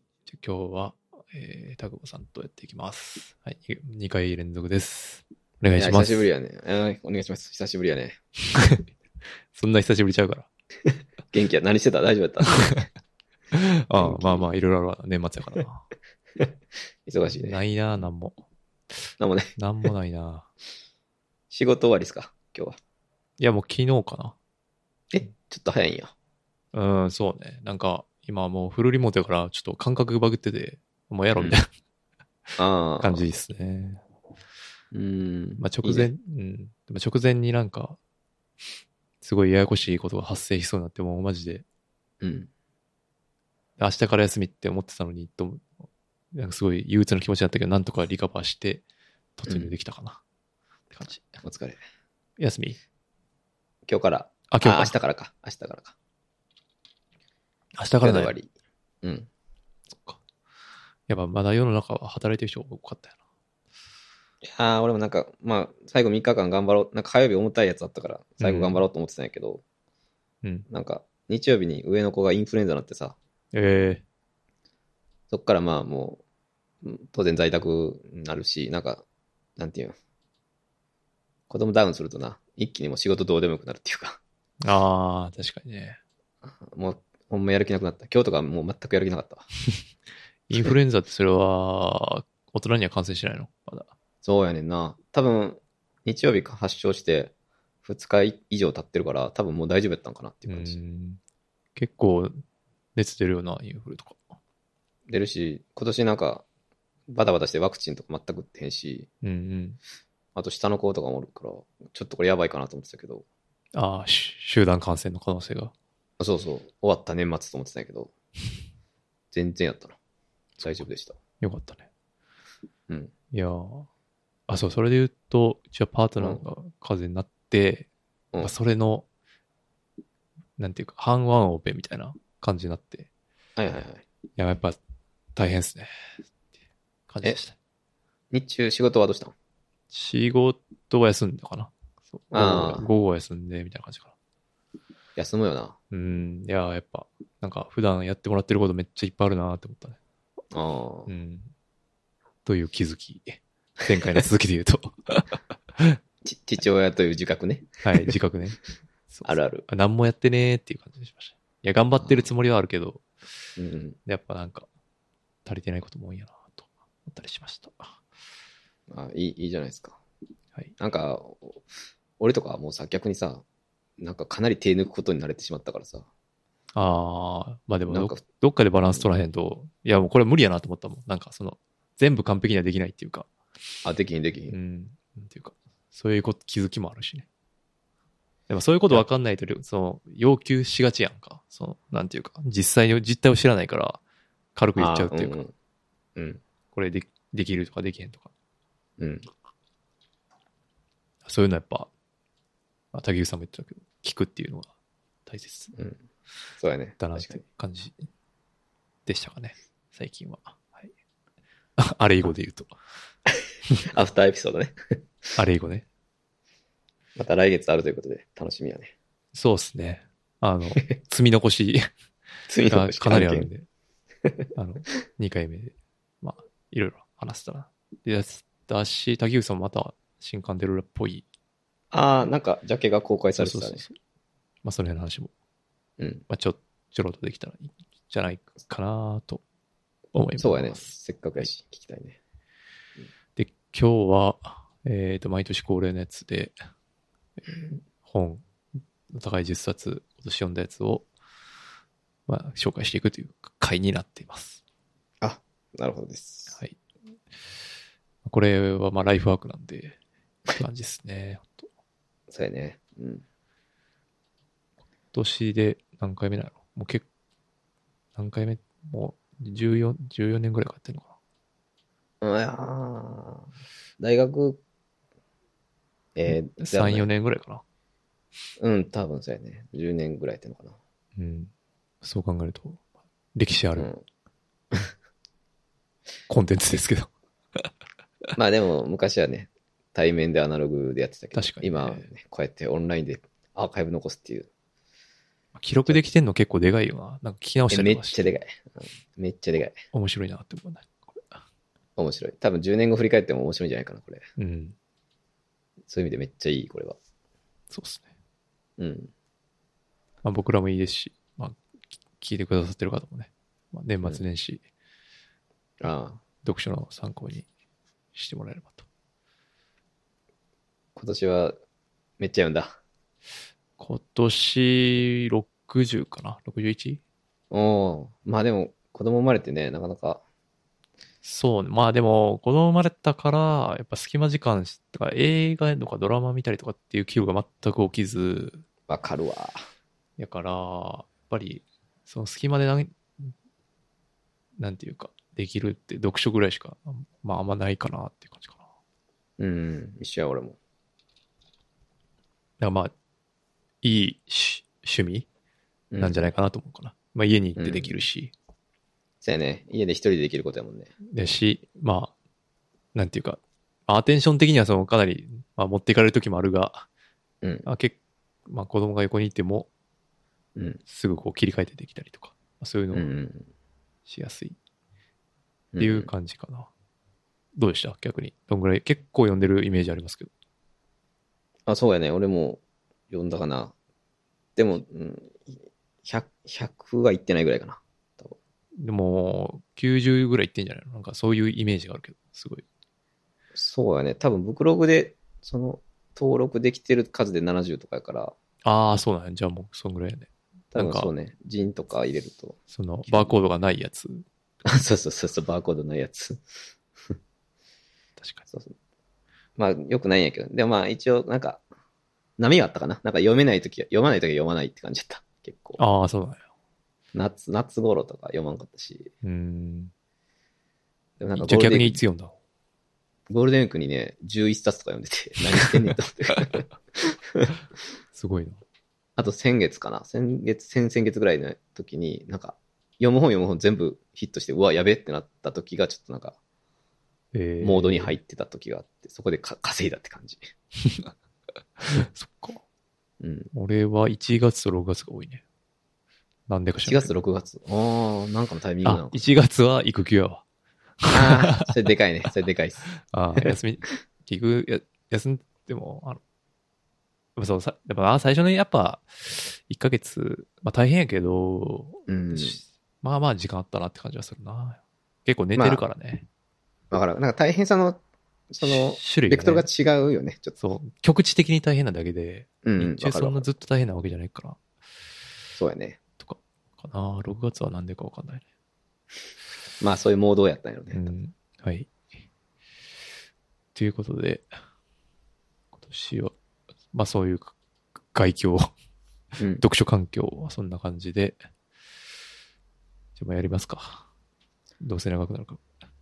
じゃ今日は、タグボさんとやっていきます。はい。2回連続です。お願いします。 久しぶりやね。お願いします。久しぶりやね。 そんな久しぶりちゃうから。 元気や。何してた？大丈夫やった？ まあ、いろいろある年末やからな。 忙しいね。 ないな、なんも。 なんもね。 なんもないな。 仕事終わりっすか？今日は。 いや、もう昨日かな。 ちょっと早いんや。 そうね。なんか、今もうフルリモートやから、ちょっと感覚バグってて、もうやろみたいな、感じですね。まあ直前、 いいね。 でも直前になんか、すごいややこしいことが発生しそうになって、もうマジで、明日から休みって思ってたのに、なんかすごい憂鬱な気持ちだったけど、なんとかリカバーして、突入できたかな。って感じ。 お疲れ。 休み？ 今日から。 今日から。 明日からか。明日からか。 明日からね。 終わり。そっか。やっぱまだ世の中は働いてる人多かったよな。俺もなんか、まあ、最後3日間頑張ろう。なんか火曜日重たいやつあったから、最後頑張ろうと思ってたんやけど、なんか、日曜日に上の子がインフルエンザになってさ、そっからまあもう、当然在宅になるし、なんか、なんていうの、子供ダウンするとな、一気にもう仕事どうでもよくなるっていうか。 確かにね。 もう、ほんまやる気なくなった。今日とかもう全くやる気なかったわ。 インフルエンザってそれは、大人には感染しないの？まだ。 そうやねんな。多分、日曜日発症して、2日以上経ってるから、多分もう大丈夫やったんかなっていう感じ。 結構、熱出るようなインフルとか。 出るし、今年なんか、バタバタしてワクチンとか全く打ってへんし、あと下の子とかもおるから、ちょっとこれやばいかなと思ってたけど。 集団感染の可能性が。 そうそう、終わった年末と思ってたんやけど、全然やったな。大丈夫でした。 よかったね。いやそう、それで言うと、うちはパートナーが風邪になって、それの、なんていうか、半ワンオペみたいな感じになって。やっぱ大変ですね。感じでした。 日中仕事はどうしたの？ 仕事は休んだかな。午後休んで、みたいな感じかな。 休むよな。 いや、やっぱ、なんか普段やってもらってることめっちゃいっぱいあるなって思ったね。という気づき。前回の続きで言うと。 父親という自覚ね。 はい、自覚ね。 あるある。 何もやってねーっていう感じでしました。いや、頑張ってるつもりはあるけど、やっぱなんか、足りてないことも多いやなと思ったりしました。 いいじゃないですか。 はい。 なんか、俺とかはもうさ、逆にさ、なんかかなり手抜くことに慣れてしまったからさ。 まあでもどっかでバランス取らへんと、いやもうこれ無理やなと思ったもん。なんか全部完璧にはできないっていうか。 できひん。 っていうか、そういう気づきもあるしね。でもそういうこと分かんないと、要求しがちやんか。なんていうか、実態を知らないから、軽く言っちゃうっていうか。これできるとかできへんとか。そういうのやっぱ、竹内さんも言ってたけど、聞くっていうのが大切。 そうやね。 だなって感じでしたかね。最近は。はい。あれ以後で言うと。 アフターエピソードね。 あれ以後ね。 また来月あるということで、楽しみやね。 そうですね。積み残しがかなりあるんで。2回目で、まあ、いろいろ話せたら。で、だし、竹内さんもまた新刊出るっぽい。 なんか、ジャケが公開されてたね。 まあ、その辺の話も。まあ、ちょろっとできたらいいんじゃないかなと思います。 そうやね。せっかくやし、聞きたいね。 で、今日は、毎年恒例のやつで、本、お互い10冊、今年読んだやつを、まあ、紹介していくという回になっています。 なるほどです。 はい。これは、まあ、ライフワークなんで、って感じですね。 そうやね。 今年で何回目なの？もう何回目？もう14年ぐらいかやってんのかな。大学、 3、4年ぐらいかな。 うん、多分そうやね。10年ぐらいやってんのかな。 うん。そう考えると、歴史あるうん。 コンテンツですけど。 まあでも、昔はね、対面でアナログでやってたけど、 確かにね今はね、こうやってオンラインでアーカイブ残すっていう。 記録できてんの結構でかいよな。なんか聞き直しためりとかして。 っちゃでかい。めっちゃでかい。 面白いなって思うね。これ面白い。多分10年後振り返っても面白いんじゃないかな、これ。 うん。 そういう意味でめっちゃいい、これは。 そうですね。 うん。 まあ僕らもいいですし、まあ、聞いてくださってる方もね、まあ、年末年始、 ああ。 読書の参考にしてもらえればと。 今年はめっちゃ読んだ。 今年60かな ?61? おお。まあでも、子供生まれてね、なかなか。 そうね。まあでも、子供生まれたから、やっぱ隙間時間とか映画とかドラマ見たりとかっていう記憶が全く起きず、 わかるわ。 やから、やっぱり、その隙間でなんていうか、できるって読書ぐらいしか、まああんまないかなっていう感じかな。だかうん。一緒や、俺も。 らまあ、いい趣味なんじゃないかなと思うかな。まあ家に行ってできるし、 そうやね。家で一人でできることやもんね。 だし、まあ、なんていうか、アテンション的にはそのかなり、まあ、持っていかれる時もあるが、 うん。 まあ子供が横にいても、 うん。 すぐこう切り替えてできたりとか、まあ、そういううん。うのをん。 しやすいっていう感じかな。どうでした逆に。どんぐらい、結構読んでるイメージありますけど。 あ、そうやね。俺も読んだかな。でも、100はいってないぐらいかな。多分でも、90ぐらいいってんじゃないのなんかそういうイメージがあるけど、すごい。 そうやね。多分、ブクログで、その、登録できてる数で70とかやから、 ああ、そうなんや。じゃあもう、そんぐらいやね。 多なんか分そうね。ジンとか入れると。 その、バーコードがないやつ。 あ、そうそうそうそう、バーコードのやつ。 確かそうそう。まあ、よくないんやけど。でもまあ、一応、なんか、波があったかな。なんか読まないときは読まないって感じだった。結構。 に。ああ、そうなんや。 夏頃とか読まんかったし。 うーん。 でもなんかじゃあ逆にいつゴ読んだールデンウィークにね、11冊とか読んでて、何してんねんと思って。 すごいな。 あと先月かな。先々月ぐらいの時に、なんか、読む本全部ヒットして、うわ、やべってなった時が、ちょっとなんか、モードに入ってた時があって、そこで稼いだって感じ。 そっか。 うん。 俺は1月と6月が多いね。なんでか知 1 らない月と6月。ああ、なんかのタイミングなのあ、 かな。 1月は育休やわ。 ああ、それでかいね。それでかいっす。 ああ、休んでも、そう、やっぱ最初のやっぱ、1ヶ月、まあ大変やけど、 うん。 まあまあ時間あったなって感じはするな。結構寝てるからね。 だから、なんか大変さの、その、 種類がねベクトルが違うよね、ちょっと。 そう、局地的に大変なだけで、 うん、 日中そんなずっと大変なわけじゃないから、 そうやね。 とか、かな。6月はなんでかわかんないね。 まあ、そういうモードをやったんやろね。 うん。はい。ということで、今年は、まあそういう外境、 うん。 読書環境はそんな感じで、じゃあもうやりますか。どうせ長くなるか。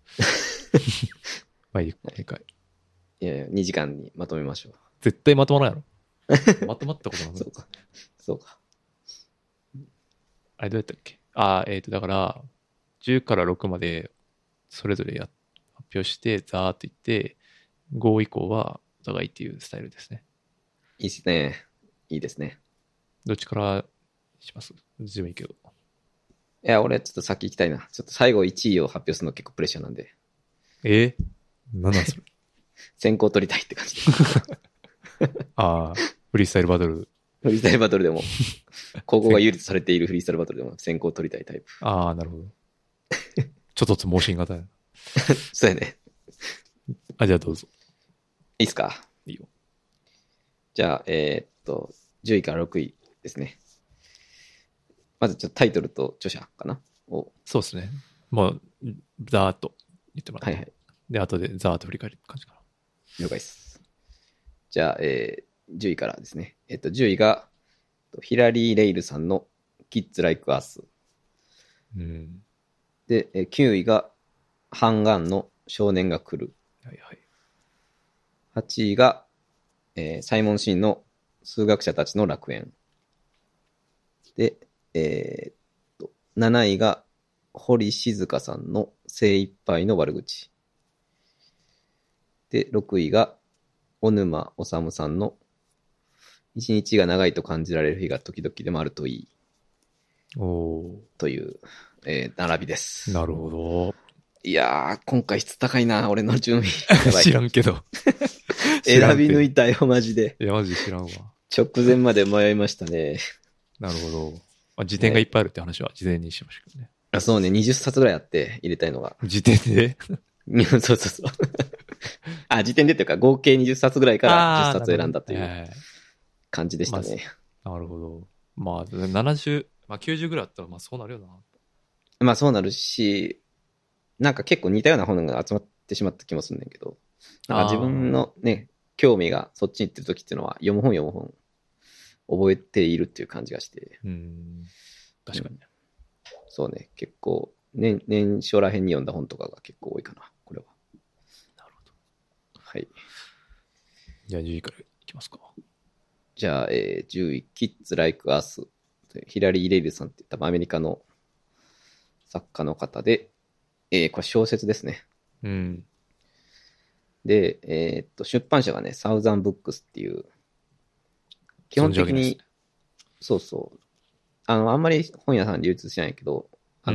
まあいい、一回。 いやいや、2時間にまとめましょう。 絶対まとまらんやろ。まとまったことなそうか。そうか。 あれどうやったっけだから、10から6まで、それぞれ発表して、ざーっと言って、5以降はお互いっていうスタイルですね。 いいっすね。いいですね。 どっちからします自分いいけど。 いや、俺ちょっと先行きたいな。ちょっと最後1位を発表するの結構プレッシャーなんで。 なんなんそれ。 先行取りたいって感じ。 ああ、フリースタイルバトル。 フリースタイルバトルでも、高校が有利とされているフリースタイルバトルでも先行取りたいタイプ。 ああ、なるほど。ちょっと盲信型やな。 そうやね。 あ、じゃあどうぞ。 いいっすか。 いいよ。 じゃあ、10位から6位ですね。まずちょっとタイトルと著者かなを。 そうですね。もう、ざーっと言ってもらって。 はいはい。 で、後でざーっと振り返る感じかな。 了解です。じゃあ、10位からですね。10位が、ヒラリー・レイルさんの Kids Like Us。 うん。 で、9位が、ハンガンの少年が来る。 はいはい。 8位が、サイモン・シーンの数学者たちの楽園。で、7位が堀静香さんの精一杯の悪口。で、6位が小沼治さんの一日が長いと感じられる日が時々でもあるといい。という、並びです。 なるほど。 いやー、今回質高いな、俺の順位。 知らんけど。 選び抜いたよ、マジで。 いや、マジで知らんわ。 直前まで迷いましたね。 なるほど。まあ、辞典がいっぱいあるって話は事前にしましたけどね。 あ、そうね、20冊ぐらいあって入れたいのが。 辞典でそうそうそう。あ、辞典でっていうか、合計20冊ぐらいから10冊選んだという感じでしたね。 なるほど。まあ、70、まあ90ぐらいあったら、まあそうなるよな。 まあそうなるし、なんか結構似たような本が集まってしまった気もするんだけど、なんか自分のね、興味がそっちに行ってる時っていうのは、読む本覚えているっていう感じがして。 確かにね。 そうね、結構、年初ら辺に読んだ本とかが結構多いかな、これは。 なるほど。 はい。 じゃあ10位からいきますか。 じゃあ、10位、Kids Like Us。ヒラリー・レイルさんって多分アメリカの作家の方で、これ小説ですね。 うん。 で、出版社がね、サウザンブックスっていう、基本的に、そうそう。あんまり本屋さん流通しないけど、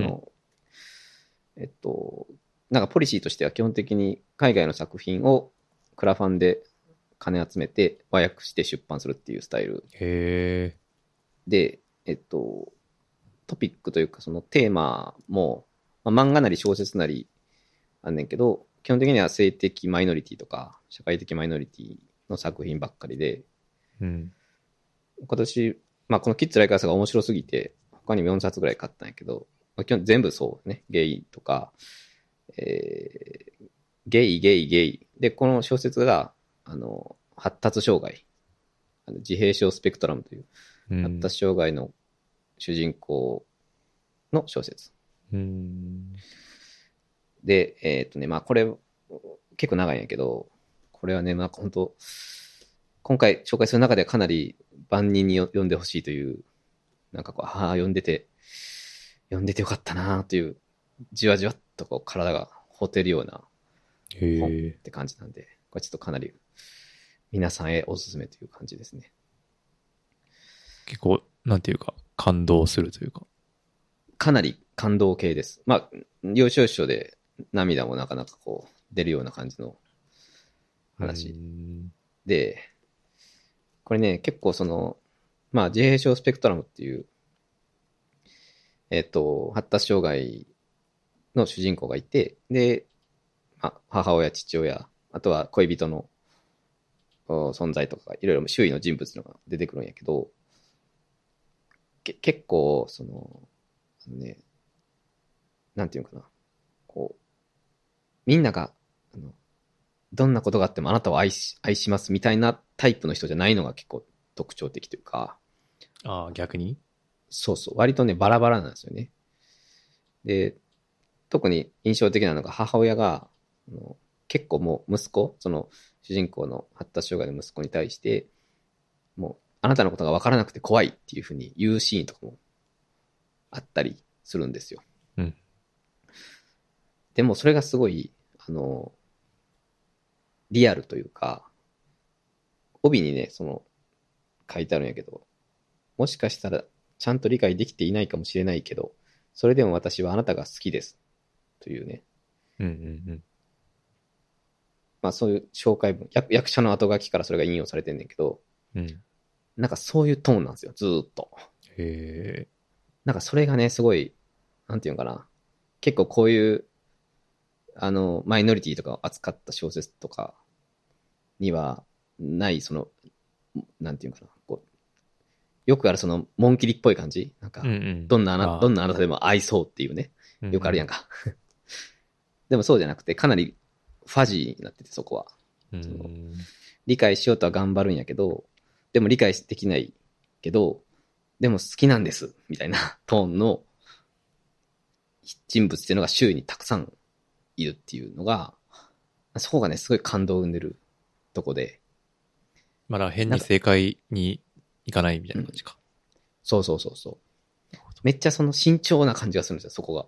なんかポリシーとしては基本的に海外の作品をクラファンで金集めて和訳して出版するっていうスタイル。 へー。で、トピックというかそのテーマも、まあ、漫画なり小説なりあんねんけど、基本的には性的マイノリティとか社会的マイノリティの作品ばっかりで、 うん、 今年、まあこのキッズライカースが面白すぎて、他にも4冊ぐらい買ったんやけど、まあ、基本全部そうね、ゲイとか、ゲイ。で、この小説が、発達障害、自閉症スペクトラムという発達障害の主人公の小説。で、まあこれ結構長いんやけど、これはね、まあ本当今回紹介する中ではかなり万人に読んでほしいという、なんかこう、読んでてよかったなという、じわじわっとこう体がほてるような本って感じなんで、これちょっとかなり皆さんへおすすめという感じですね。 結構、なんていうか、感動するというか。 かなり感動系です。まあ、要所要所で涙もなかなかこう出るような感じの話で、これね、結構その、まあ、自閉症スペクトラムっていう、発達障害の主人公がいて、で、まあ、母親、父親、あとは恋人の存在とか、いろいろ周囲の人物のが出てくるんやけど、結構、その、ね、なんていうのかな、こう、みんなが、どんなことがあってもあなたを愛しますみたいなタイプの人じゃないのが結構特徴的というか。 ああ、逆に？ そうそう。割とね、バラバラなんですよね。で、特に印象的なのが母親が、結構もう息子、その主人公の発達障害の息子に対して、もうあなたのことが分からなくて怖いっていうふうに言うシーンとかもあったりするんですよ。 うん。 でもそれがすごい、リアルというか、帯にね、その、書いてあるんやけど、もしかしたらちゃんと理解できていないかもしれないけど、それでも私はあなたが好きです。というね。まあそういう紹介文、役者の後書きからそれが引用されてんねんけど、なんかそういうトーンなんですよ、ずーっと。 へー。 なんかそれがね、すごい、なんていうのかな。結構こういう、マイノリティとかを扱った小説とかにはない、その、なんていうのかな。こうよくあるその、モンキリっぽい感じなんか、どんなあなたでも愛そうっていうね。よくあるやんか。でもそうじゃなくて、かなりファジーになってて、そこは。理解しようとは頑張るんやけど、でも理解できないけど、でも好きなんです、みたいなトーンの人物っていうのが周囲にたくさんいるっていうのが、そこがね、すごい感動を生んでるとこで、 まだ変に正解にいかないみたいな感じか。 そうそうそうそう。めっちゃその慎重な感じがするんですよ、そこが。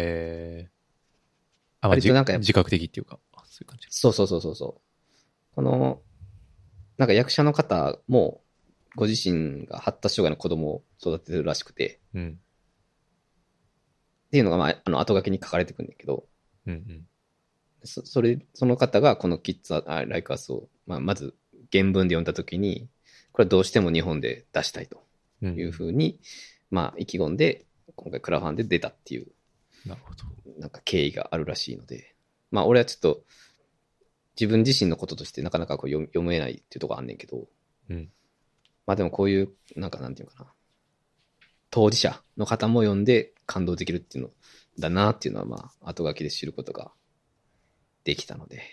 あ、まあ、自覚的っていうか、そういう感じ。 そうそうそうそうそう。この、なんか役者の方も、ご自身が発達障害の子供を育ててるらしくて、 うん。 っていうのが、まあ、後書きに書かれてくるんだけど、 うんうん。 その方がこのキッズ・ライク・アスを、まあ、まず原文で読んだときに、これはどうしても日本で出したいというふうに、まあ、意気込んで、今回クラファンで出たっていう、 なるほど。 なんか経緯があるらしいので、まあ、俺はちょっと、自分自身のこととしてなかなかこう読めないっていうところあんねんけど、 うん。 まあでもこういう、なんかなんていうかな、当事者の方も読んで感動できるっていうのだなっていうのは、まあ、後書きで知ることができたので、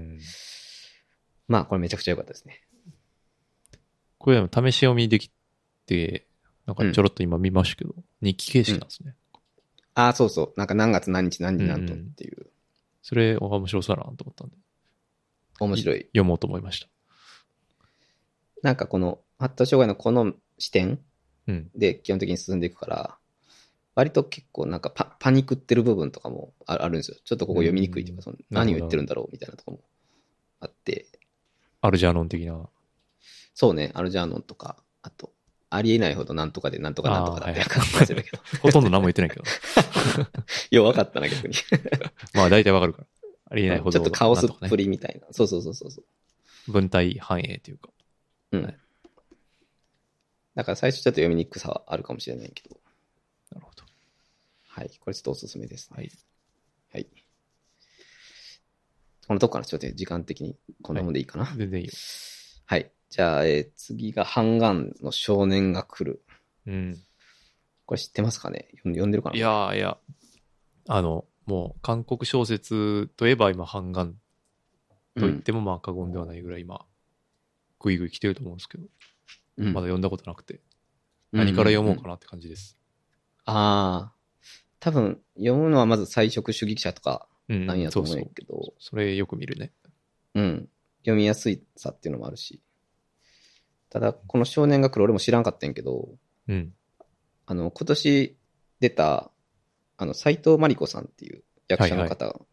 まあ、これめちゃくちゃ良かったですね。 これでも試し読みできて、なんかちょろっと今見ましたけど、日記形式なんですね。 ああ、そうそう。なんか何月何日何時何分っていう。 それ面白そうだなと思ったんで。 面白い。 読もうと思いました。 なんかこの発達障害のこの視点で基本的に進んでいくから、割と結構なんかパニクってる部分とかもあるんですよ。ちょっとここ読みにくいというか、その何を言ってるんだろうみたいなところもあって。 アルジャーノン的な。 そうね、アルジャーノンとか、あと、ありえないほどなんとかでなんとかなんとかだって感じだけど。 ほとんど何も言ってないけど。 よう分かったな、逆に。 まあ大体分かるから。ありえないほど。 ちょっとカオスっぷりみたいな。そうそうそうそう。 文体反映というか。 うん。はい、だから最初ちょっと読みにくさはあるかもしれないけど。 なるほど。 はい。これちょっとおすすめですね。 はい。 はい。このとこからちょっと時間的にこんなもんでいいかな。 はい、全然いいよ。 はい。じゃあ、次がハンガンの少年が来る。 うん。 これ知ってますかね？読んでるかな？ いや、もう韓国小説といえば今ハンガンと言ってもまあ過言ではないぐらい今、ぐいぐい来てると思うんですけど、まだ読んだことなくて、何から読もうかなって感じです。 ああ。多分、読むのはまず菜食主義者とかなんやと思うんやけど、 そうそれよく見るね。 うん。読みやすいさっていうのもあるし。ただ、この少年が来る俺も知らんかったんやけど、 うん。 今年出た、斎藤真理子さんっていう役者の方、はいはい、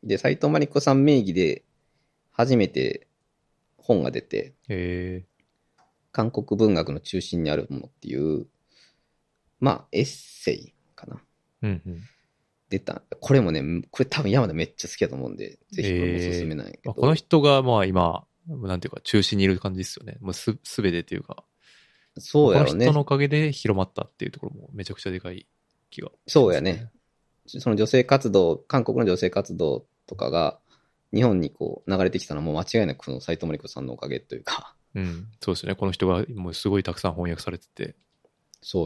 で、斎藤真理子さん名義で初めて本が出て、韓国文学の中心にあるものっていう、まあ、エッセイかな。 うんうん。 出た。これもね、これ多分山田めっちゃ好きだと思うんで、ぜひこれもおすすめなんやけど。 この人がまあ今、なんていうか中心にいる感じですよね。もうすべてというか。 そうやろね。 この人のおかげで広まったっていうところもめちゃくちゃでかい気が、ね。 そうやね。その女性活動、韓国の女性活動とかが日本にこう流れてきたのはもう間違いなくその斎藤真理子さんのおかげというか。 うん。そうですね。この人がもうすごいたくさん翻訳されてて。 そう。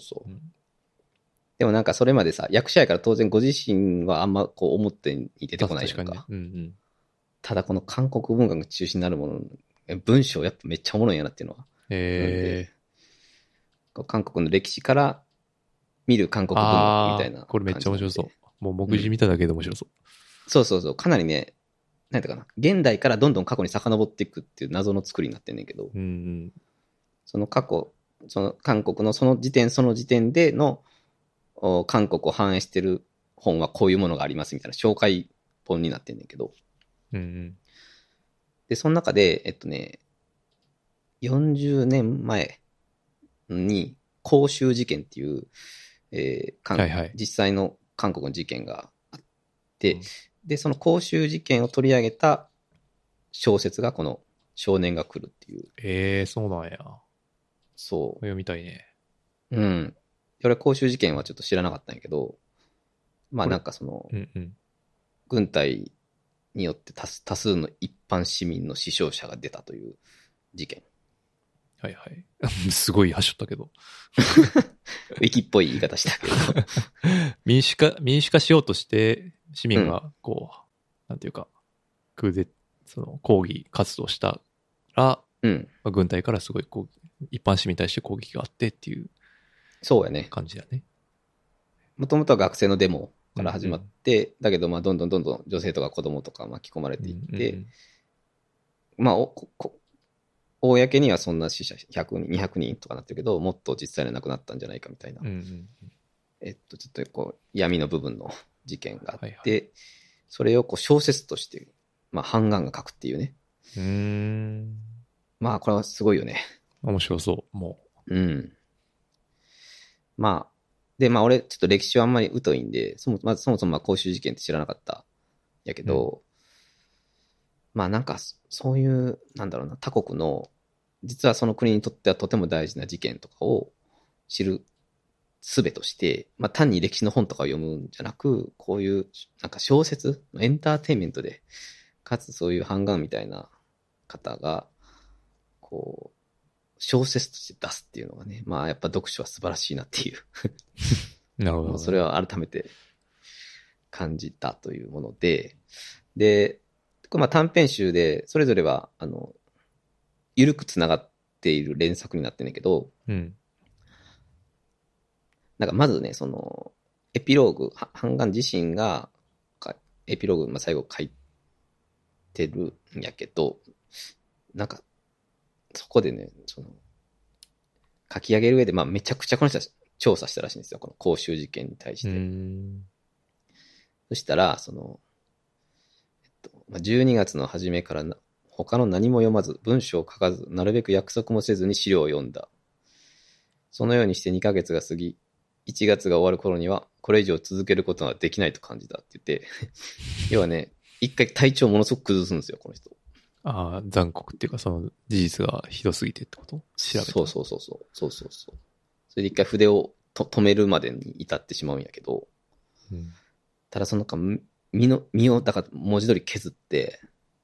でもなんかそれまでさ、役者やから当然ご自身はあんまこう表に出てこないやんか。 確かにね。 ただこの韓国文学が中心になるもの、文章やっぱめっちゃおもろいんやなっていうのは。韓国の歴史から見る韓国文学みたいな。 これめっちゃ面白そう。もう目次見ただけで面白そう。 そう。かなりね、なんていうかな。現代からどんどん過去に遡っていくっていう謎の作りになってんねんけど、その過去、その韓国のその時点での韓国を反映してる本はこういうものがありますみたいな紹介本になってんねんけど、で、その中で、40年前に光州事件っていう、実際の韓国の事件があって、で、その光州事件を取り上げた小説がこの少年が来るっていう。 そうなんや。 そう。 読みたいね。 うん。俺、光州事件はちょっと知らなかったんやけど、まあなんかその、軍隊によって多数の一般市民の死傷者が出たという事件。 はいはい。すごいはしょったけど。 ウィキっぽい言い方したけど。 民主化しようとして、市民がこう、なんていうか、その抗議活動したら、軍隊からすごい一般市民に対して攻撃があってっていう。 そうやね。 感じだね。 もともとは学生のデモから始まって、だけどまあどんどん女性とか子供とか巻き込まれていって、まあ公にはそんな死者100人、200人とかなってるけど、もっと実際に亡くなったんじゃないかみたいな。 うんうん。 ちょっとこう、闇の部分の事件があって、 はいはい、 それをこう小説として、まあ、ハンガンが書くっていうね。まあ、これはすごいよね。 面白そう、もう。うん。まあ、で、まあ、俺、ちょっと歴史はあんまり疎いんで、そもそもまあ、公衆事件って知らなかったやけど、まあ、なんか、そういう、なんだろうな、他国の、実はその国にとってはとても大事な事件とかを知る術として、まあ、単に歴史の本とかを読むんじゃなく、こういう、なんか小説、エンターテインメントで、かつそういうハンガンみたいな方が、こう、小説として出すっていうのがね、まあやっぱ読書は素晴らしいなっていう。 なるほど、ね。 それは改めて感じたというもので、で、まあ短編集で、それぞれは、緩くつながっている連作になってんねんけど、 うん。 なんかまずね、エピローグ、ハンガン自身が、エピローグ、まあ最後書いてるんやけど、なんか、そこでね、書き上げる上で、まあめちゃくちゃこの人は調査したらしいんですよ、この公衆事件に対して。そしたら、12月の初めから他の何も読まず、文章を書かず、なるべく約束もせずに資料を読んだ。そのようにして2ヶ月が過ぎ、1月が終わる頃には、これ以上続けることはできないと感じたって言って、要はね、一回体調をものすごく崩すんですよ、この人。 ああ、残酷っていうか、その事実がひどすぎてってこと調べた。 そう。それで一回筆を止めるまでに至ってしまうんやけど、ただその身を、だから文字通り削って、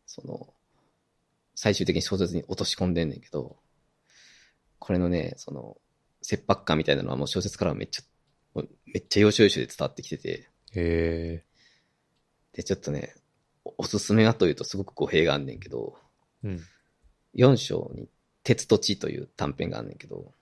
最終的に小説に落とし込んでんねんけど、これのね、切迫感みたいなのはもう小説からはめっちゃ要所要所で伝わってきてて、で、ちょっとね、おすすめはというとすごく語弊があんねんけど、4章に鉄と地という短編があんねんけど、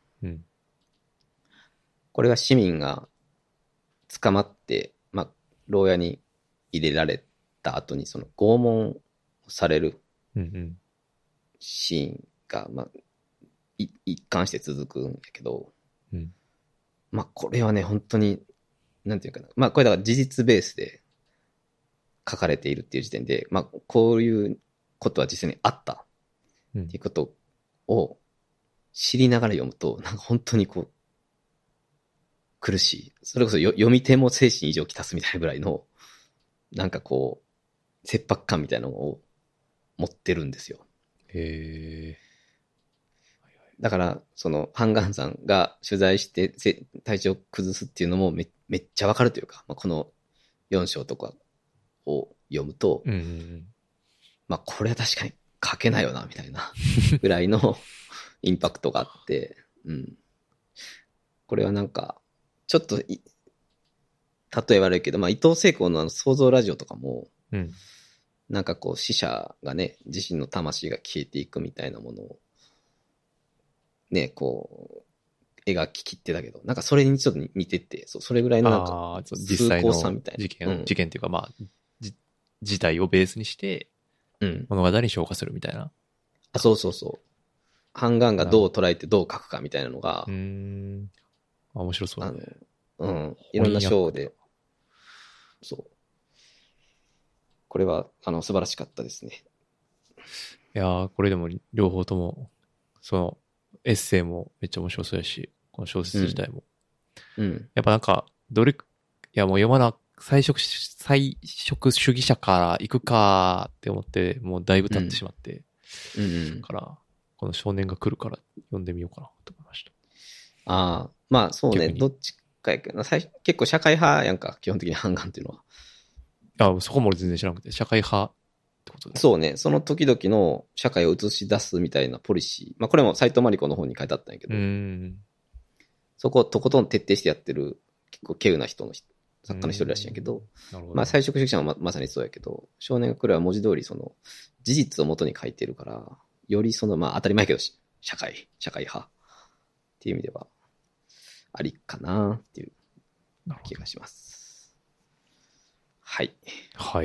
これが市民が捕まって、まあ、牢屋に入れられた後に拷問されるシーンが、まあ、一貫して続くんやけど、まあ、これはね、本当に、なんていうかな。まあ、これだから事実ベースで書かれているっていう時点で、まあ、こういうことは実際にあったっていうことを知りながら読むと、なんか本当にこう、苦しい。それこそ読み手も精神異常をきたすみたいなぐらいの、なんかこう、切迫感みたいなのを持ってるんですよ。だから、ハンガンさんが取材して体調を崩すっていうのもめっちゃわかるというか、まあ、この4章とかを読むと、まあ、これは確かに書けないよな、みたいなぐらいのインパクトがあって、これはなんか、ちょっと例え悪いけど、まあ、伊藤聖子の創造ラジオとかも、なんかこう死者がね、自身の魂が消えていくみたいなものを、ね、こう、描き切ってたけど、なんかそれにちょっと似てて、それぐらいのなんか、 実際の事件っていうか、まあ、事態をベースにして、物語に昇華するみたいな。 そう。ハンガンがどう捉えてどう書くかみたいなのが、 面白そうだね。 いろんな章で、これは、素晴らしかったですね。 いやー、これでも両方とも、エッセイもめっちゃ面白そうやし、この小説自体も。やっぱなんか、いやもう読まな、菜食主義者から行くかって思って、もうだいぶ経ってしまって、から、この少年が来るから読んでみようかなと思いました。 まあそうね、どっちかやけど、結構社会派やんか、基本的にハンガンっていうのは。そこも俺全然知らなくて、社会派ってことで。 そうね、その時々の社会を映し出すみたいなポリシー。まあこれも斎藤真理子の本に書いてあったんやけど、そこをとことん徹底してやってる、結構稀有な作家の一人らしいんやけど、まあ菜食主義者も まさにそうやけど、少年が来るは文字通り事実を元に書いてるから、よりまあ当たり前やけど、社会派っていう意味では、ありかなっていう気がします。はい。 はい。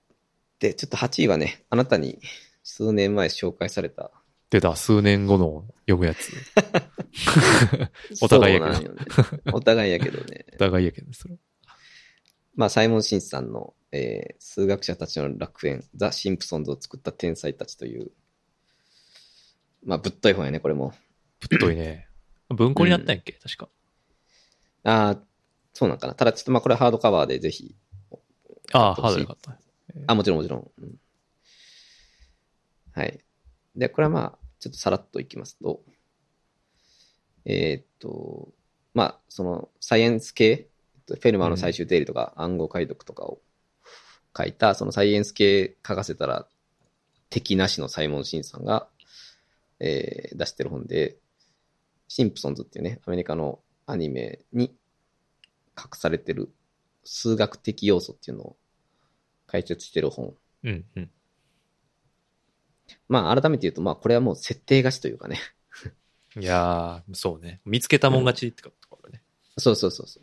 で、ちょっと8位はね、あなたに数年前紹介された。 出た、数年後の読むやつ。お互いやけど。 そうなんよね。お互いやけどね。 お互いやけど、それ。 まあ、サイモン・シンさんの、数学者たちの楽園、ザ・シンプソンズを作った天才たちという、まあ、ぶっとい本やね、これも。 ぶっといね。文庫になったんやっけ、確か。 ああ、そうなんかな。ただちょっとまあこれハードカバーでぜひ。 ああ、ハードでよかった。 あ、もちろんもちろん。うん、はい。で、これはまあ、ちょっとさらっといきますと、まあ、そのサイエンス系、フェルマーの最終定理とか暗号解読とかを書いた、そのサイエンス系書かせたら敵なしのサイモン・シンさんが、出してる本で、シンプソンズっていうね、アメリカのアニメに隠されてる数学的要素っていうのを解説してる本。 うんうん。 まあ改めて言うと、まあこれはもう設定勝ちというかね。 いやー、そうね。見つけたもん勝ちってことね。 そうそうそうそう。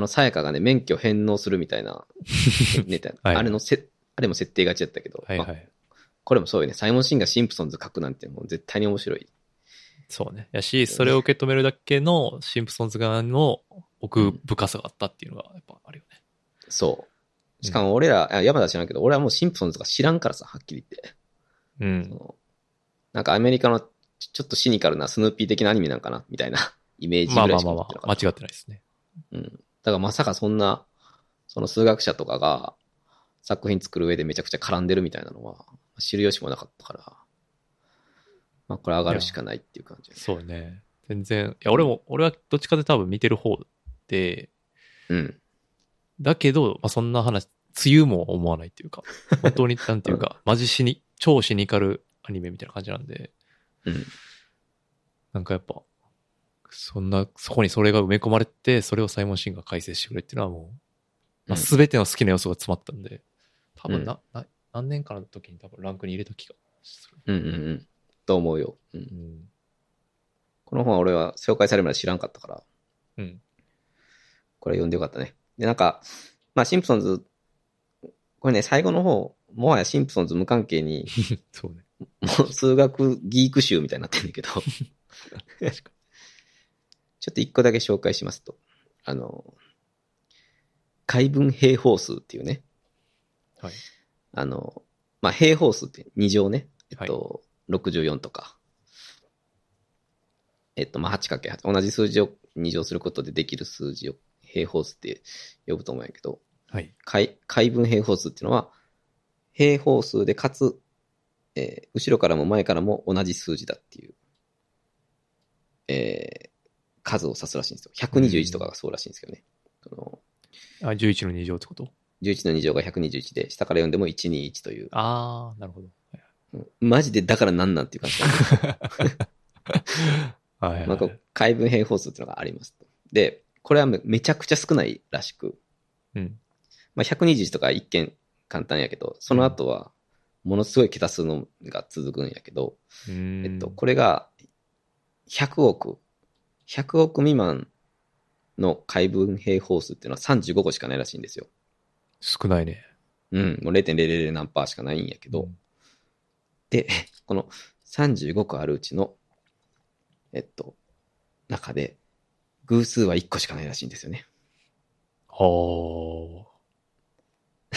さやかがね、免許返納するみたいなネタ、はい、あれも設定勝ちやったけど、 はいはい。 まあ、これもそうよね。サイモン・シンがシンプソンズ書くなんてもう絶対に面白い。 そうね。やし、それを受け止めるだけのシンプソンズ側の奥深さがあったっていうのがやっぱあるよね。 そう。しかも俺ら、山田知らんけど、俺はもうシンプソンズとか知らんからさ、はっきり言って。 うん。 なんかアメリカのちょっとシニカルなスヌーピー的なアニメなんかなみたいなイメージぐらいしか持ってなかった。 まあ間違ってないですね。 うん。だからまさかそんな、その数学者とかが作品作る上でめちゃくちゃ絡んでるみたいなのは知る由もなかったから、まあこれ上がるしかないっていう感じ、ね。 そうね。全然、いや俺はどっちかで多分見てる方で、 うん。 だけど、まあ、そんな話、梅雨も思わないっていうか、本当になんていうか、マジ超シニカルアニメみたいな感じなんで、 うん。 なんかやっぱ、そこにそれが埋め込まれて、それをサイモン・シンが解説してくれっていうのはもう、まあ、全ての好きな要素が詰まったんで、多分何年かの時に多分ランクに入れた気がする。 うんうんうん。と思うよ。うん。うん、この本は俺は紹介されるまで知らんかったから、 うん。 これ読んでよかったね。で、なんか、まあシンプソンズ、これね、最後の方、もはやシンプソンズ無関係に、 そうね。 もう数学ギーク集みたいになってるんだけど、 確かに。 ちょっと一個だけ紹介しますと、解分平方数っていうね、 はい。 まあ平方数って2乗ね、 はい、 64とか、まあ 8×8、同じ数字を2乗することでできる数字を平方数って呼ぶと思うんやけど、 はい。 解分平方数っていうのは、平方数でかつ、後ろからも前からも同じ数字だっていう、数を指すらしいんですよ。121とかがそうらしいんですけどね。 11の2乗ってこと ?11 の2乗が121で、下から読んでも121という。 ああ、なるほど。 マジでだからなんなんっていう感じなんですよ。 はいはい、 まあ、解分平方数っていうのがありますと。で、これはめちゃくちゃ少ないらしく。 うん。 まあ、121とか一見簡単やけど、その後は、ものすごい桁数のが続くんやけど、これが100億未満の解分平方数っていうのは35個しかないらしいんですよ。 少ないね。 うん、もう 0.000 何パーしかないんやけど、で、この35個あるうちの、中で、偶数は1個しかないらしいんですよね。 はあ。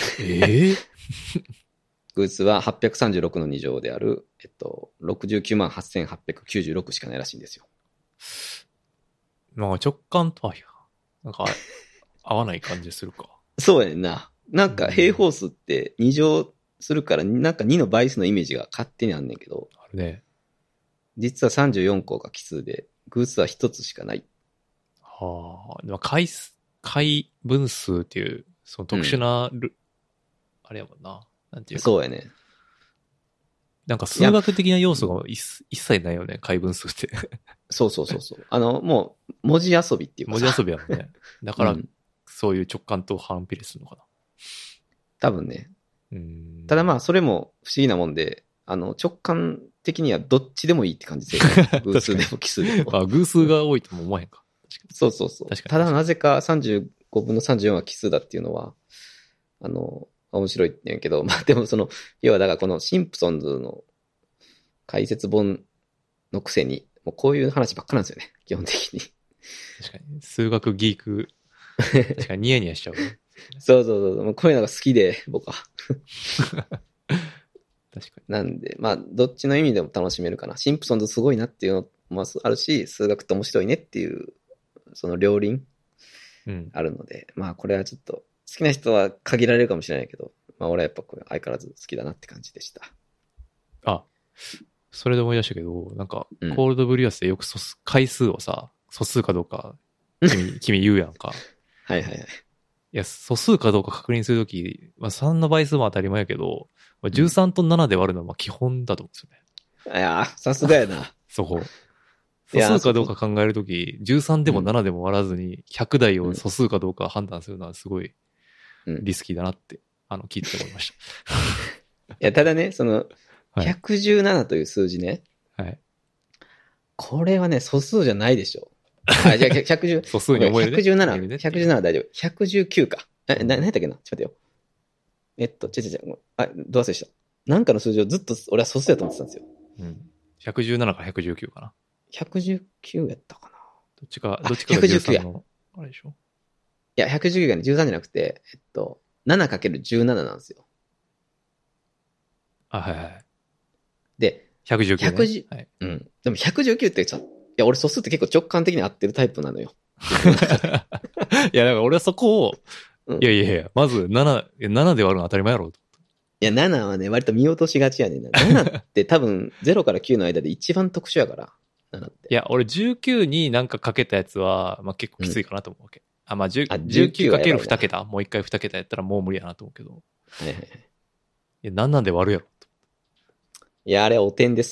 偶数は836の2乗である、698,896しかないらしいんですよ。 まあ直感とは、なんか、合わない感じするか。 そうやねんな。なんか平方数って2乗するから、なんか2の倍数のイメージが勝手にあんねんけど。 あるね。 実は34個が奇数で、偶数は1つしかない。 はあ。でも解分数っていう、その特殊なあれやもんな。なんていうか。 そうやね。 なんか数学的な要素が一切ないよね、解分数って。 そう。もう、文字遊びっていうか。 文字遊びやもんね。だから、そういう直感と反比例するのかな。 多分ね。ただまあ、それも不思議なもんで、直感的にはどっちでもいいって感じで、偶数でも奇数でも。 あ、偶数が多いとも思わへんか。 そう。ただなぜか35分の34は奇数だっていうのは、 面白いって言うんやけど、まあでも要はだからこのシンプソンズの解説本のくせに、もうこういう話ばっかなんですよね、基本的に。 確かに。数学ギーク、確かにニヤニヤしちゃう。 そうそうそう。もうこういうのが好きで、僕は。 確かに。 なんで、まあ、どっちの意味でも楽しめるかな。シンプソンズすごいなっていうのもあるし、数学って面白いねっていう、その両輪あるので、まあ、これはちょっと、好きな人は限られるかもしれないけど、まあ、俺はやっぱこれ相変わらず好きだなって感じでした。 あ、それで思い出したけど、なんか、コールドブリュアスでよく回数をさ、素数かどうか、君言うやんか。 はいはいはい。 いや、素数かどうか確認するとき、まあ、3の倍数も当たり前やけど、まあ、13と7で割るのはまあ基本だと思うんですよね。 いやー、さすがやな。 そう。素数かどうか考えるとき、13でも7でも割らずに、100台を素数かどうか判断するのはすごいリスキーだなって、聞いて思いました。 いや、ただね、117という数字ね。 はい。 これはね、素数じゃないでしょ。あ、じゃあ110。 素数に思えるね。 117は大丈夫。119か。何やったっけなちょっと待ってよ。どう忘れした。なんかの数字をずっと俺は素数やと思ってたんですよ。 うん。117か119かな。 119やったかな。 どっちかが13の、あれでしょ。 いや、119がね、13じゃなくて、7×17 なんですよ。 あ、はいはい。 で、 119、 ね。はい。うん。でも119ってさ、いや、俺素数って結構直感的に合ってるタイプなのよ。 いや、だから俺はそこを、いや、まず7で割るの当たり前やろと。 いや、7はね、割と見落としがちやねんな。7って多分0から9の間で一番特殊やから、7って。 いや、俺19になんかかけたやつは、まあ結構きついかなと思うわけ。まあ19かける2桁、もう一回2桁やったらもう無理やなと思うけど。 はいはいはい。 いや、7で割るやろと。 いや、あれお点です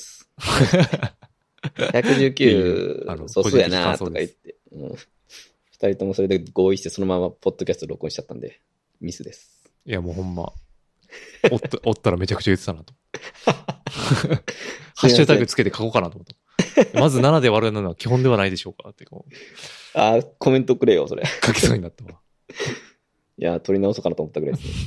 。119、素数やなとか言って。二人ともそれで合意してそのままポッドキャスト録音しちゃったんで、ミスです。 いや、もうほんま。おったらめちゃくちゃ言ってたなと。ハッシュタグつけて書こうかなと思った。まず7で割るのは基本ではないでしょうかってこう。 コメントくれよ、それ。 書きそうになったわ。 いや、取り直そうかなと思ったぐらいです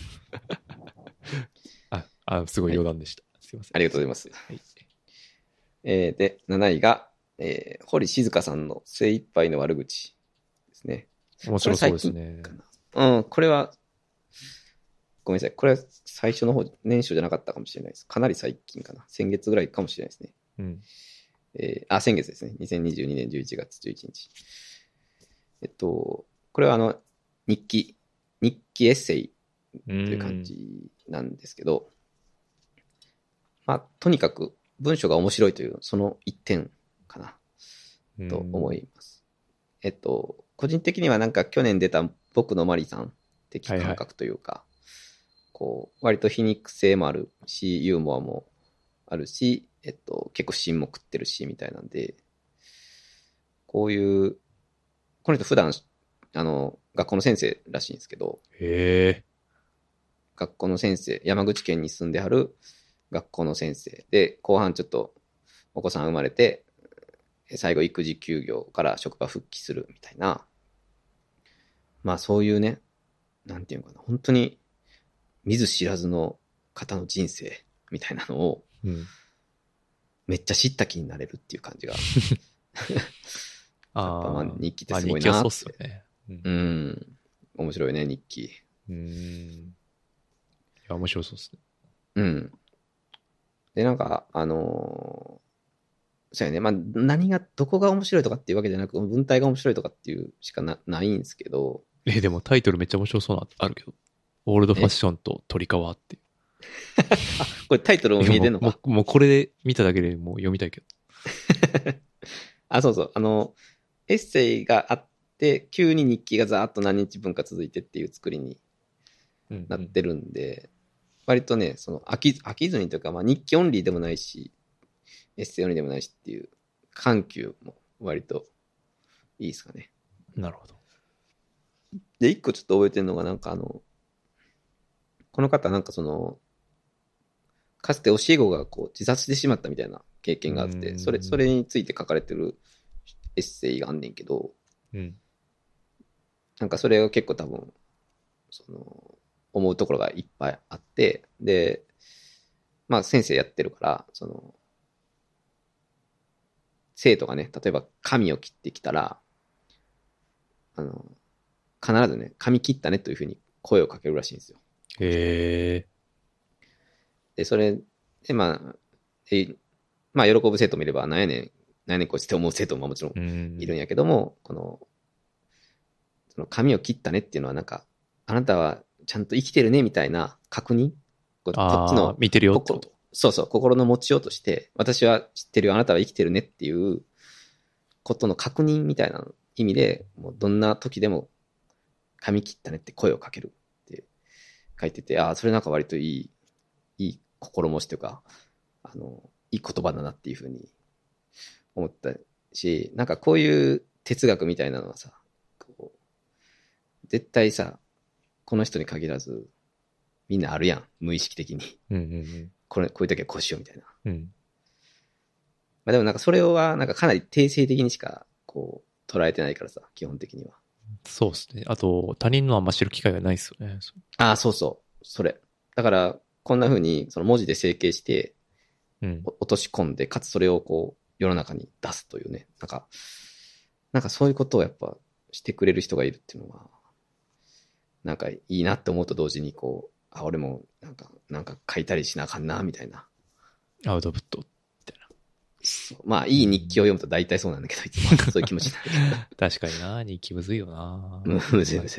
ね。すごい余談でした。すいません。 ありがとうございます。はい、で、7位が、堀静香さんの精一杯の悪口ですね。 面白そうですね。 これは、ごめんなさい。これは最初の方、年初じゃなかったかもしれないです。かなり最近かな。先月ぐらいかもしれないですね。 うん。 先月ですね。2022年11月11日。これは日記エッセイという感じなんですけど、まあ、とにかく文章が面白いという、その一点かな、と思います。個人的にはなんか去年出た僕のマリさん的感覚というか、こう、割と皮肉性もあるし、ユーモアもあるし、結構芯も食ってるし、みたいなんで、こういう、この人普段、学校の先生らしいんですけど、学校の先生、山口県に住んではる学校の先生で、後半ちょっとお子さん生まれて、最後育児休業から職場復帰するみたいな、まあそういうね、なんていうのかな、本当に見ず知らずの方の人生みたいなのを、めっちゃ知った気になれるっていう感じが。やっぱ日記ってすごいなって。 日記はそうっすよね。 面白いね、日記。 いや、面白そうですね。で、なんか、そうやね。まあ、どこが面白いとかっていうわけじゃなく、文体が面白いとかっていうしかないんですけど。 でもタイトルめっちゃ面白そうなあるけど。オールドファッションと鳥川っていう。 これタイトルも見えてんのかもうこれで見ただけでもう読みたいけど。 そうそう。エッセイがあって、急に日記がざーっと何日分か続いてっていう作りになってるんで、割とね、飽きずにというか、まあ日記オンリーでもないし、エッセイオンリーでもないしっていう緩急も割といいですかね。 なるほど。 で、一個ちょっと覚えてるのが、なんかこの方なんかかつて教え子がこう自殺してしまったみたいな経験があって、それについて書かれてるエッセイがあんねんけど、なんかそれを結構多分、 思うところがいっぱいあって、で、まあ先生やってるから、生徒がね、例えば髪を切ってきたら、必ずね、髪切ったねというふうに声をかけるらしいんですよ。 へー。 で、それで、まあ、まあ、喜ぶ生徒もいれば、なんやねんこいつって思う生徒ももちろんいるんやけども、その髪を切ったねっていうのはなんか、あなたはちゃんと生きてるねみたいな確認、こっちの見てるよってこと。 そうそう、心の持ちようとして、私は知ってるよ、あなたは生きてるねっていうことの確認みたいな意味で、もうどんな時でも髪切ったねって声をかけるって書いてて、それなんか割といい心持ちというか、いい言葉だなっていうふうに思ったし、なんかこういう哲学みたいなのはさ、絶対さ、この人に限らず、みんなあるやん、無意識的に。こういう時はこうしようみたいな。まあでもなんかそれはなんかかなり定性的にしかこう捉えてないからさ、基本的には。 そうですね。あと、他人のあんま知る機会がないですよね。 そうそう。それ。だから、こんな風にその文字で整形して、落とし込んで、かつそれをこう、世の中に出すというね。なんかそういうことをやっぱしてくれる人がいるっていうのは、なんかいいなって思うと同時にこう、俺もなんか書いたりしなあかんな、みたいな。 アウトプット、みたいな。 まあ、いい日記を読むと大体そうなんだけど、いつもそういう気持ちになるけど。 確かにな、日記むずいよな。 むずい。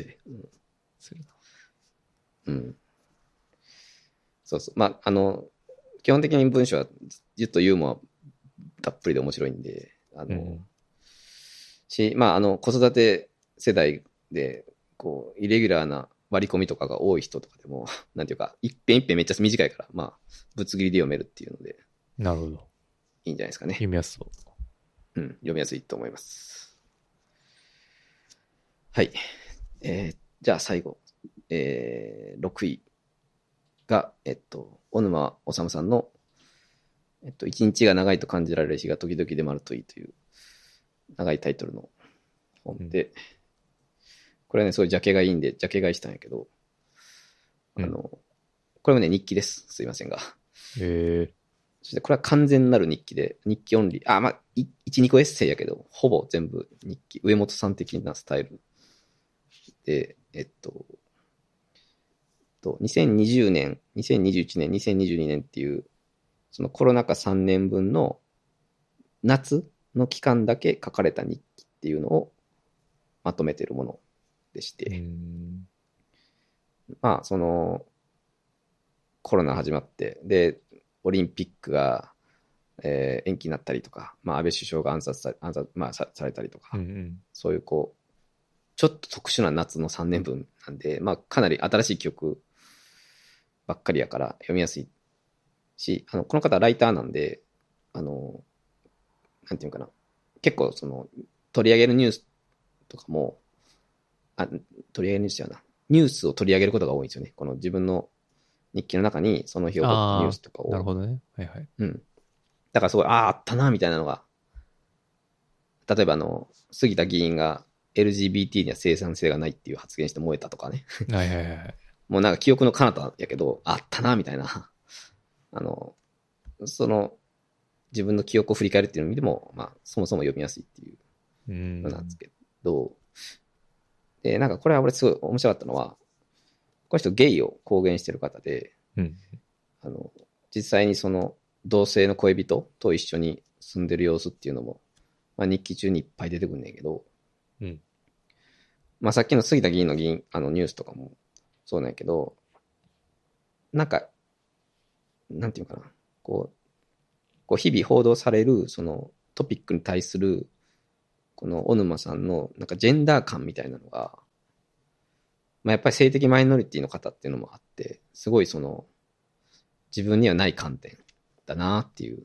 そうそう。まあ、基本的に文章はずっとユーモアたっぷりで面白いんで、まあ、子育て世代で、こう、イレギュラーな割り込みとかが多い人とかでも、なんていうか、一遍めっちゃ短いから、まあ、ぶつ切りで読めるっていうので。 なるほど。 いいんじゃないですかね。 読みやすそう。 読みやすいと思います。はい。じゃあ最後。6位が、小沼治さんの、一日が長いと感じられる日が時々でもあるといいという、長いタイトルの本で、これはね、すごいジャケがいいんで、ジャケ買いしたんやけど、これもね、日記です。すいませんが。そしてこれは完全なる日記で、日記オンリー。まあ、1、2個エッセイやけど、ほぼ全部日記。上本さん的なスタイル。で、2020年、2021年、2022年っていう、そのコロナ禍3年分の夏の期間だけ書かれた日記っていうのをまとめているものでして、まあ、その、コロナ始まって、で、オリンピックが、延期になったりとか、まあ、安倍首相が暗殺されたりとか、そういうこう、ちょっと特殊な夏の3年分なんで、まあ、かなり新しい記憶ばっかりやから読みやすいし、この方はライターなんで、なんていうかな、結構その、取り上げるニュースとかも、取り上げるニュースじゃな、ニュースを取り上げることが多いんですよね。この自分の日記の中にその日起こったニュースとかを。 なるほどね。はいはい。 だからすごい、あったな、みたいなのが、例えば杉田議員が LGBT には生産性がないっていう発言して燃えたとかね。 はいはいはい。 もうなんか記憶の彼方やけど、あったな、みたいな。その、自分の記憶を振り返るっていうのを見ても、まあ、そもそも読みやすいっていうのなんですけど、で、なんかこれは俺すごい面白かったのは、この人ゲイを公言してる方で、実際にその同性の恋人と一緒に住んでる様子っていうのも、まあ、日記中にいっぱい出てくるんだけど、まあさっきの杉田議員のニュースとかもそうなんやけど、なんか、なんていうかな、こう日々報道されるそのトピックに対するこの小沼さんのなんかジェンダー感みたいなのが、まあ、やっぱり性的マイノリティの方っていうのもあって、すごいその自分にはない観点だなっていう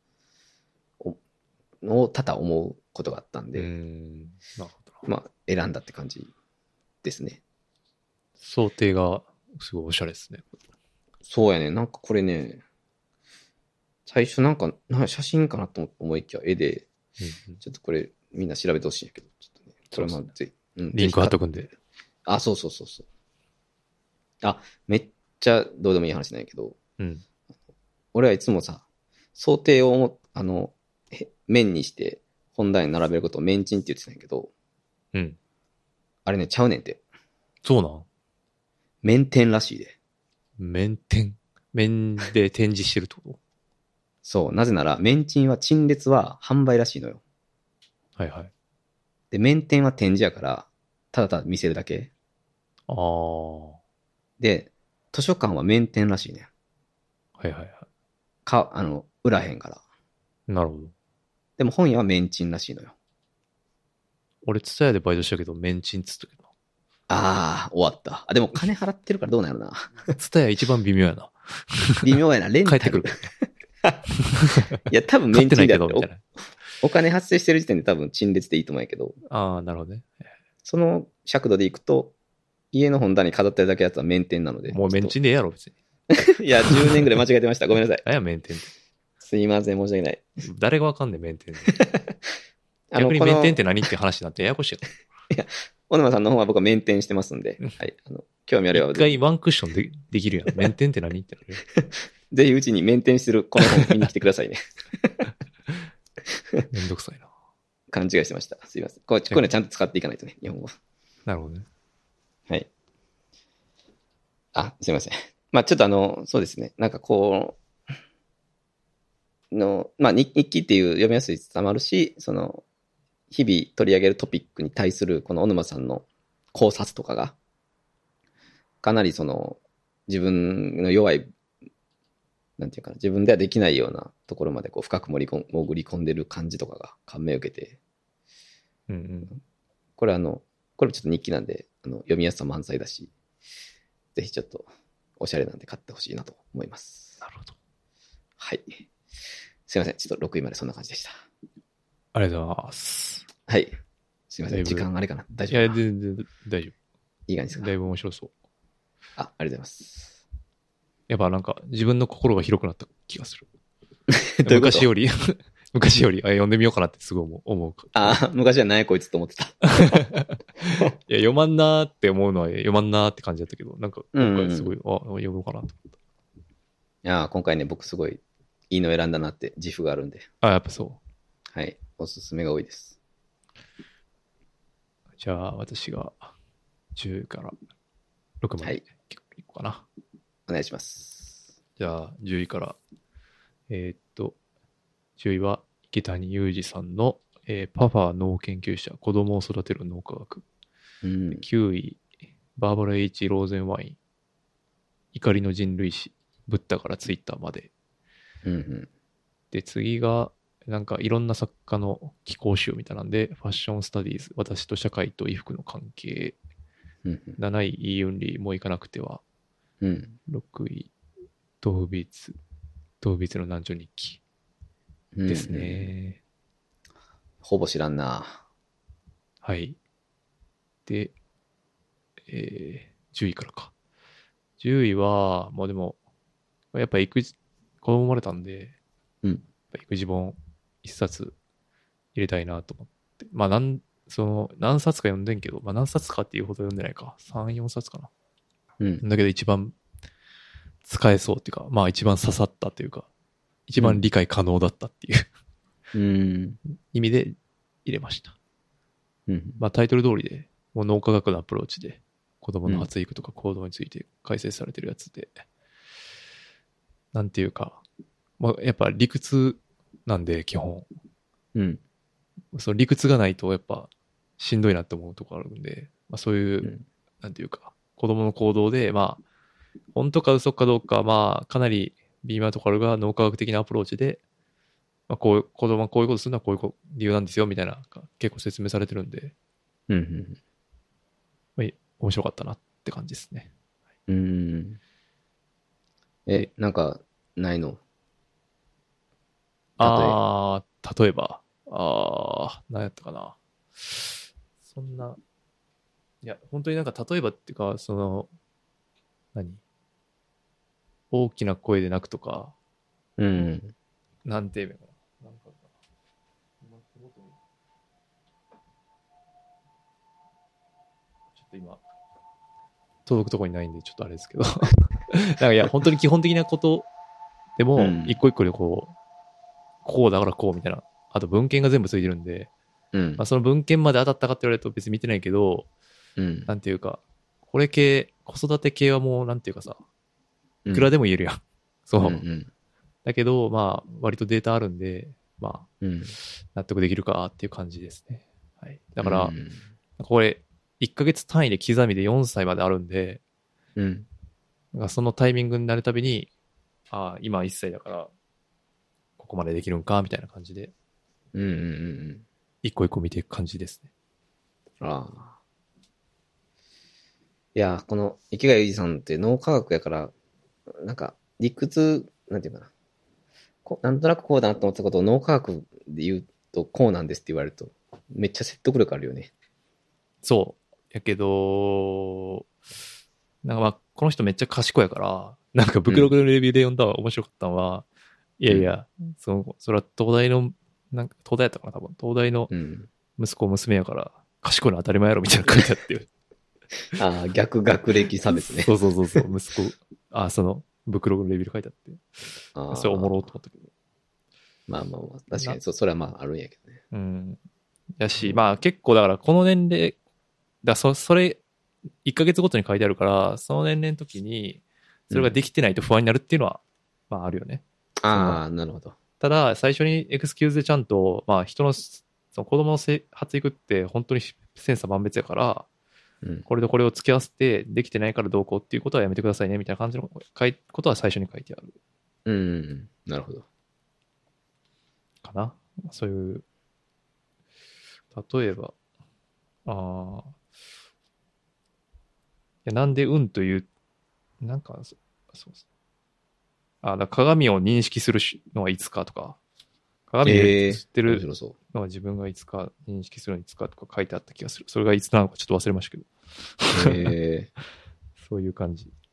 のを多々思うことがあったんで、まあ選んだって感じですね。 想定がすごいおしゃれですね。 そうやね。なんかこれね、最初なんか写真かなと思いきや絵で、ちょっとこれみんな調べてほしいんやけど、ちょっとね、これまず、 リンク貼っとくんで。 そう。 あ、めっちゃどうでもいい話なんやけど、 うん。 俺はいつもさ、想定を面にして本題に並べることをメンチンって言ってたんやけど、 うん。 あれね、ちゃうねんって。 そうなん？ 面点らしいで。 面点。面で展示してるってこと？ そう。なぜなら、面賃は陳列は販売らしいのよ。 はいはい。 で、面点は展示やから、ただただ見せるだけ。 ああ。はで、図書館は面点らしいねん。 いはいはい。 売らへんから。 なるほど。 でも本屋は面賃らしいのよ。 俺、ツタヤでバイトしたけど、メンチンっつったけどあー、終わった。あ、でも金払ってるからどうなるな。 な。ツタヤ一番微妙やな。 微妙やな。レンタル。 帰ってくる。 いや、多分買ってない面賃だってけど、みたいな。 お金発生してる時点で多分陳列でいいと思うんやけど、 ああ、なるほどね。 その尺度でいくと、家の本棚に飾ってるだけのやつは面点なので。 もうメンチンでええやろ、別に。 いや、10年ぐらい間違えてました。ごめんなさい。 あや、メンテンって。 すいません、申し訳ない。 誰がわかんねえ、メンテンって。逆にメンテンって何って話になってややこしい小沼さんの方は僕はメンテンしてますんで、はい。興味あれば一回ワンクッションできるやん。メンテンって何ってなるよ。 ぜひうちにメンテンしてるこの本見に来てくださいね。 めんどくさいな。 勘違いしてました。すいません。こういうのちゃんと使っていかないとね、日本語。 なるほどね。 はい。あ、すいません。まあちょっとそうですね。なんかこう、まあ日記っていう読みやすい伝わるし、日々取り上げるトピックに対するこの小沼さんの考察とかが、かなり自分の弱い、なんていうかな、自分ではできないようなところまでこう深く潜り込んでる感じとかが感銘を受けて、 うんうん。 これちょっと日記なんで、読みやすさ満載だし、ぜひちょっとおしゃれなんで買ってほしいなと思います。 なるほど。 はい。すいません。ちょっと6位までそんな感じでした。 ありがとうございます。 はい。すいません。 だいぶ時間あれかな大いや、 丈夫かな全然大丈いい感じです夫。 かだいぶ面白そう。 ありがとうございます。 やっぱなんか自分の心が広くなった気がする。 どういうこと昔より、読んでみようかなってすごい思う。 昔は何やこいつと思ってた。 いや、読まんなーって思うのは読まんなーって感じだったけど、なんか今回すごい、読もうかなと思った。 いや今回ね、僕すごいいいの選んだなって自負があるんで。 やっぱそう。 はい。おすすめが多いです。 じゃあ、私が10から6までいこうかな。 お願いします。 じゃあ、10位から。10位は池谷裕二さんの、パファー脳研究者、子供を育てる脳科学。9位、バーバラ H. ローゼンワイン、怒りの人類史、ブッダからツイッターまで。で、次が、なんかいろんな作家の寄稿集みたいなんで、ファッションスタディーズ、私と社会と衣服の関係。7位、イーユンリー、もう行かなくては。6位、動物の男女日記ですね。 ほぼ知らんな。 はい。で、10位からか。10位は、もうでも、やっぱ子供生まれたんで、育児本一冊入れたいなと思って。まあ何冊か読んでんけど、まあ何冊かっていうほど読んでないか。3、4冊かな。だけど一番使えそうっていうか、まあ一番刺さったというか、一番理解可能だったっていう意味で入れました。まあタイトル通りで、もう脳科学のアプローチで、子供の発育とか行動について解説されてるやつで、なんていうか、まあやっぱ理屈なんで基本。その理屈がないとやっぱしんどいなって思うところあるんで、まあそういう、なんていうか、子供の行動で、まあ、本当か嘘かどうか、まあ、かなり微妙なところが脳科学的なアプローチで、まあ、子供はこういうことするのはこういう理由なんですよ、みたいな、結構説明されてるんで、まあ、面白かったなって感じですね。 なんか、ないの？ 例えば、何やったかな。そんな、いや、本当になんか例えばっていうか、大きな声で泣くとか、なんて言えばいいのかな。なんかちょっと今、 届くとこにないんで、ちょっとあれですけど。なんかいや、本当に基本的なことでも、一個一個でこうだからこうみたいな。あと文献が全部ついてるんで、まあ、その文献まで当たったかって言われると別に見てないけど、なんていうか、これ系、子育て系はもうなんていうかさ、いくらでも言えるやん。そう。だけど、まあ、割とデータあるんで、まあ、納得できるかっていう感じですね。はい。だから、これ、1ヶ月単位で刻みで4歳まであるんで、そのタイミングになるたびに、ああ、今1歳だから、ここまでできるんか、みたいな感じで、一個一個見ていく感じですね。 ああ。いや、この池谷裕二さんって脳科学やから、なんか、理屈、なんていうかな。なんとなくこうだなと思ったことを脳科学で言うと、こうなんですって言われると、めっちゃ説得力あるよね。 そう。やけど、なんかまあ、この人めっちゃ賢いやから、なんかブクログのレビューで読んだら面白かったのは、いやいや、それは東大の、なんか東大やったかな、多分。東大の息子娘やから、賢いの当たり前やろみたいな書いてあってる。 ああ、逆学歴差別ね。 そう、息子。その、ブクログのレビューで書いてあって。それおもろうと思ったけど。 まあ、確かにそれはまああるんやけどね。 やし、まあ結構だからこの年齢、それ、1ヶ月ごとに書いてあるから、その年齢の時に、それができてないと不安になるっていうのは、まああるよね。 ああ、なるほど。 ただ、最初にエクスキューズでちゃんと、まあ人の、その子供の発育って本当に千差万別やから、これとこれを付き合わせてできてないからどうこうっていうことはやめてくださいねみたいな感じのことは最初に書いてある。 なるほど。 かな。そういう、例えば、いやなんでという、なんか、そうだ鏡を認識するのはいつかとか、鏡を映ってるのは自分がいつか認識するのはいつかとか書いてあった気がする。それがいつなのかちょっと忘れましたけど。そういう感じ。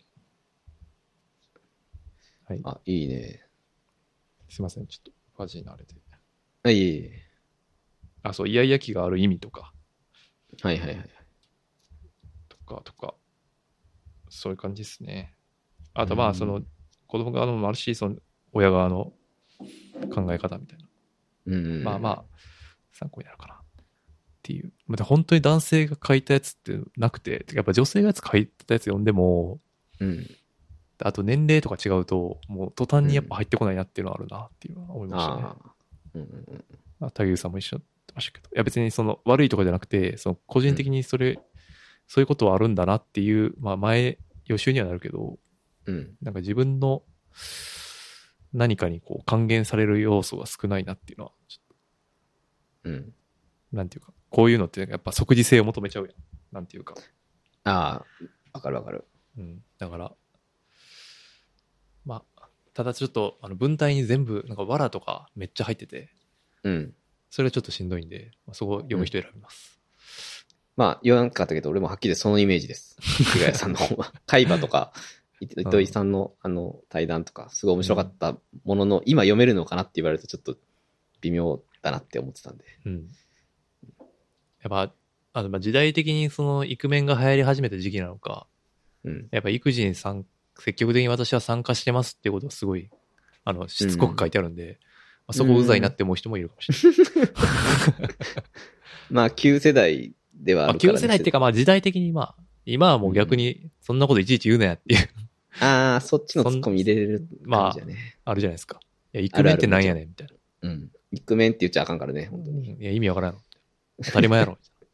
はい。 あ、いいね。 すいません、ちょっとファジーなあれで。 あ、いい。 そう、イヤイヤ期がある意味とか。 はい。 とか、そういう感じですね。あとまあ、その、子供側のもあるし、その、親側の考え方みたいな。まあ、参考になるかな。っていう。また本当に男性が書いたやつってなくて、やっぱ女性が書いたやつ読んでも、あと年齢とか違うと、もう途端にやっぱ入ってこないなっていうのはあるなっていうのは思いましたね。竹内さんも一緒だってましたけど。いや別にその悪いとかじゃなくて、その個人的にそういうことはあるんだなっていう、まあ予習にはなるけど、なんか自分の何かにこう還元される要素が少ないなっていうのは、ちょっと、なんていうか、こういうのってやっぱ即時性を求めちゃうやん。なんていうか。 わかる。 だから、まあ、ただちょっと、文体に全部、なんか、わらとかめっちゃ入ってて、それはちょっとしんどいんで、そこ読む人選びます。 まあ、言わなかったけど、俺もはっきりそのイメージです。池谷さんの方は。海馬とか、糸井さんの対談とか、すごい面白かったものの、今読めるのかなって言われるとちょっと微妙だなって思ってたんで。 やっぱ、時代的にその、イクメンが流行り始めた時期なのか、やっぱ育児に積極的に私は参加してますっていうことはすごい、しつこく書いてあるんで、そこうざいなって思う人もいるかもしれない。 まあ、旧世代ではあるから、 旧世代っていうか、まあ時代的に今はもう逆に、そんなこといちいち言うなやっていう。 そっちのツッコミ入れれる感じだね。 あるじゃないですか。いや、イクメンってなんやねんみたいな。 イクメンって言っちゃあかんからね、本当に。 いや、意味わからんの。当たり前やろ。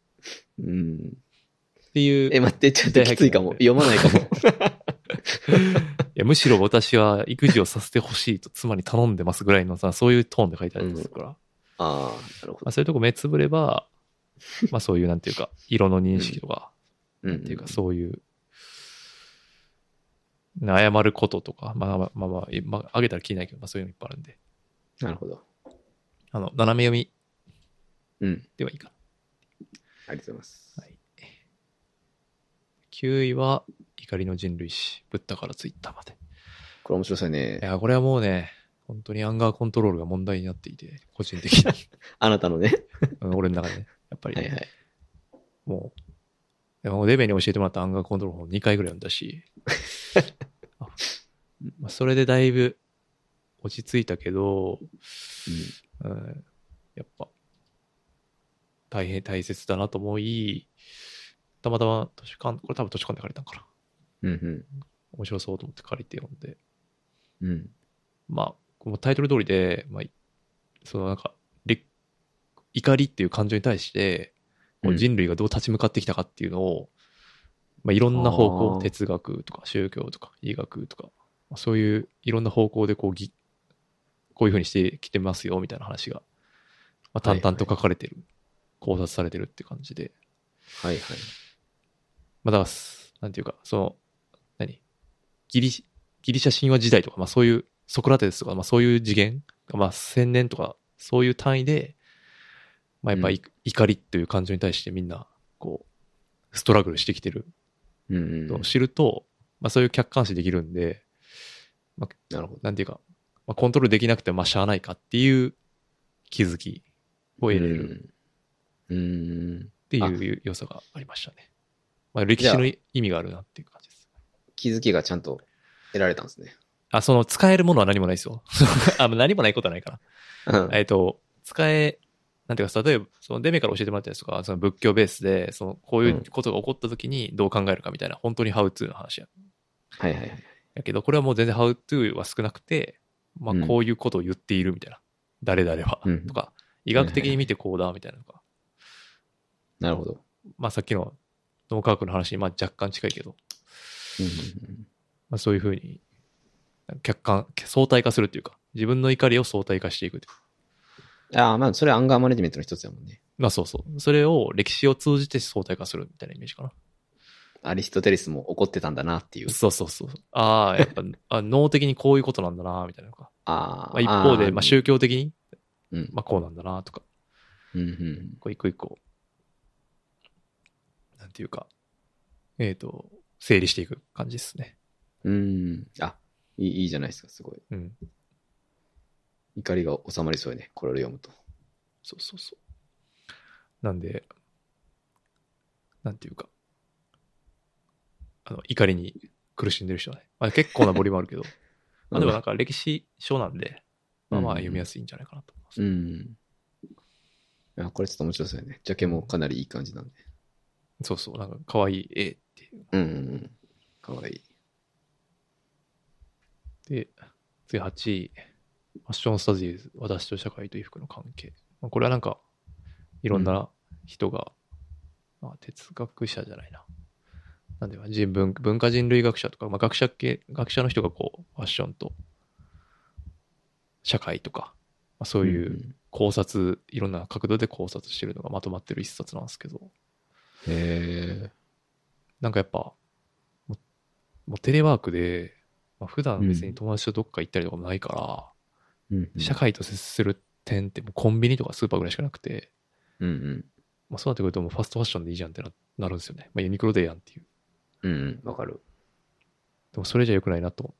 っていう。 待って、ちょっときついかも。読まないかも。いや、むしろ私は育児をさせてほしいと妻に頼んでますぐらいのさ、そういうトーンで書いてあるんですから。 なるほど。 そういうとこ目つぶれば、そういうなんていうか、色の認識とか、なんていうか、そういう、謝ることとか、あげたら気にないけど、そういうのいっぱいあるんで。 なるほど。 斜め読み。ではいいかな。 ありがとうございます。はい。 9位は、怒りの人類史。ブッダからツイッターまで。 これ面白そうね。 いや、これはもうね、本当にアンガーコントロールが問題になっていて、個人的に。 あなたのね。 俺の中でね。やっぱり、 はいはい。 もう、 でもデベに教えてもらったアンガーコントロール本2回ぐらい読んだし、まあ、それでだいぶ落ち着いたけど、やっぱ大切だなと思い、たまたま図書館、これ多分図書館で借りたんかな。面白そうと思って借りて読んで。まあ、このタイトル通りで、まあ、そのなんか、怒りっていう感情に対して、人類がどう立ち向かってきたかっていうのを、まあ、いろんな方向、哲学とか宗教とか医学とか、まあ、そういういろんな方向でこういうふうにしてきてますよみたいな話が、まあ、淡々と書かれてる、考察されてるっていう感じで。 はいはい。 まあ、だから、なんていうか、その、ギリシャ神話時代とか、まあそういうソクラテスとか、まあそういう次元、まあ1000年とか、そういう単位で、まあやっぱ怒りっていう感情に対してみんな、こう、ストラグルしてきてると知ると、まあそういう客観視できるんで、まあ、なるほど。なんていうか、まあコントロールできなくてまあしゃあないかっていう気づきを得れる。っていう良さがありましたね。まあ歴史の意味があるなっていう感じです。 気づきがちゃんと得られたんですね。 その使えるものは何もないですよ。何もないことはないから。なんていうか、例えば、そのデメから教えてもらったやつとか、その仏教ベースで、こういうことが起こった時にどう考えるかみたいな、本当に How to の話や。 はいはいはい。 やけど、これはもう全然 How to は少なくて、まあ、こういうことを言っているみたいな。誰々は、とか、医学的に見てこうだ、みたいなのが。 なるほど。 まあ、さっきの脳科学の話に、まあ、若干近いけど、まあ、そういうふうに、相対化するっていうか、自分の怒りを相対化していく。 まあ、それはアンガーマネジメントの一つだもんね。 まあそうそう。それを歴史を通じて相対化するみたいなイメージかな。 アリストテレスも怒ってたんだなっていう。 そう。やっぱ、脳的にこういうことなんだな、みたいなのか。まあ、一方で、まあ宗教的に、まあこうなんだな、とか。こう一個一個、なんていうか、整理していく感じですね。 いいじゃないですか、すごい。怒りが収まりそうやね、これを読むと。 そう。なんで、なんていうか、怒りに苦しんでる人はね、まあ、結構なボリュームあるけど、まあでもなんか歴史書なんで、まあ読みやすいんじゃないかなと思います。これちょっと面白そうやね。ジャケもかなりいい感じなんで。 そう、なんか可愛い絵っていう。 可愛い。 で、次8位。ファッションスタジーズ、私と社会と衣服の関係。まあ、これはなんか、いろんな人が、まあ、哲学者じゃないな。なんで、文化人類学者とか、まあ、学者の人がこう、ファッションと社会とか、まあ、そういう考察、いろんな角度で考察してるのがまとまってる一冊なんですけど。なんかやっぱ、もうテレワークで、まあ、普段別に友達とどっか行ったりとかもないから、社会と接する点ってもうコンビニとかスーパーぐらいしかなくて、まあ、そうなってくるともうファストファッションでいいじゃんってなるんですよね。まあ、ユニクロでええやんっていう。 わかる。 でもそれじゃ良くないなと思って、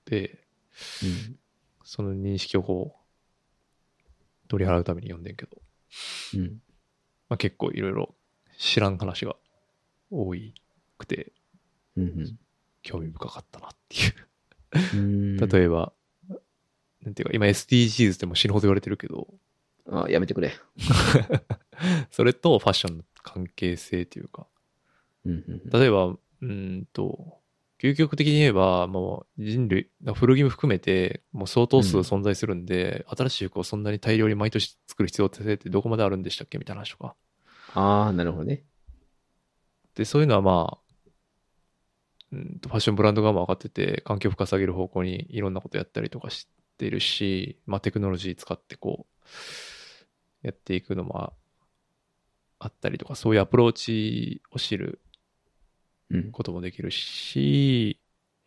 その認識をこう、取り払うために読んでんけど、まあ、結構いろいろ知らん話が多くて、興味深かったなっていう。例えば、なんていうか、今 SDGs っても死ぬほど言われてるけど、 やめてくれ。 それとファッションの関係性というか、例えば、究極的に言えば、もう人類、古着も含めて、もう相当数存在するんで、新しい服をそんなに大量に毎年作る必要ってどこまであるんでしたっけみたいな話とか。 なるほどね。 で、そういうのはまあ、ファッションブランド側も分かってて、環境負荷下げる方向にいろんなことやったりとかしてるし、まあテクノロジー使ってこう、やっていくのもあったりとか、そういうアプローチを知ることもできるし、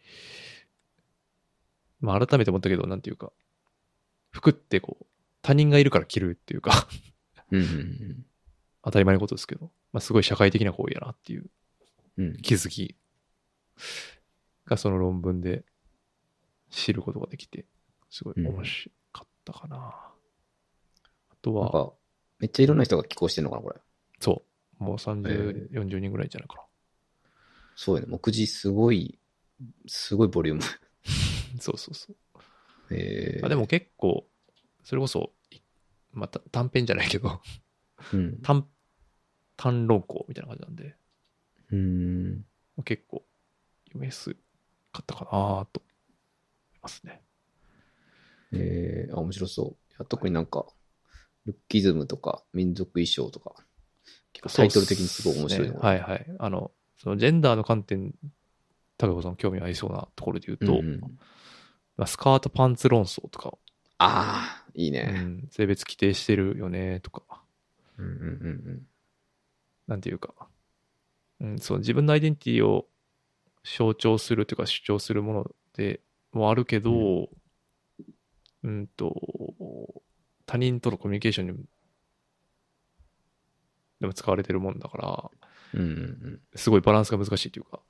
まあ改めて思ったけど、なんていうか、服ってこう、他人がいるから着るっていうか当たり前のことですけど、まあすごい社会的な行為やなっていう気づきがその論文で知ることができて、すごい面白かったかな。あとは、 なんかめっちゃいろんな人が寄稿してるのかな、これ。 そう。もう30、40人ぐらいじゃないかな。 そうやね。目次すごいボリューム。 そうそうそう。 でも結構、それこそ、また短編じゃないけど、 うん。 単論考みたいな感じなんで、結構読みやすかったかなと思いますね。 面白そう。いや特になんか、ルッキズムとか民族衣装とか、結構タイトル的にすごい面白いの、 ね。はいはい。そのジェンダーの観点、高子さん興味ありそうなところで言うと、スカートパンツ論争とか、 ああ、いいね、 性別規定してるよねとか、なんていうか、そう自分のアイデンティティを象徴するというか主張するものでもあるけど、他人とのコミュニケーションにでも使われてるもんだから、すごいバランスが難しいというか、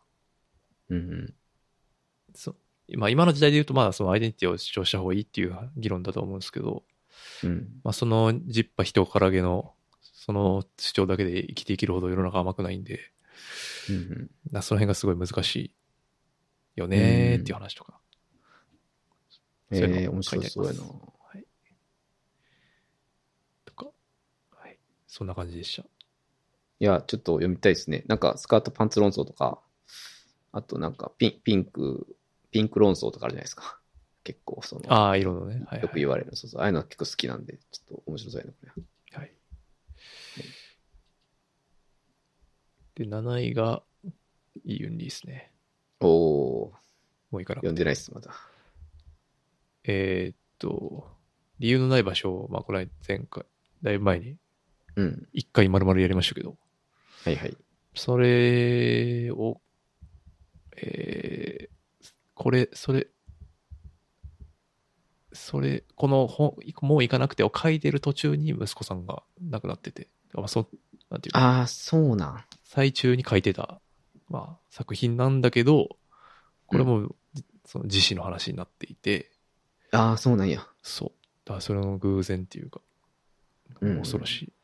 今の時代で言うと、まあそのアイデンティティを主張した方がいいっていう議論だと思うんですけど、まあそのジッパ人からげのその主張だけで生きていけるほど世の中甘くないんで、その辺がすごい難しいよねーっていう話とか。 面白そうやな。 はい。とか、はい。そんな感じでした。 いや、ちょっと読みたいですね。なんか、スカートパンツ論争とか、あとなんかピンク論争とかあるじゃないですか。結構、 色のね。 よく言われる。そうそう。ああいうの結構好きなんで、ちょっと面白そうやな、これ。 はい。で、7位が、イ・ユンリですね。 もういいかな。 読んでないっす、まだ。 理由のない場所を、まあ、これ前回、だいぶ前に、一回丸々やりましたけど、 はいはい。 それを、この本、もう行かなくてを書いてる途中に息子さんが亡くなってて、まあ、なんていうか。 そうなん。 最中に書いてた、まあ、作品なんだけど、これも、その自死の話になっていて。 そうなんや。 そう。だからそれの偶然っていうか、恐ろしい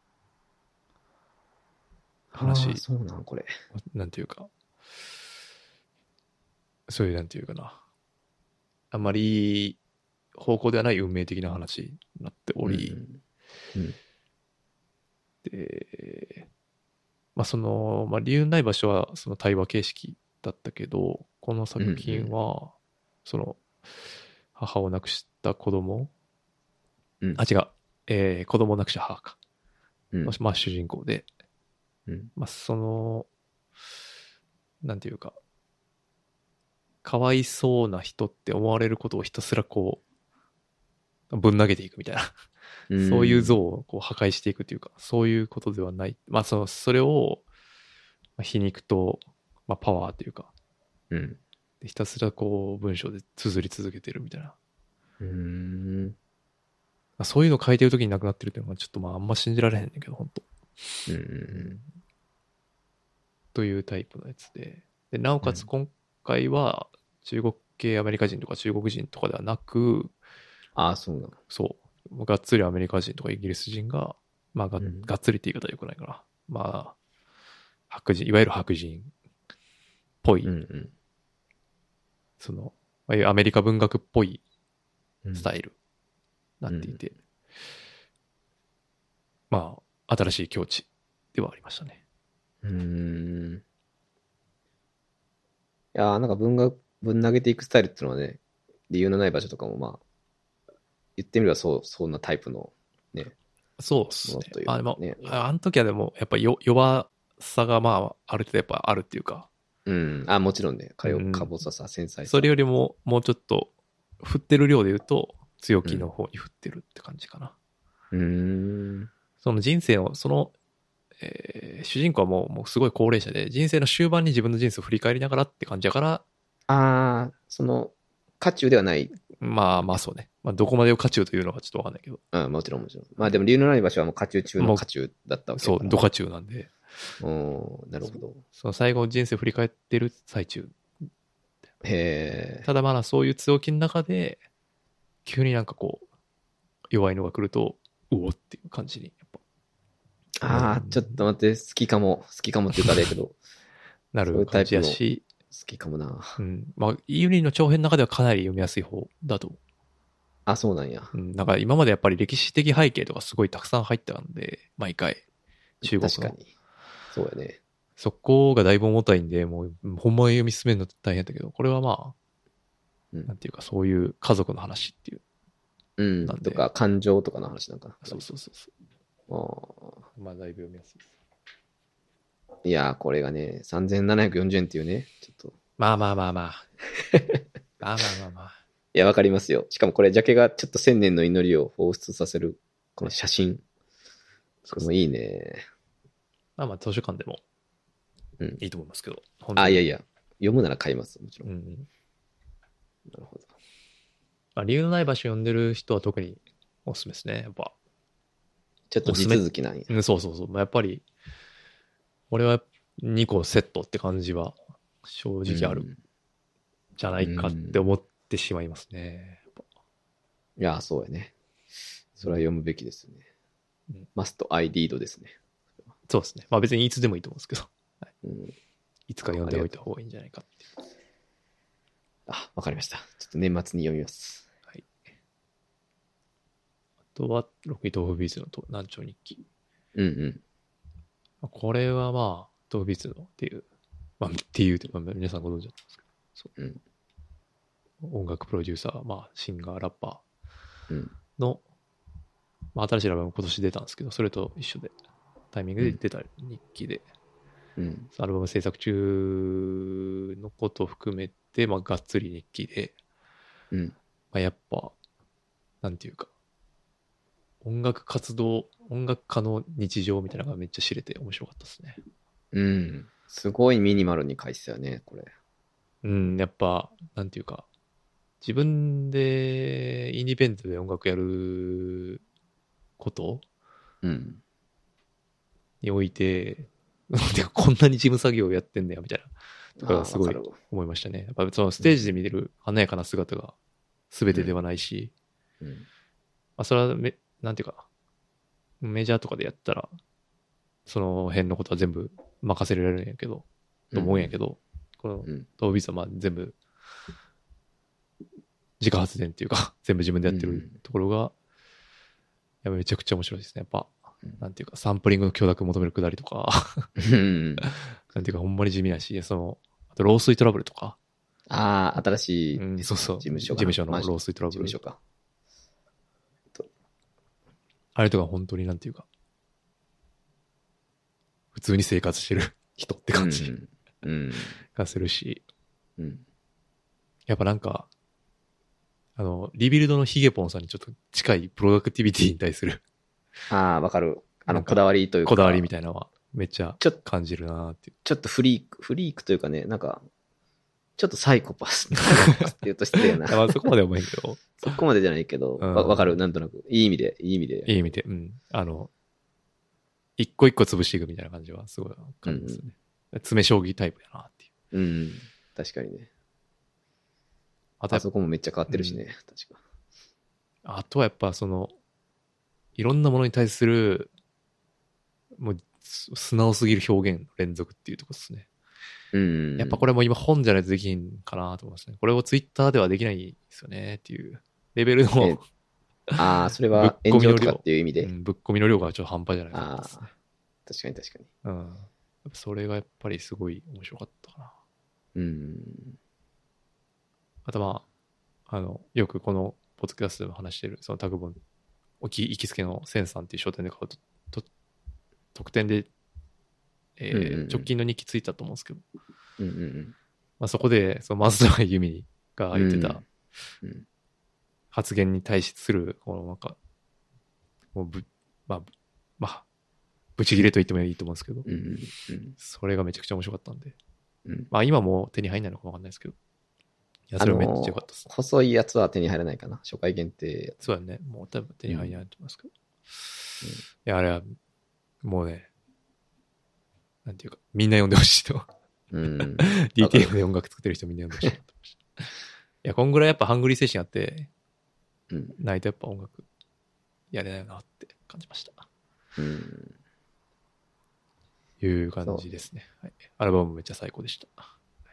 話。 そうなん、これ。 なんていうか、そういうなんていうかな。あんまりいい方向ではない運命的な話になっており、で、まあ理由ない場所はその対話形式だったけど、この作品は、その、母を亡くした子供、違う、子供を亡くした母か。まあ主人公で、まあなんていうか、かわいそうな人って思われることをひたすらこう、ぶん投げていくみたいな。そういう像をこう破壊していくというか、そういうことではない。まあそれを、皮肉と、まあ、パワーというか、ひたすらこう文章で綴り続けてるみたいな。そういうのを書いてるときに亡くなってるっていうのはちょっとまああんま信じられへんねんけど、本当。というタイプのやつで。で、なおかつ今回は中国系アメリカ人とか中国人とかではなく、 そうなの。 そう。がっつりアメリカ人とかイギリス人が、まあがっつりって言い方は良くないから、まあ、いわゆる白人っぽい、その、アメリカ文学っぽいスタイルになっていて、まあ、新しい境地ではありましたね。 いやなんかぶん投げていくスタイルっていうのはね、理由のない場所とかもまあ、言ってみればそんなタイプのね。 そうっすね。でも、あの時はでも、やっぱ弱さがまあ、ある程度やっぱあるっていうか。 もちろんね、かぼささ、繊細さ。 それよりも、もうちょっと、振ってる量で言うと、強気の方に振ってるって感じかな。その人生の、主人公はもうすごい高齢者で、人生の終盤に自分の人生を振り返りながらって感じだから。 その、渦中ではない。 まあそうね。まあどこまでを渦中というのかちょっとわかんないけど。 もちろん。まあでも理由のない場所はもう渦中中の渦中だったわけだから。 そう、ド渦中なんで。 なるほど。 その最後の人生を振り返ってる最中。ただまだそういう強気の中で、急になんかこう、弱いのが来ると、うおっていう感じに、やっぱ。 ちょっと待って、好きかもって言ったらあれやけど、 なる感じやし、 好きかもな。 うん。まあ、ユニの長編の中ではかなり読みやすい方だと思う。 あ、そうなんや。 うん。なんか今までやっぱり歴史的背景とかすごいたくさん入ってたんで、毎回。中国の。 確かに。そうやね。 そこがだいぶ重たいんで、もう、ほんまに読み進めるの大変だけど、これはまあ、なんていうか、そういう家族の話っていう。 うん。とか、感情とかの話なんかな。 そうそうそうそう。まあ、だいぶ読みやすいです。 いやー、これがね、3740円っていうね、ちょっと。 まあ。まあまあまあ。 いや、わかりますよ。しかもこれ、ジャケがちょっと1000年の祈りを放出させる、この写真。これもいいね。 まあ、図書館でも、いいと思いますけど。 いや、読むなら買います、もちろん。なるほど。 まあ、理由のない場所読んでる人は特におすすめですね、やっぱ。 ちょっと地続きなんや。 そう。まあ、やっぱり、俺は2個セットって感じは正直ある、じゃないかって思ってしまいますね。 いや、そうやね。それは読むべきですね。マストアイリードですね。 そうですね。まあ別にいつでもいいと思うんですけど。はい。いつか読んでおいた方がいいんじゃないかっていう。 わかりました。ちょっと年末に読みます。 はい。あとは、六位豆腐ビーツの南朝日記。これはまあ、豆腐ビーツのっていう、まあ、っていうと、皆さんご存知だったんですけど、そう。音楽プロデューサー、まあ、シンガー、ラッパーの、まあ、新しいアルバム今年出たんですけど、それと一緒で、タイミングで出た日記で、アルバム制作中のことを含めて、まあ、がっつり日記で、まあ、やっぱ、なんていうか、音楽活動、音楽家の日常みたいなのがめっちゃ知れて面白かったですね。 すごいミニマルに書いてたよね、これ。 やっぱ、なんていうか、自分でインディペンデントで音楽やることにおいて、こんなに事務作業をやってんだよみたいなとかすごい思いましたね。やっぱそのステージで見れる華やかな姿が全てではないし、まあそれはなんていうか、メジャーとかでやったら、その辺のことは全部任せられるんやけど、と思うんやけど、この豆腐ビーツはまあ全部自家発電っていうか全部自分でやってるところが、やっぱめちゃくちゃ面白いですね。やっぱ、なんていうか、サンプリングの許諾求めるくだりとかなんていうか、ほんまに地味なし、あと、漏水トラブルとか。 新しい事務所の漏水トラブル。 事務所か。 あれとか本当になんていうか、普通に生活してる人って感じがするし、やっぱなんか、リビルドのヒゲポンさんにちょっと近いプロダクティビティに対するわかる。こだわりというか。 こだわりみたいなのはめっちゃ感じるなーっていう。 ちょっとフリークというかね、なんか、ちょっとサイコパスって言うと失礼な。 まあそこまで思えんけど。 そこまでじゃないけど、わかる。なんとなく。いい意味で。 いい意味で。一個一個潰していくみたいな感じはすごい感じますね。詰将棋タイプやなっていう。 確かにね。あそこもめっちゃ変わってるしね、確か。 あとはやっぱいろんなものに対する、もう、素直すぎる表現の連続っていうところですね。やっぱこれも今本じゃないとできんかなと思いますね。これをツイッターではできないですよねっていうレベルのそれは炎上とかっていう意味で。 ぶっ込みの量がちょっと半端じゃないかなですね。 確かに。 それがやっぱりすごい面白かったかな。あとまあ、よくこのポッドキャストでも話している、そのタグボン、行きつけのセンさんっていう商店で買うと、特典で、直近の日記ついたと思うんですけど、まあ、そこで、その松永由美が言ってた発言に対する、このなんか、もうまあ、ブチギレと言ってもいいと思うんですけど、それがめちゃくちゃ面白かったんで、まあ今もう手に入んないのかもわかんないですけど、いや、それめっちゃ良かったです。 細いやつは手に入らないかな、初回限定。 そうだね、もう多分手に入らないと思いますけど。いや、あれは、もうね、なんていうか、みんな読んでほしいと。DTM で音楽作ってる人みんな読んでほしいと思いました。いや、こんぐらいやっぱハングリー精神あって、ないとやっぱ音楽やれないよなって感じました。 いう感じですね。はい。アルバムめっちゃ最高でした。はい、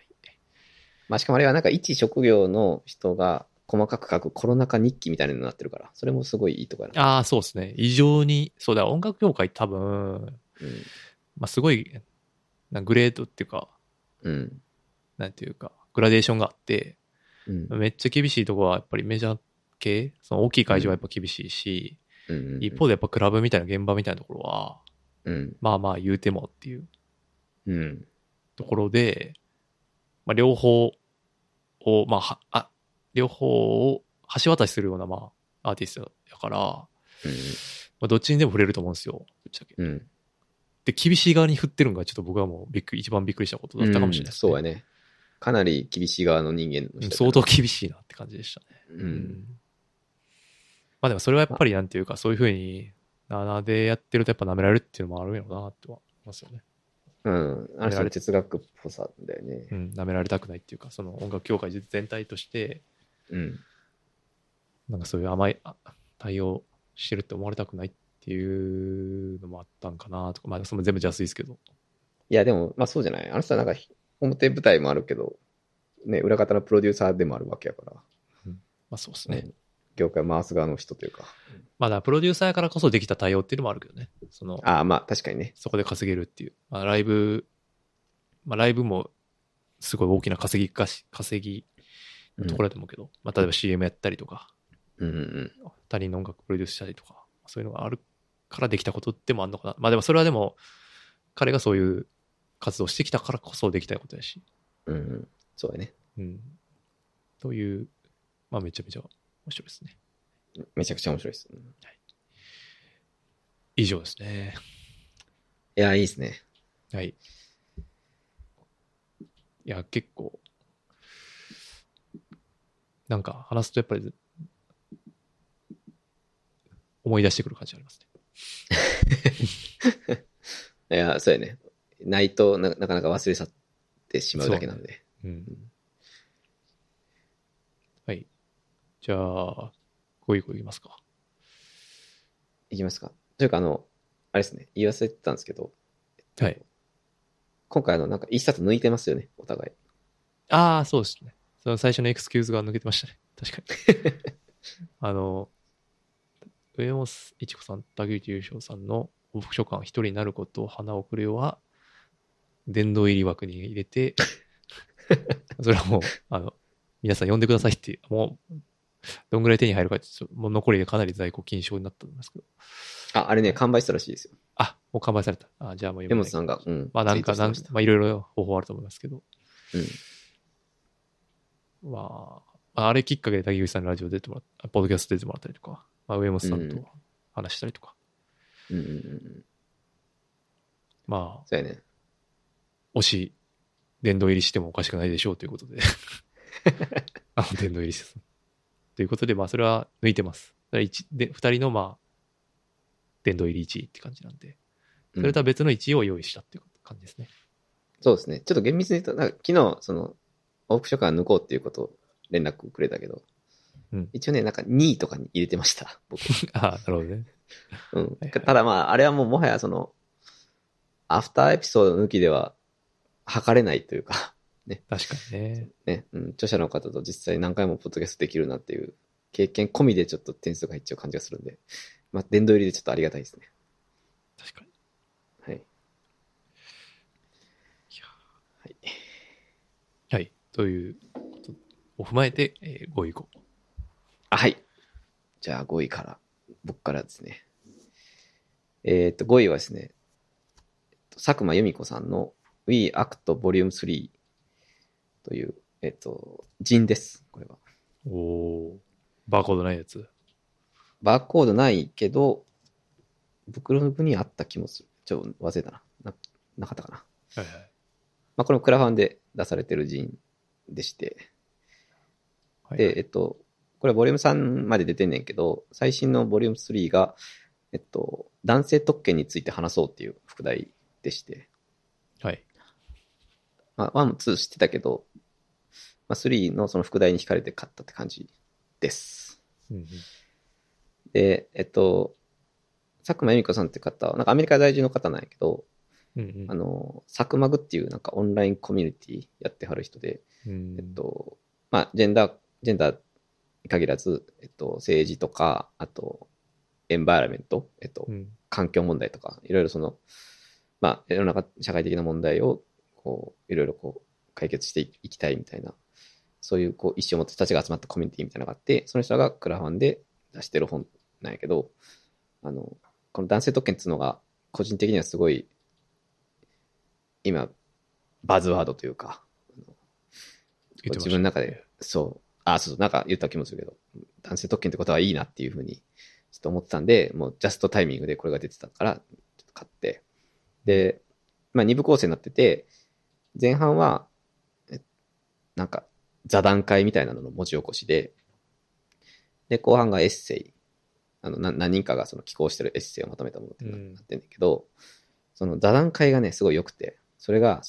まあしかもあれはなんか一職業の人が細かく書くコロナ禍日記みたいなのになってるから、それもすごいいいところやな。 ああ、そうですね。異常に、そうだ、音楽業界多分、まあすごい、グレードっていうか、なんていうか、グラデーションがあって、めっちゃ厳しいところはやっぱりメジャー系、その大きい会場はやっぱ厳しいし、一方でやっぱクラブみたいな現場みたいなところは、まあまあ言うてもっていうところで、まあ両方を、まあ、両方を橋渡しするような、まあ、アーティストやから、まあどっちにでも触れると思うんですよ、ぶっちゃけ。で、厳しい側に振ってるのがちょっと僕はもう一番びっくりしたことだったかもしれないですね。 そうやね。かなり厳しい側の人間の人、 相当厳しいなって感じでしたね。まあでもそれはやっぱりなんていうか、そういうふうに、7でやってるとやっぱ舐められるっていうのもあるんやろうなって思いますよね。 あの人哲学っぽさだよね。 舐められたくないっていうか、その音楽協会全体として、なんかそういう甘い対応してるって思われたくないっていうのもあったんかなとか、まあそれも全部邪推ですけど。 いやでも、まあそうじゃない。あの人はなんか表舞台もあるけど、ね、裏方のプロデューサーでもあるわけやから。 まあそうですね。 業界を回す側の人というか。 まあだプロデューサーからこそできた対応っていうのもあるけどね。 まあ確かにね。 そこで稼げるっていう。まあライブもすごい大きな稼ぎのところだと思うけど、まあ例えば CM やったりとか、他人の音楽プロデュースしたりとか、そういうのがあるからできたことってもあるのかな。まあでもそれはでも、彼がそういう活動してきたからこそできたことやし。 そうやね。 という、まあめちゃめちゃ面白いですね。 めちゃくちゃ面白いです。 はい、以上ですね。 いや、いいですね。 はい。いや、結構、なんか話すとやっぱり、思い出してくる感じありますね。いや、そうやね。ないとなかなか忘れ去ってしまうだけなんで。 はい。じゃあ、5位いきますか。 いきますか。というか、あれですね。言い忘れてたんですけど。 はい。 今回なんか一冊抜いてますよね、お互い。 ああ、そうですね。その最初のエクスキューズが抜けてましたね。確かに。上本一子さん、竹内優勝さんの往復書簡一人になることを花送るよは、殿堂入り枠に入れて、それはもう、皆さん呼んでくださいって、もう、どんぐらい手に入るか、もう残りでかなり在庫禁止になったと思いますけど。 あれね、完売したらしいですよ。 もう完売された。じゃあもう読めない。上本さんが、 まあまあいろいろ方法あると思いますけど。まあ、あれきっかけで竹内さんのラジオ出てもらった、ポッドキャスト出てもらったりとか、まあ、上本さんと話したりとか。まあ、 そうやね。 殿堂入りしてもおかしくないでしょうということで。殿堂入りして。ということで、まあ、それは抜いてます。二人の、まあ、殿堂入り1位って感じなんで、それとは別の1位を用意したっていう感じですね。 そうですね。ちょっと厳密に言うと、昨日、往復書簡抜こうっていうことを連絡くれたけど、一応ね、なんか2位とかに入れてました、僕。 なるほどね。 ただまあ、あれはもうもはやアフターエピソード抜きでは測れないというか、ね。 確かにね。 ね、著者の方と実際何回もポッドキャストできるなっていう経験込みでちょっと点数が入っちゃう感じがするんで、まあ、殿堂入りでちょっとありがたいですね。 確かに。 はい。 はい。はい。ということを踏まえて、5位以降。 はい。じゃあ5位から、僕からですね。5位はですね、佐久間由美子さんの We Act Vol. 3という、陣です。これは。 バーコードないやつ。 バーコードないけど、ブクログにあった気もする。忘れたな。なかったかな。 はいはい。 まあ、これもクラファンで出されてる陣でして。はい、で、これボリューム3まで出てんねんけど、最新のボリューム3が、男性特権について話そうっていう副題でして。 はい。 まあ、1、2知ってたけど、まあ、3のその副題に惹かれて買ったって感じです。で、佐久間由美子さんって方は、なんかアメリカ在住の方なんやけど、 うんサクマグっていうなんかオンラインコミュニティやってはる人で、まあ、ジェンダーに限らず、政治とか、あと、エンバイラメント、環境問題とか、いろいろまあ、世の中社会的な問題を、いろいろ解決していきたいみたいな、そういう意思を持った人たちが集まったコミュニティみたいなのがあって、その人がクラファンで出してる本なんやけど、この男性特権っていうのが、個人的にはすごい、今、バズワードというか、自分の中で、そう、なんか言った気もするけど、男性特権ってことはいいなっていうふうに、ちょっと思ってたんで、もうジャストタイミングでこれが出てたから、ちょっと買って、で、まあ2部構成になってて、前半は、なんか座談会みたいなのの文字起こしで、で、後半がエッセイ。何人かがその寄稿してるエッセイをまとめたものってなってんだけど、その座談会がね、すごい良くて、それが、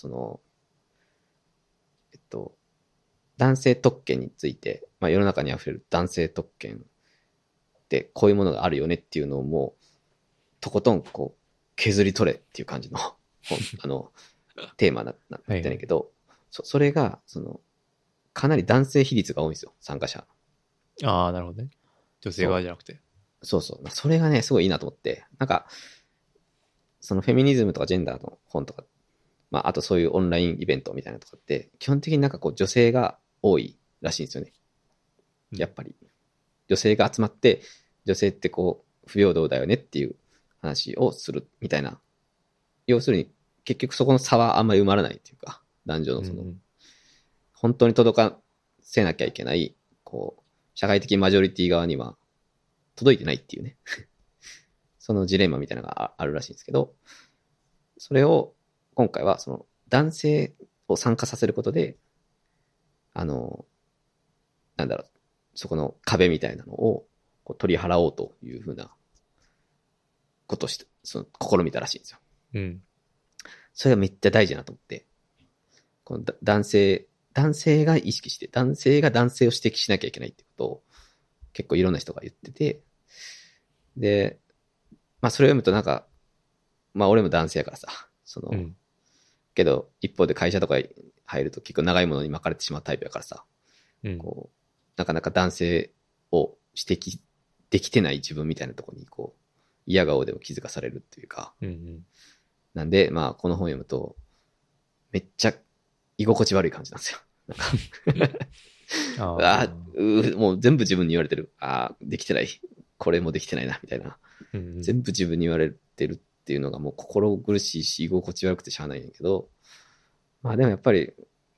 男性特権について、まあ世の中に溢れる男性特権ってこういうものがあるよねっていうのをもう、とことん削り取れっていう感じのテーマになってんだけど、はい、それが、かなり男性比率が多いんですよ、参加者。 ああ、なるほどね。女性側じゃなくて。 そう。それがね、すごいいいなと思って、なんか、フェミニズムとかジェンダーの本とか、まあ、あとそういうオンラインイベントみたいなとかって、基本的になんか女性が多いらしいんですよね。やっぱり。女性が集まって、女性って不平等だよねっていう話をするみたいな。要するに、結局そこの差はあんまり埋まらないっていうか、男女の本当に届かせなきゃいけない、社会的マジョリティ側には届いてないっていうね。そのジレンマみたいなのがあるらしいんですけど、それを今回は男性を参加させることで、そこの壁みたいなのを取り払おうというふうなことをして、試みたらしいんですよ。 うん。 それがめっちゃ大事だなと思って、この男性が意識して、男性が男性を指摘しなきゃいけないってことを結構いろんな人が言ってて、で、まあそれを読むとなんか、まあ俺も男性やからさ、けど一方で会社とか入ると結構長いものに巻かれてしまうタイプやからさ、なかなか男性を指摘できてない自分みたいなところに嫌顔でも気づかされるっていうか、なんでまあこの本読むとめっちゃ居心地悪い感じなんですよ。もう全部自分に言われてる。できてない。これもできてないなみたいな、全部自分に言われてるっていうのがもう心苦しいし居心地悪くてしゃあないんやけど、まあでもやっぱり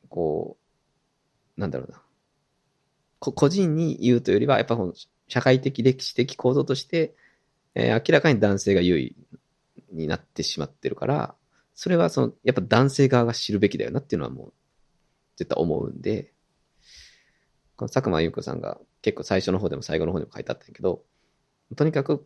なんだろうな、個人に言うというよりはやっぱ社会的歴史的構造として、明らかに男性が優位になってしまってるから、それはやっぱ男性側が知るべきだよなっていうのはもう絶対思うんで、この佐久間由子さんが結構最初の方でも最後の方でも書いてあったんやけど、とにかく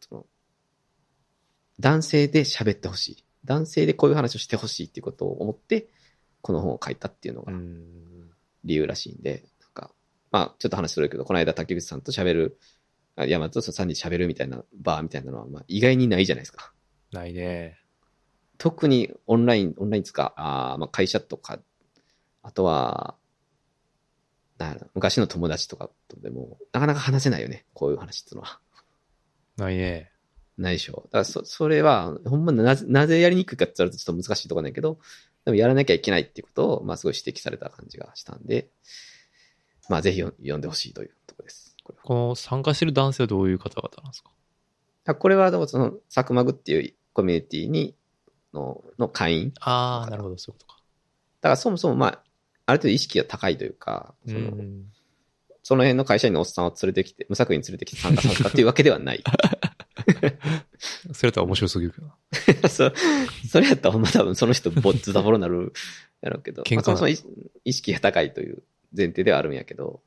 男性で喋ってほしい。男性でこういう話をしてほしいっていうことを思って、この本を書いたっていうのが理由らしいんで、なんか、まあ、ちょっと話するけど、この間竹口さんと喋る、山と3人喋るみたいなバーみたいなのは、まあ、意外にないじゃないですか。 ないね。 特にオンラインつか、まあ、会社とか、あとは、昔の友達とかとでも、なかなか話せないよね。こういう話っていうのは。 ないね。 ないでしょ。だからそれは、ほんまなぜやりにくいかって言われるとちょっと難しいところなんやけど、でもやらなきゃいけないっていうことを、まあすごい指摘された感じがしたんで、まあぜひ読んでほしいというところです。 この参加してる男性はどういう方々なんですか？ これはサクマグっていうコミュニティの会員。 なるほど、そういうことか。 だからそもそもまあ、ある程度意識が高いというか、その辺の会社員のおっさんを連れてきて、無作為に連れてきて参加させたっていうわけではない。 それとは面白すぎるけどな。それやったらほんま多分その人ボッツダボロになるやろうけど、まあ、そもそも意識が高いという前提ではあるんやけど、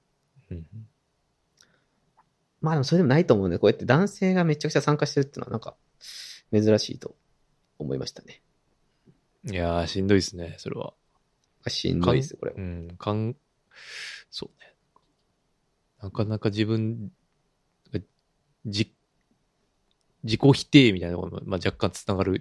まあでもそれでもないと思うんで、こうやって男性がめちゃくちゃ参加してるっていうのはなんか珍しいと思いましたね。 いやー、しんどいですね、それは。 しんどいです、これは。 そうね。なかなか自己否定みたいなのが、まあ、若干つながる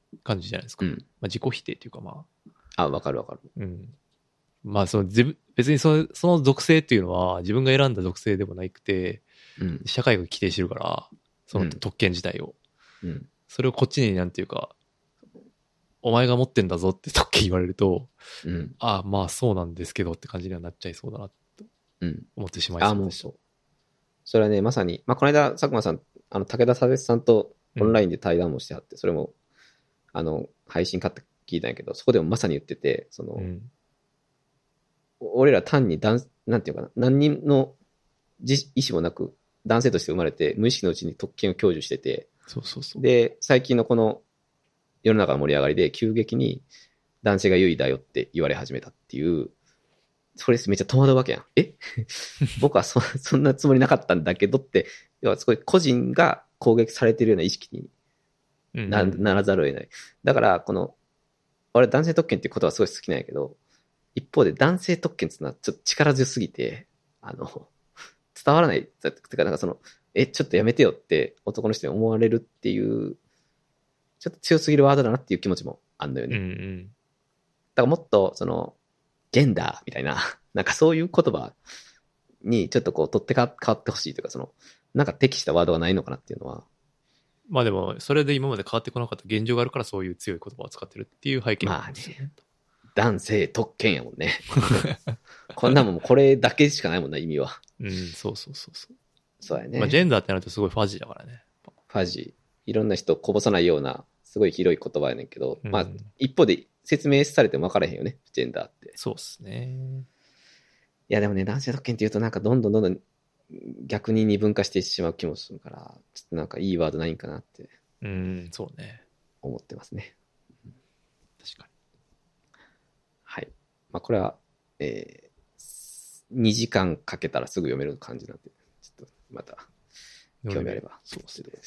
感じじゃないですか。 うん。 まあ、自己否定っていうかまあ、 あ、わかるわかる。 うん。まあ、別にその属性っていうのは自分が選んだ属性でもなくて、 うん。 社会が規定してるから、その特権自体を。 うん。 それをこっちになんていうか、お前が持ってんだぞって特権言われると、 うん。 ああ、まあそうなんですけどって感じにはなっちゃいそうだなとうん。 思ってしまいあ、 そうでした。 もうそう。それはね、まさに、まあ、この間、佐久間さん、武田佐哲さんとオンラインで対談もしてあって、それも、配信買って聞いたんやけど、そこでもまさに言ってて、 うん、 俺ら単になんていうかな、何人の意思もなく、男性として生まれて、無意識のうちに特権を享受してて、 そうそうそう。 で、最近のこの世の中の盛り上がりで、急激に男性が優位だよって言われ始めたっていう、それめっちゃ戸惑うわけやん。僕はそんなつもりなかったんだけどって、要はすごい個人が攻撃されてるような意識にならざるを得ない。だから、俺男性特権っていうことはすごい好きなんやけど、一方で男性特権っていうのはちょっと力強すぎて、伝わらない。てか、なんかちょっとやめてよって男の人に思われるっていう、ちょっと強すぎるワードだなっていう気持ちもあんのよね。 うんうん、 だからもっと、ジェンダーみたいな、なんかそういう言葉にちょっとこう取って変わってほしいというか、なんか適したワードがないのかなっていうのは。 まあでも、それで今まで変わってこなかった現状があるからそういう強い言葉を使ってるっていう背景があるんですよ。 まあね。男性特権やもんね。こんなもんこれだけしかないもんな、意味は。 うん、そうそうそうそう。 そうやね。 まあジェンダーってなるとすごいファジーだからね。 ファジー。いろんな人をこぼさないような、すごい広い言葉やねんけど、 うん、 まあ、一方で説明されても分からへんよね、ジェンダーって。 そうっすね。 いやでもね、男性特権って言うとなんかどんどん逆に二分化してしまう気もするから、ちょっとなんかいいワードないんかなってうん、そうね。 思ってますね。 確かはい。まあこれは、2時間かけたらすぐ読める感じなんで、ちょっとまたに。 興味あれば。 そうっすね。 です。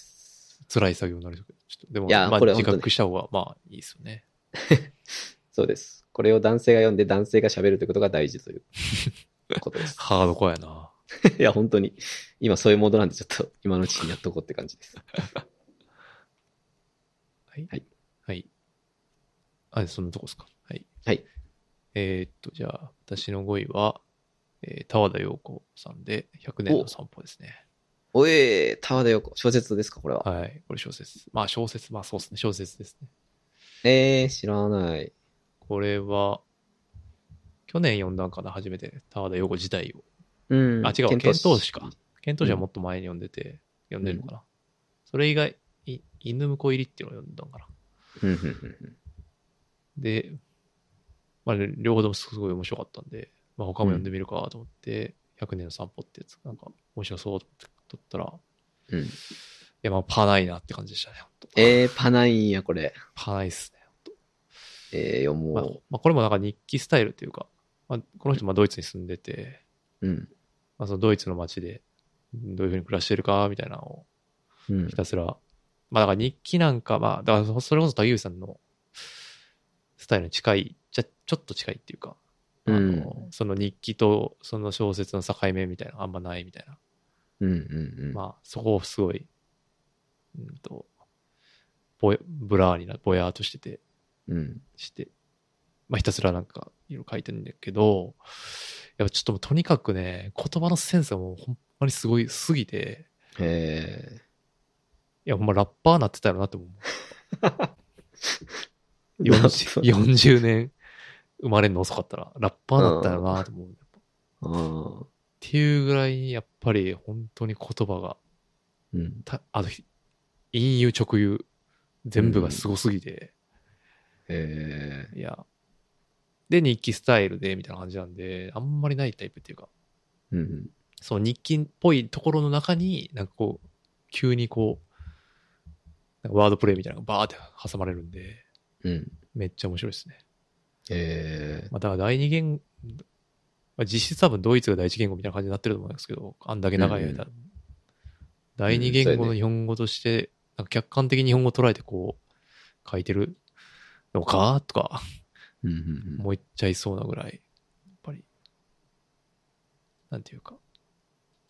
辛い作業になるけど、ちょっとでも、 いやまあこれ本当に自覚した方がまあいいですよね。 そうです。これを男性が読んで男性が喋るということが大事ということです。 ハードコアやな。 いや、本当に。今そういうモードなんで、ちょっと今のうちにやっとこうって感じです。 はい。 はい。 はい。あ、そんなとこですか。はい。 はい。 じゃあ、私の5位は、田和田陽子さんで100年の散歩ですね。 おえー、田和田陽子。小説ですか、これは。 はい。これ小説。まあ小説、まあそうですね。小説ですね。 知らない。 これは、去年読んだんかな、初めて。田和田陽子自体を。 うん。 あ、違う、遣唐使か。遣唐使はもっっと前に読んでて、読んでるのかな。それ以外、犬婿入りっていうのを読んだんかな。で、まあ、両方ともすごい面白かったんで、まあ、他も読んでみるかと思って、100年の散歩ってやつ、なんか面白そうと思って撮ったら、 うん。 いや、まあ、パないなって感じでしたね、ほんと。 パないんや、これ。 パないっすね、ほんと。 読もう。 まあ、これもなんか日記スタイルっていうか、まあ、この人、まあ、ドイツに住んでて、 うん。 まあ、そのドイツの街で、どういうふうに暮らしてるか、みたいなのを、ひたすら、まあ、だから日記なんか、まあ、だからそれこそ竹内さんのスタイルに近い、ちょっと近いっていうか、その日記とその小説の境目みたいなのあんまないみたいな。まあ、そこをすごい、ブラーにぼやーっとしてて、して、まあひたすらなんかいろいろ書いてるんだけど、やっぱちょっともうとにかくね、言葉のセンスがもうほんまにすごいすぎて、いやほんまラッパーなってたよなって思う。40年生まれるの遅かったら、ラッパーだったよなと思う。っていうぐらい、やっぱり本当に言葉が、隠喩直喩、全部がすごすぎて、いや、で、日記スタイルで、みたいな感じなんで、あんまりないタイプっていうか、その日記っぽいところの中に、なんかこう、急にこう、なんかワードプレイみたいなのがバーって挟まれるんで、めっちゃ面白いですね。まあ、だから第二言語、まあ、実質多分ドイツが第一言語みたいな感じになってると思うんですけど、あんだけ長い間。第二言語の日本語として、なんか客観的に日本語を捉えてこう、書いてるのかとか、もう言っちゃいそうなぐらい、やっぱり、なんていうか、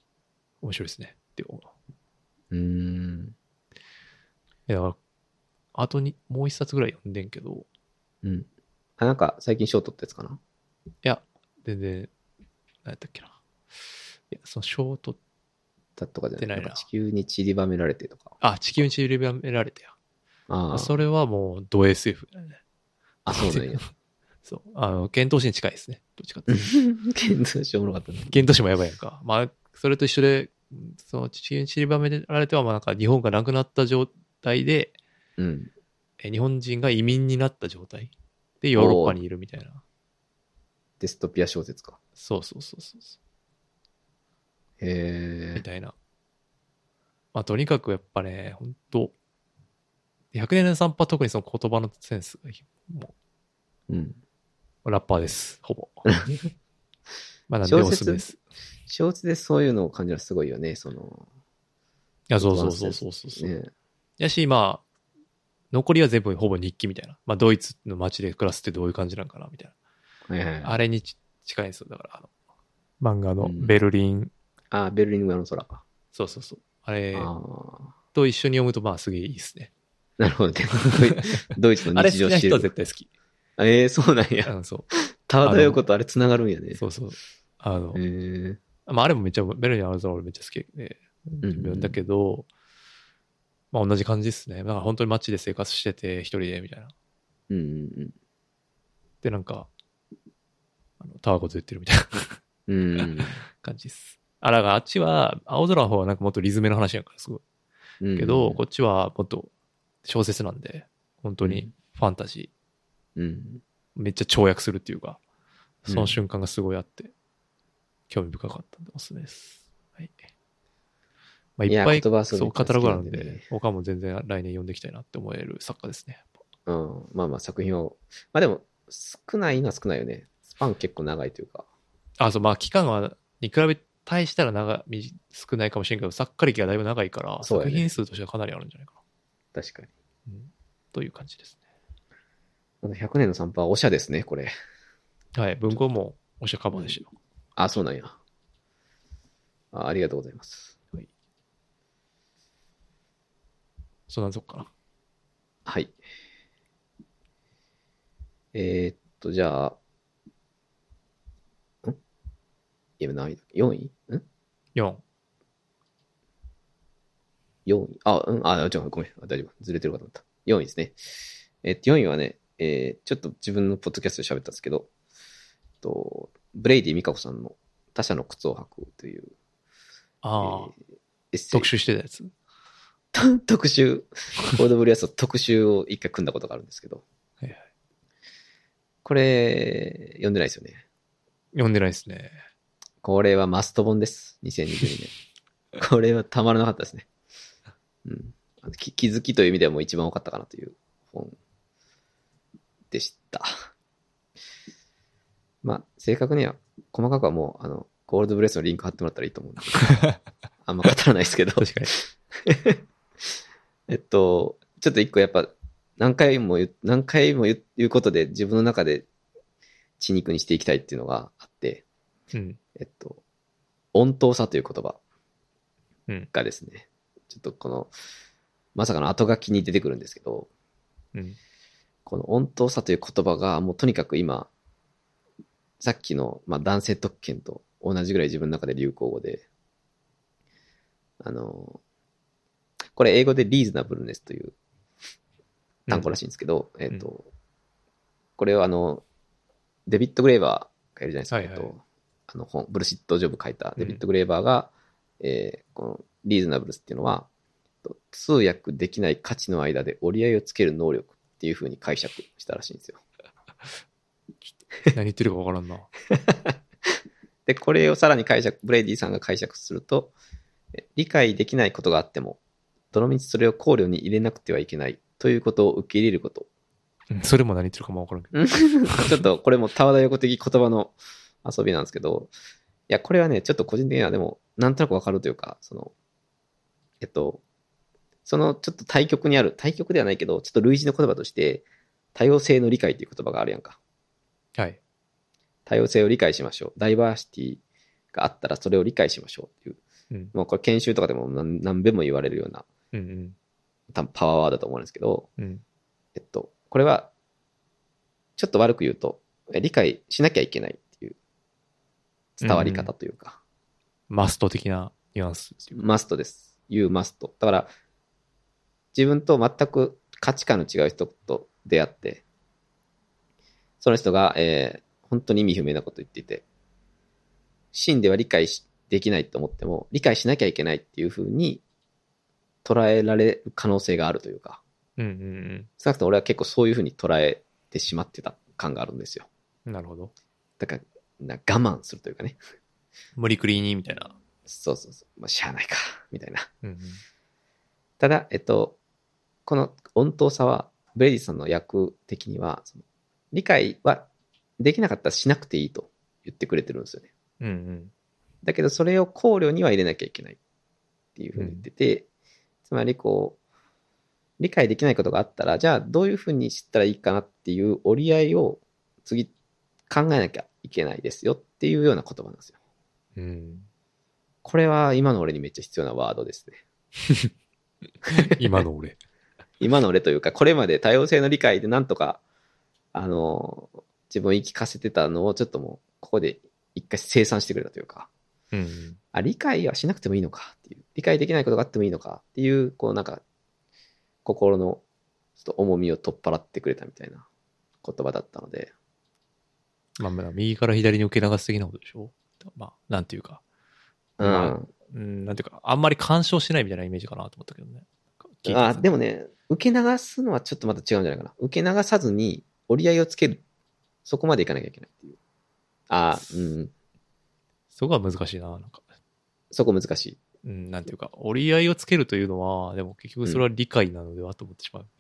面白いですね。って思う。いや、 あとに、もう一冊ぐらい読んでんけど。 うん。なんか、最近賞取ったやつかな？ いや、全然、何やったっけな。いや、その賞取ったとかじゃない。 ないな。 なんか地球に散りばめられてとか。 あ、地球に散りばめられてや。 ああ。 それはもう、ド SF だよね。 あ、そうなんや。 そう。剣闘士に近いですね。どっちかっていうと。 剣闘士おもろかったね。 剣闘士もやばいやんか。まあ、それと一緒で、その地球に散りばめられては、まあなんか日本がなくなった状態で、 うん。 日本人が移民になった状態でヨーロッパにいるみたいな。 デストピア小説か。 そうそうそうそう。 へえ。 みたいな。まあとにかくやっぱね、本当100年の散歩は特にその言葉のセンスがもう、うん。 ラッパーです、ほぼ。まあなんでおすすめです。 小説でそういうのを感じるのすごいよね、その。 いや、そうそうそうそうそう。ね、やし、まあ、残りは全部ほぼ日記みたいな。まあ、ドイツの街で暮らすってどういう感じなんかな、みたいな。あれに近いんですよ。だから、漫画のベルリン。 ああ、ベルリン上の空か。 そうそうそう。あれと一緒に読むと、まあ、すげえいいですね。 なるほどね。ドイツの日常あれ好きな人は絶対好き。 そうなんや。 そう。 ただよことあれ繋がるんやね。 そうそう。まあ、あれもめっちゃ、ベルリンの空俺めっちゃ好きで、だけど、まあ同じ感じですね。だから本当に街で生活してて、一人でみたいな。 うんうんうん。 で、なんか、タワコず言ってるみたいな感じです。だからあっちは、青空の方はなんかもっとリズムの話やから、すごい。けど、こっちはもっと小説なんで、本当にファンタジー。めっちゃ跳躍するっていうか、その瞬間がすごいあって、興味深かったんでおすすめです。はい。まあ、いっぱいそうカタログあるんで、他も全然来年読んでいきたいなって思える作家ですね。 うん。まあまあ作品を、まあでも少ないのは少ないよね。スパン結構長いというか。 そう、まあ期間は、に比べ対したら少ないかもしれんけど、作家歴がだいぶ長いから、ね、作品数としてはかなりあるんじゃないかな。確かに。 という感じですね。100年の散歩はおしゃですね、これ。 はい、文庫もおしゃカバーでしたよ。 そうなんや。ありがとうございます。 はい。そんなとこかな。 はい。じゃあ、今何位だっけ ?4 位 ?4。 4位ごめん。大丈夫。ずれてるかと思った。4位ですね。4位はね、ちょっと自分のポッドキャストで喋ったんですけど、ブレイディ・ミカコさんの他者の靴を履くという、 特集してたやつ特集、コードブリアスの特集を一回組んだことがあるんですけど、 はいはい、 これ、読んでないですよね。 読んでないですね。 これはマスト本です。2022年。これはたまらなかったですね。気づきという意味ではもう一番多かったかなという本でした。まあ、正確には、細かくはもう、コールドブレスのリンク貼ってもらったらいいと思うんで。あんま語らないですけど。 確かに。 ちょっと一個やっぱ、何回も言うことで自分の中で血肉にしていきたいっていうのがあって、穏当さという言葉がですね、ちょっとこの、まさかの後書きに出てくるんですけど、この穏当さという言葉がもうとにかく今、さっきの、男性特権と同じぐらい自分の中で流行語で、これ英語でリーズナブルネスという単語らしいんですけど、これをデビッド・グレーバーがいるじゃないですか。本、ブルシット・ジョブ書いたデビッド・グレーバーが、このリーズナブルスっていうのは、通訳できない価値の間で折り合いをつける能力っていう風に解釈したらしいんですよ。 何言ってるか分からんな。 で、これをさらにブレイディさんが解釈すると、理解できないことがあっても、どのみちそれを考慮に入れなくてはいけないということを受け入れること。 それも何言ってるかも分からんけど。ちょっとこれもたわだ横的言葉の遊びなんですけど、いや、これはね、ちょっと個人的にはでも、なんとなく分かるというか、そのちょっと対極ではないけど、ちょっと類似の言葉として、多様性の理解という言葉があるやんか。 はい。 多様性を理解しましょう。ダイバーシティがあったらそれを理解しましょうっていう。もうこれ研修とかでも何べも言われるような言多分パワーワードだと思うんですけど、 うん。 これは、ちょっと悪く言うと、理解しなきゃいけないっていう伝わり方というか。 マスト的なニュアンス。 マストです。You must。だから、自分と全く価値観の違う人と出会って、その人が、本当に意味不明なこと言っていて、真では理解できないと思っても、理解しなきゃいけないっていう風に捉えられる可能性があるというか、 うんうんうん。 少なくとも俺は結構そういう風に捉えてしまってた感があるんですよ。 なるほど。 だから、我慢するというかね。 無理くりにみたいな。 そうそうそう。まあ、しゃあないか、みたいな。 うんうん。 ただ、この穏当さは、ブレイディさんの役的には、理解はできなかったらしなくていいと言ってくれてるんですよね。 うんうん。 だけど、それを考慮には入れなきゃいけないっていうふうに言ってて、つまり理解できないことがあったら、じゃあどういうふうに知ったらいいかなっていう折り合いを次考えなきゃいけないですよっていうような言葉なんですよ。 うん。 これは今の俺にめっちゃ必要なワードですね。 今の俺。 今の俺というか、これまで多様性の理解でなんとか、自分を言い聞かせてたのをちょっともう、ここで一回清算してくれたというか、 うん。 理解はしなくてもいいのかっていう、理解できないことがあってもいいのかっていう、なんか、心のちょっと重みを取っ払ってくれたみたいな言葉だったので。 まあ、右から左に受け流す的なことでしょ。まあ、なんていうか。まあ、なんていうか、あんまり干渉しないみたいなイメージかなと思ったけどね。 でもね、受け流すのはちょっとまた違うんじゃないかな。受け流さずに折り合いをつける。そこまでいかなきゃいけないっていう。 そこは難しいな、なんか。 そこ難しい。 なんていうか、折り合いをつけるというのは、でも結局それは理解なのではと思ってしまう。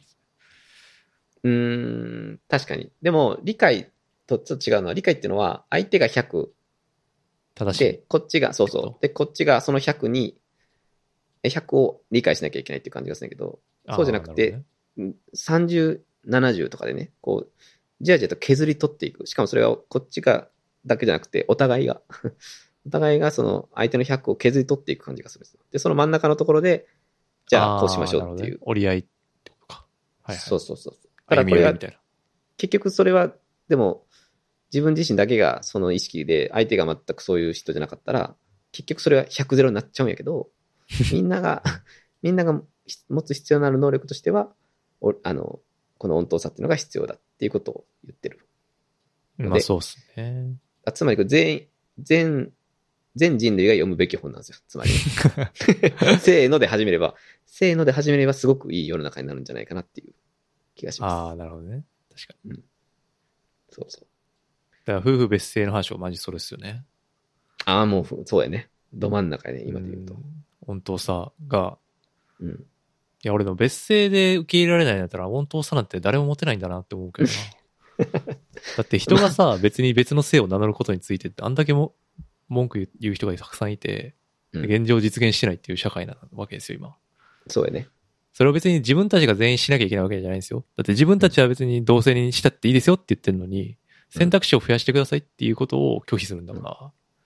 確かに。でも、理解とちょっと違うのは、理解っていうのは、相手が100。 正しい。 で、こっちが、そうそう。で、こっちがその100に、100を理解しなきゃいけないっていう感じがするんだけど、そうじゃなくて、30、70とかでね、じわじわと削り取っていく。しかもそれはこっちが、だけじゃなくて、お互いがその相手の100を削り取っていく感じがするんですよ。で、その真ん中のところで、じゃあこうしましょうっていう。 折り合いってことか。 はい、はい。そうそうそう。だからこれは、結局それは、でも、自分自身だけがその意識で、相手が全くそういう人じゃなかったら、結局それは100ゼロになっちゃうんやけど、みんなが持つ必要のある能力としては、この穏当さっていうのが必要だっていうことを言ってる。 まあそうっすね。 つまり全人類が読むべき本なんですよ。つまり。せーので始めればすごくいい世の中になるんじゃないかなっていう気がします。 ああ、なるほどね。確かに。 そうそう。 だから夫婦別姓の話はマジそれですよね。 もう、そうやね。ど真ん中やね、今で言うと。 穏当さが、いや、俺の別姓で受け入れられないんだったら、穏当さなんて誰も持てないんだなって思うけどな。だって人がさ、別に別の姓を名乗ることについてって、あんだけも文句言う人がたくさんいて、現状実現してないっていう社会なわけですよ、今。 そうやね。 それを別に自分たちが全員しなきゃいけないわけじゃないんですよ。だって自分たちは別に同性にしたっていいですよって言ってるのに、選択肢を増やしてくださいっていうことを拒否するんだから、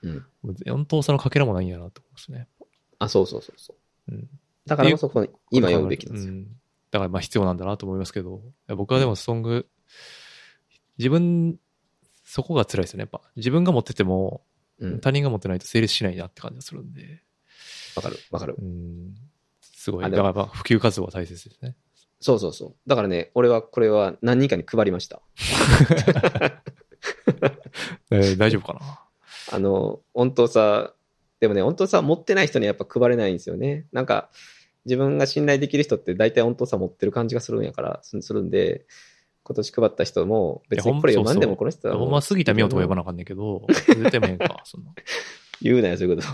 穏当さのかけらもないんやなと思うんですね。 そうそうそうそう。だからこそ今読むべきなんですよ。 だからまあ必要なんだなと思いますけど、僕はでもそこが辛いですよね。やっぱ自分が持ってても、他人が持ってないと成立しないなって感じがするんで。 わかる。 すごい。だから普及活動は大切ですね。 そうそうそう。だからね、俺はこれは何人かに配りました。 大丈夫かな。 穏当さ、でもね、穏当さ持ってない人にやっぱ配れないんですよね。なんか、自分が信頼できる人って大体穏当さ持ってる感じがするんで、今年配った人も、別にこれ読まんでもこの人はほんま過ぎた目をと呼ばなあかんねんけど、絶対見えんか、そんな。 言うなよ、そういうこと。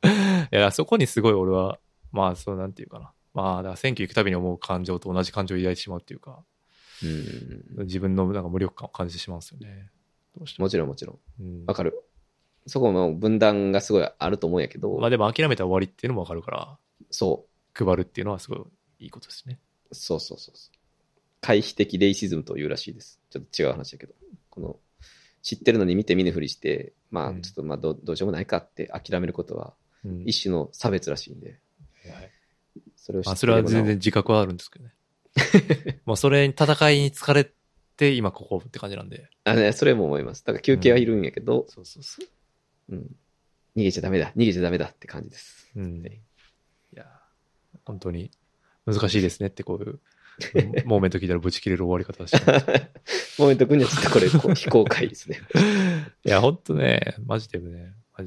いや、そこにすごい俺は、まあ、そうなんていうかな。まあ、だから選挙行くたびに思う感情と同じ感情を抱いてしまうっていうか、自分のなんか無力感を感じてしまうんですよね。どうしてもちろん。わかる。そこも分断がすごいあると思うんやけど。 まあでも諦めたら終わりっていうのもわかるから、 そう。 配るっていうのはすごいいいことですね。 そう。回避的レイシズムというらしいです。ちょっと違う話だけど。知ってるのに見て見ぬふりして、まあ、ちょっとどうしようもないかって諦めることは、一種の差別らしいんで。 それを知ってまあ、それは全然自覚はあるんですけどね。もうそれに戦いに疲れて、今ここって感じなんで。 ね、それも思います。だから休憩はいるんやけど、 そうそうそう。 うん。逃げちゃダメだって感じです。 うん。いや、本当に難しいですねってこういう、モーメント聞いたらブチ切れる終わり方をしてます。 モーメント君にはちょっとこれ、非公開ですね。 いや、本当ね、マジでね、うん。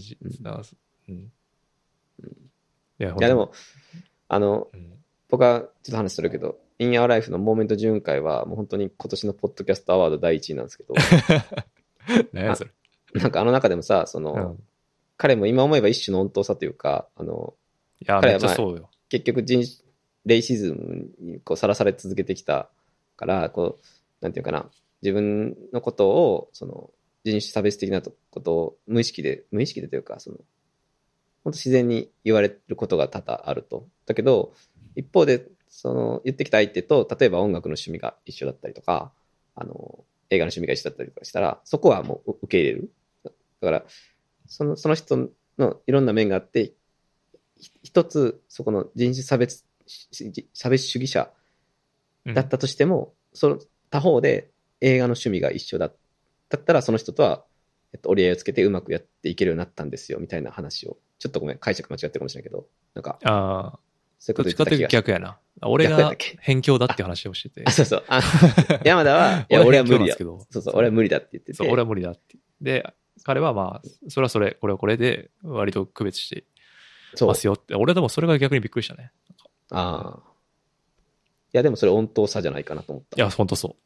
いや、でも、僕はちょっと話するけど、In Your Life のモーメント巡回は、もう本当に今年のポッドキャストアワード第1位なんですけど。 何やそれ。 なんか中でもさ、彼も今思えば一種の温当さというか、 いや、めっちゃそうよ。 結局レイシズムにさらされ続けてきたから、なんていうかな、自分のことを、人種差別的なことを無意識でというか、本当自然に言われることが多々あると。だけど、一方で、言ってきた相手と、例えば音楽の趣味が一緒だったりとか、映画の趣味が一緒だったりとかしたら、そこはもう受け入れる。だから、その人のいろんな面があって、一つ、そこの人種差別主義者だったとしても、その他方で映画の趣味が一緒だったら、その人とは、折り合いをつけてうまくやっていけるようになったんですよ、みたいな話を。ちょっとごめん、解釈間違ってるかもしれないけど、なんか、 そういうこと言ってた気が。どっちかというと逆やな。俺が偏境だって話をしてて。 そうそう。山田は、いや、俺は無理だ。そうそう、俺は無理だって言ってて。 そう、俺は無理だって。で、彼はまあ、それはそれ、これはこれで、割と区別してますよって。俺でもそれが逆にびっくりしたね。 ああ。いや、でもそれ温当さじゃないかなと思った。 いや、ほんとそう。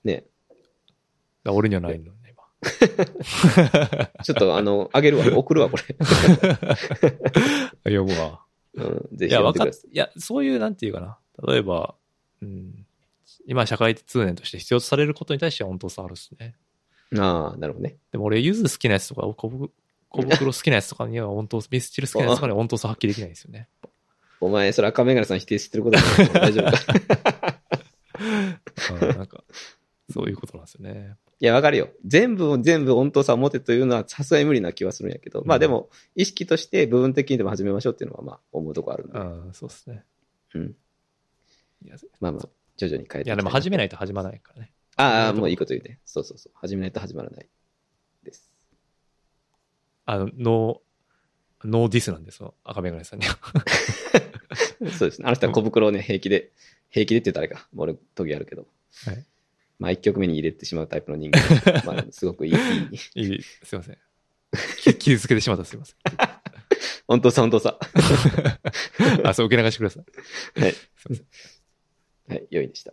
ね。 俺にはないのね、今。 ちょっとあげるわ。送るわ、これ。 読むわ。 ぜひ読んでください。 いや、そういう、なんていうかな。例えば、今、社会通念として必要とされることに対しては温当さあるっすね。 ああ、なるほどね。 でも俺、ゆず好きなやつとか、小袋好きなやつとかには温当、ミスチル好きなやつとかには温当さ発揮できないんですよね。 お前、それ赤メガネさん否定してることだから大丈夫か。 なんか、そういうことなんですよね。 いや、わかるよ。全部温当さを持てというのはさすがに無理な気はするんやけど、まあでも、意識として部分的にでも始めましょうっていうのは、まあ、思うとこあるんで。 そうですね。 うん。まあまあ、徐々に変えていや、でも始めないと始まらないからね。 ああ、もういいこと言うね。そう。始めないと始まらないです。 ノーディスなんですよ、赤メガネさんには。 そうですね。あの人は小袋をね、平気でって言ったらあれか。俺、時あるけど。 はい。 まあ、一曲目に入れてしまうタイプの人間。まあ、すごくいい。 すいません。傷つけてしまったすいません。 本当さ。 そう、受け流してください。 はい。すいません。はい、良いでした。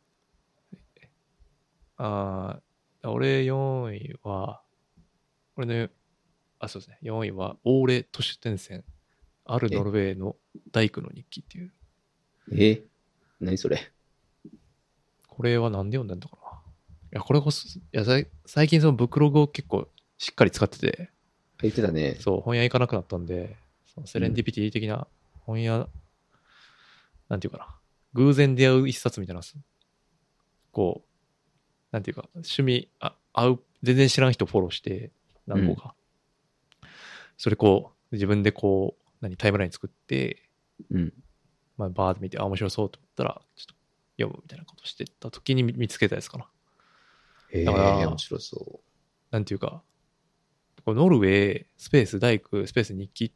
俺4位は、そうですね。4位は、オーレ都市転戦、あるノルウェーの大工の日記っていう。 何それ。 これはなんで読んだんだかな。いや、これこそ、最近そのブクログを結構しっかり使ってて。 言ってたね。 そう、本屋行かなくなったんで、そのセレンディピティ的な本屋、なんていうかな。偶然出会う一冊みたいな。こう、なんていうか、趣味、全然知らん人フォローして、何個か。それ自分でタイムライン作って、まあ、バーって見て、面白そうと思ったら、ちょっと読むみたいなことしてた時に見つけたやつかな。 だから、面白そう。 なんていうか、ノルウェー、スペース、大工、スペース日記って、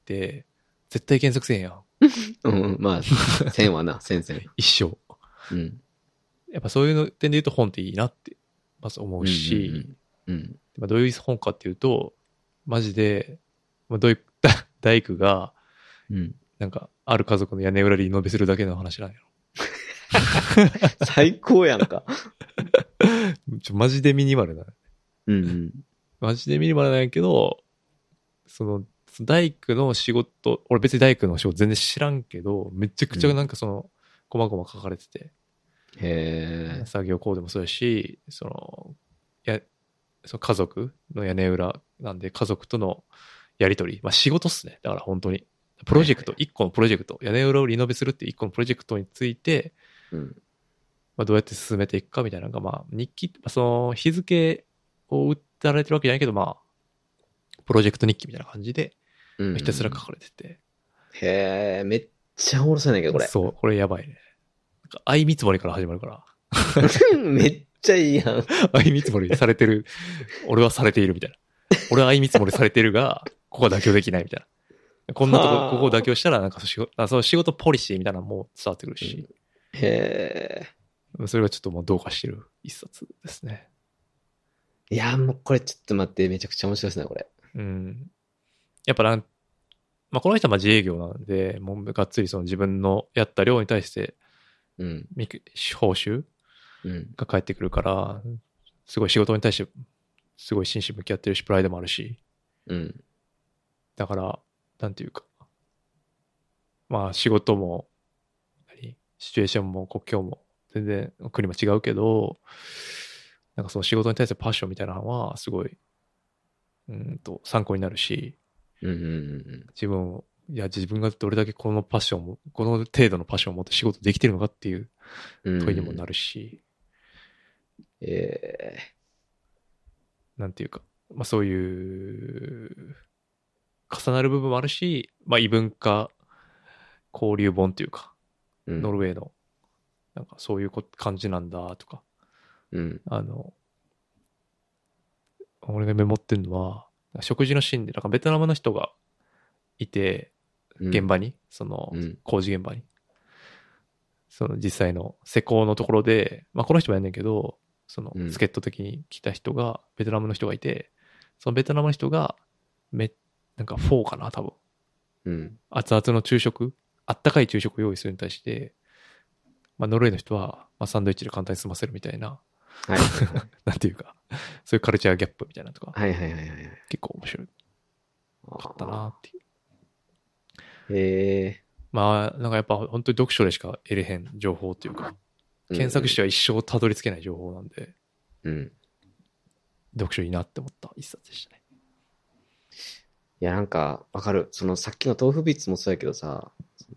絶対検索せんやん。 まあ、せんはな、せん。 一生。やっぱそういうの点で言うと本っていいなって、まず思うし、どういう本かっていうと、マジで、どういう大工が、なんか、ある家族の屋根裏にリノベするだけの話なんやろ。 最高やんか。 マジでミニマルな。マジでミニマルなんやけど、大工の仕事、俺別に大工の仕事全然知らんけど、めちゃくちゃなんか細々書かれてて。作業コードもそうやし、家族の屋根裏なんで家族とのやりとり。まあ仕事っすね。だから本当に。プロジェクト、一個のプロジェクト、屋根裏をリノベするっていう一個のプロジェクトについて、まあどうやって進めていくかみたいなのが、まあ日記、日付を打たれてるわけじゃないけど、まあ、プロジェクト日記みたいな感じで、ひたすら書かれてて。 めっちゃおもろそうやねんけど、これ。 そう、これやばいね。なんか相見積もりから始まるから。 めっちゃいいやん。 相見積もりされてる。俺はされているみたいな。俺は相見積もりされてるが、ここは妥協できないみたいな。こんなとこ、ここを妥協したら、なんかその仕事ポリシーみたいなのも伝わってくるし。 へえ。それがちょっともうどうかしてる一冊ですね。 いや、もうこれちょっと待って、めちゃくちゃ面白いですね、これ。 うん。やっぱまあ、この人は自営業なんで、もうがっつりその自分のやった量に対して、 うん。 報酬が返ってくるから、すごい仕事に対して、すごい真摯向き合ってるし、プライドもあるし。 うん。 だから、なんていうか。まあ仕事も、シチュエーションも国境も、全然国も違うけど、なんかその仕事に対するパッションみたいなのは、すごい、参考になるし、自分がどれだけこのパッションも、この程度のパッションを持って仕事できてるのかっていう問いにもなるし、なんていうか、まあそういう、重なる部分もあるし、まあ異文化交流本っていうか、ノルウェーの、なんかそういう感じなんだとか、俺がメモってるのは、食事のシーンで、なんかベトナムの人がいて、現場に、その工事現場に、その実際の施工のところで、まあこの人もやんねんけど、その助っ人的に来た人が、ベトナムの人がいて、そのベトナムの人が、なんかフォーかな、多分。熱々の昼食、あったかい昼食を用意するに対して、まあノルウェーの人は、まあサンドイッチで簡単に済ませるみたいな、はい、なんていうか、そういうカルチャーギャップみたいなとか、結構面白かったなっていう。まあ、なんかやっぱ本当に読書でしか得れへん情報っていうか、検索しては一生たどり着けない情報なんで、読書いいなって思った一冊でしたね。 いや、なんか、わかる。そのさっきの豆腐ビーツもそうやけどさ、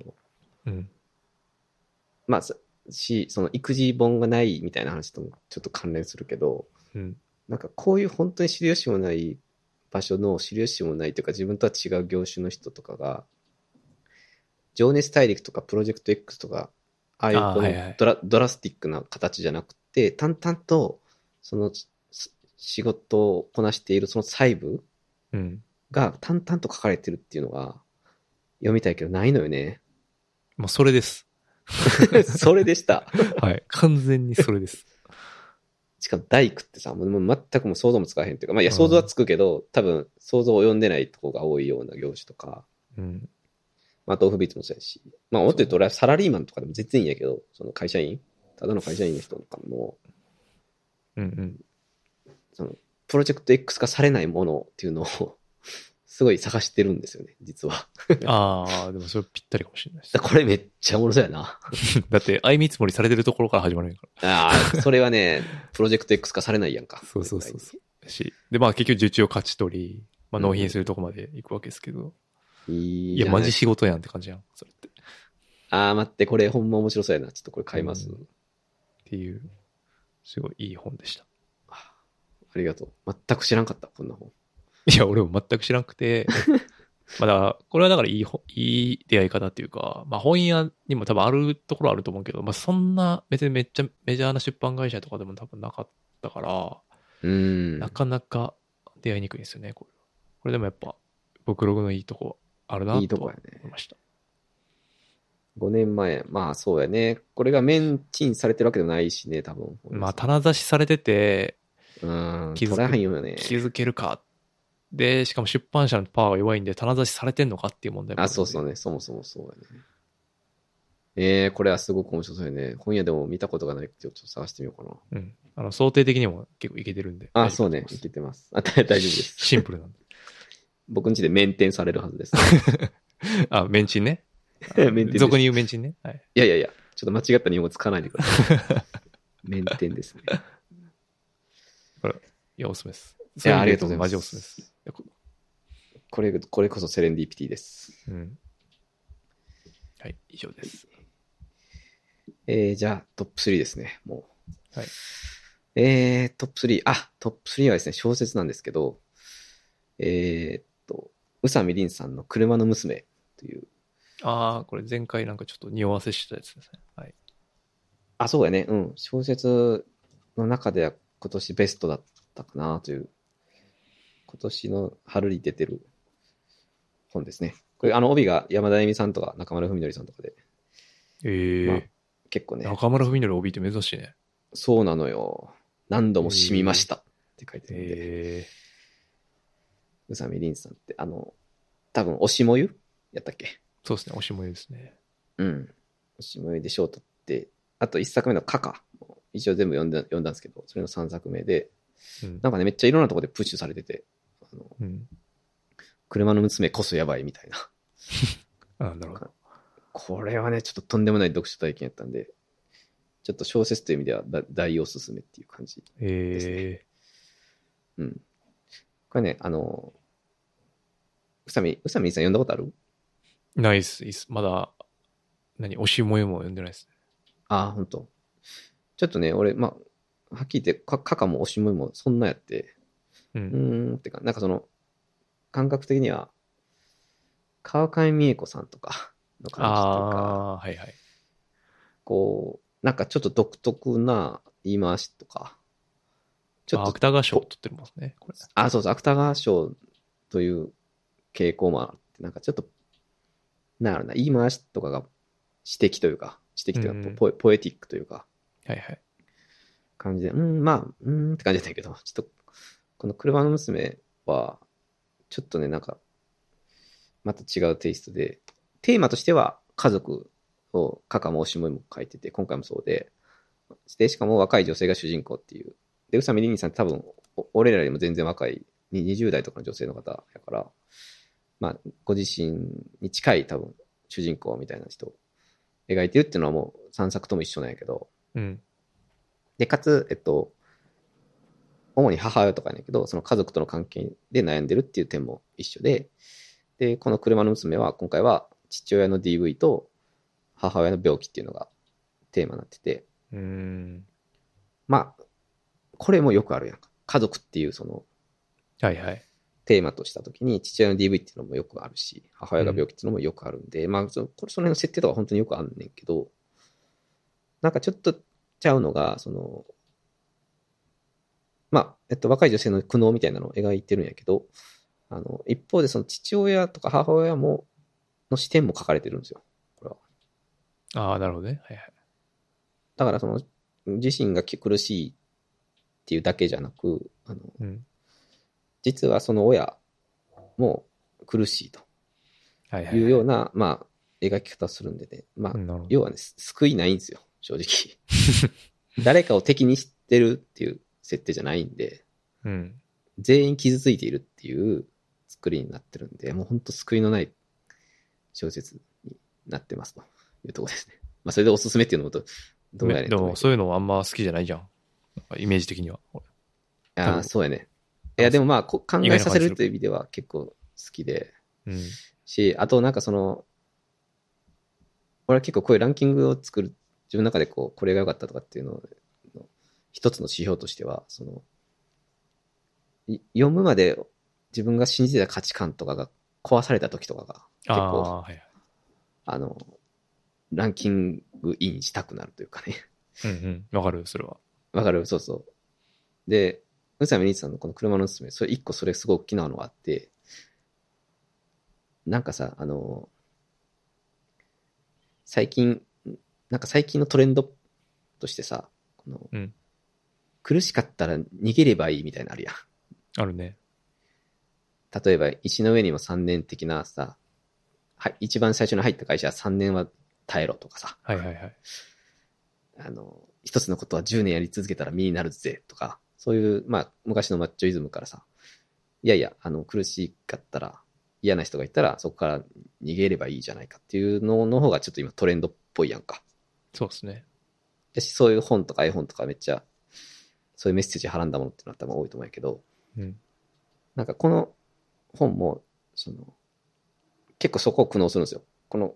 まあ、その育児本がないみたいな話ともちょっと関連するけど、なんかこういう本当に知る由もない場所の知る由もないというか自分とは違う業種の人とかが、情熱大陸とかプロジェクト X とか、ああいうこのドラスティックな形じゃなくて、淡々とその仕事をこなしているその細部が淡々と書かれてるっていうのが読みたいけどないのよね。 もうそれです。 それでした。 はい。完全にそれです。 しかも大工ってさ、もう全くもう想像もつかへんっていうか、まあいや想像はつくけど、多分想像を及んでないとこが多いような業種とか、まあ豆腐ビーツもそうやし、まあもっと言うと俺はサラリーマンとかでも全然いいんやけど、その会社員、ただの会社員の人とかも、そのプロジェクト X 化されないものっていうのをすごい探してるんですよね、実は。 ああ、でもそれぴったりかもしれないです。 これめっちゃおもろそうやな。 だって、相見積もりされてるところから始まるんやから。 ああ、それはね、プロジェクト X 化されないやんか。 そうそう。で、まあ結局受注を勝ち取り、まあ納品するとこまで行くわけですけど。いや、マジ仕事やんって感じやん、それって。 ああ、待って、これほんま面白そうやな。ちょっとこれ買います。 っていう、すごいいい本でした。 ありがとう。全く知らんかった、こんな本。 いや、俺も全く知らなくて、まあだから、これはだからいい出会い方っていうか、まあ本屋にも多分あるところあると思うけど、まあそんな別にめっちゃメジャーな出版会社とかでも多分なかったから、なかなか出会いにくいですよね、これ。これでもやっぱ、僕ログのいいとこあるなと思いました。 5年前、まあそうやね。これがメンチンされてるわけでもないしね、多分。 まあ棚出しされてて、 気づけるか。で、しかも出版社のパワーが弱いんで、棚出しされてんのかっていう問題もある。 そうそうね。そもそもそうやね。これはすごく面白そうやね。本屋でも見たことがないってちょっと探してみようかな。想定的にも結構いけてるんで。 そうね。いけてます。大丈夫です。 シンプルなんで。 僕ん家でメンテンされるはずです。 メンチンね。 メンテン。 俗に言うメンチンね。はい。 いや、ちょっと間違った日本語使わないでください。メンテンですね。 いや、おすすめです。 いや、ありがとうございます。 マジおすすめです。 これこそセレンディピティです。 はい、以上です。 じゃあ、トップ3ですね、もう。はい。 トップ3。トップ3はですね、小説なんですけど、宇佐美凛さんの車の娘という。 ああ、これ前回なんかちょっと匂わせしたやつですね。はい。 あ、そうやね。うん。小説の中では今年ベストだったかなという、今年の春に出てる本ですね。これ、帯が山田恵美さんとか中村文則さんとかで。まあ、結構ね。 中村文則帯って珍しいね。 そうなのよ。何度も染みましたって書いてるんで。宇佐美凛さんって、多分、おしもゆやったっけ？ そうですね、おしもゆですね。 うん。おしもゆで賞取って、あと1作目のカカ。一応全部読んだんですけど、それの3作目で、なんかね、めっちゃいろんなところでプッシュされてて、車の娘こそやばいみたいな。 なるほど。 これはね、ちょっととんでもない読書体験やったんで、ちょっと小説という意味では大おすすめっていう感じですね。うん。これね、宇佐美さん読んだことある？ ないっす。まだ、おしもゆも読んでないっすね。 ああ、ほんと。ちょっとね、俺、はっきり言って、カカもおしもゆもそんなやって、ってか、なんかその、感覚的には、川上美恵子さんとかの感じっていうか、 はいはい。 こう、なんかちょっと独特な言い回しとか、 ちょっと。芥川賞を取ってるもんね、これ。 そうそう、芥川賞という傾向もあって、なんかちょっと、なんやろな、言い回しとかが詩的というかポエティックというか、 はいはい。 感じで、って感じだったけど、ちょっと、この車の娘は、ちょっとね、なんか、また違うテイストで、テーマとしては家族をカカもおしもいも書いてて、今回もそうで、しかも若い女性が主人公っていう。で、宇佐美凛さんって多分、俺らよりも全然若い、20代とかの女性の方やから、ご自身に近い多分、主人公みたいな人を描いてるっていうのはもう3作とも一緒なんやけど、で、かつ、主に母親とかやねんけど、その家族との関係で悩んでるっていう点も一緒で、で、この車の娘は今回は父親の DV と母親の病気っていうのがテーマになってて、これもよくあるやんか。家族っていうその、テーマとしたときに父親の DV っていうのもよくあるし、母親が病気っていうのもよくあるんで、その辺の設定とか本当によくあんねんけど、なんかちょっとちゃうのが、その、若い女性の苦悩みたいなのを描いてるんやけど、一方でその父親とか母親の視点も書かれてるんですよ、これは。 なるほどね。はいはい。 だからその、自身が苦しいっていうだけじゃなく、実はその親も苦しいというような、描き方するんでね。要はね、救いないんですよ、正直。誰かを敵にしてるっていう設定じゃないんで、全員傷ついているっていう作りになってるんで、もう本当救いのない小説になってますというところですね。それでおすすめっていうのもどうやねん。 でもそういうのあんま好きじゃないじゃん。イメージ的には。 そうやね。いや、でも考えさせるという意味では結構好きで、あとなんかその、俺は結構こういうランキングを作る、自分の中でこれが良かったとかっていうのを、一つの指標としては、その、読むまで自分が信じてた価値観とかが壊された時とかが結構、ランキングインしたくなるというかね。 わかる、それは。 わかる、そうそう。で、宇佐美凛さんのこの車の娘、それすごい大きなのがあって、なんかさ、最近のトレンドとしてさ、苦しかったら逃げればいいみたいなのあるやん。 あるね。 例えば、石の上にも3年的なさ、一番最初に入った会社は3年は耐えろとかさ。一つのことは10年やり続けたら身になるぜとか、そういう、昔のマッチョイズムからさ、苦しかったら、嫌な人がいたら、そこから逃げればいいじゃないかっていうのの方がちょっと今トレンドっぽいやんか。 そうですね。 そういう本とか絵本とかめっちゃ、そういうメッセージはらんだものってのは多分多いと思うんやけど、なんかこの本も、その、結構そこを苦悩するんですよ。この、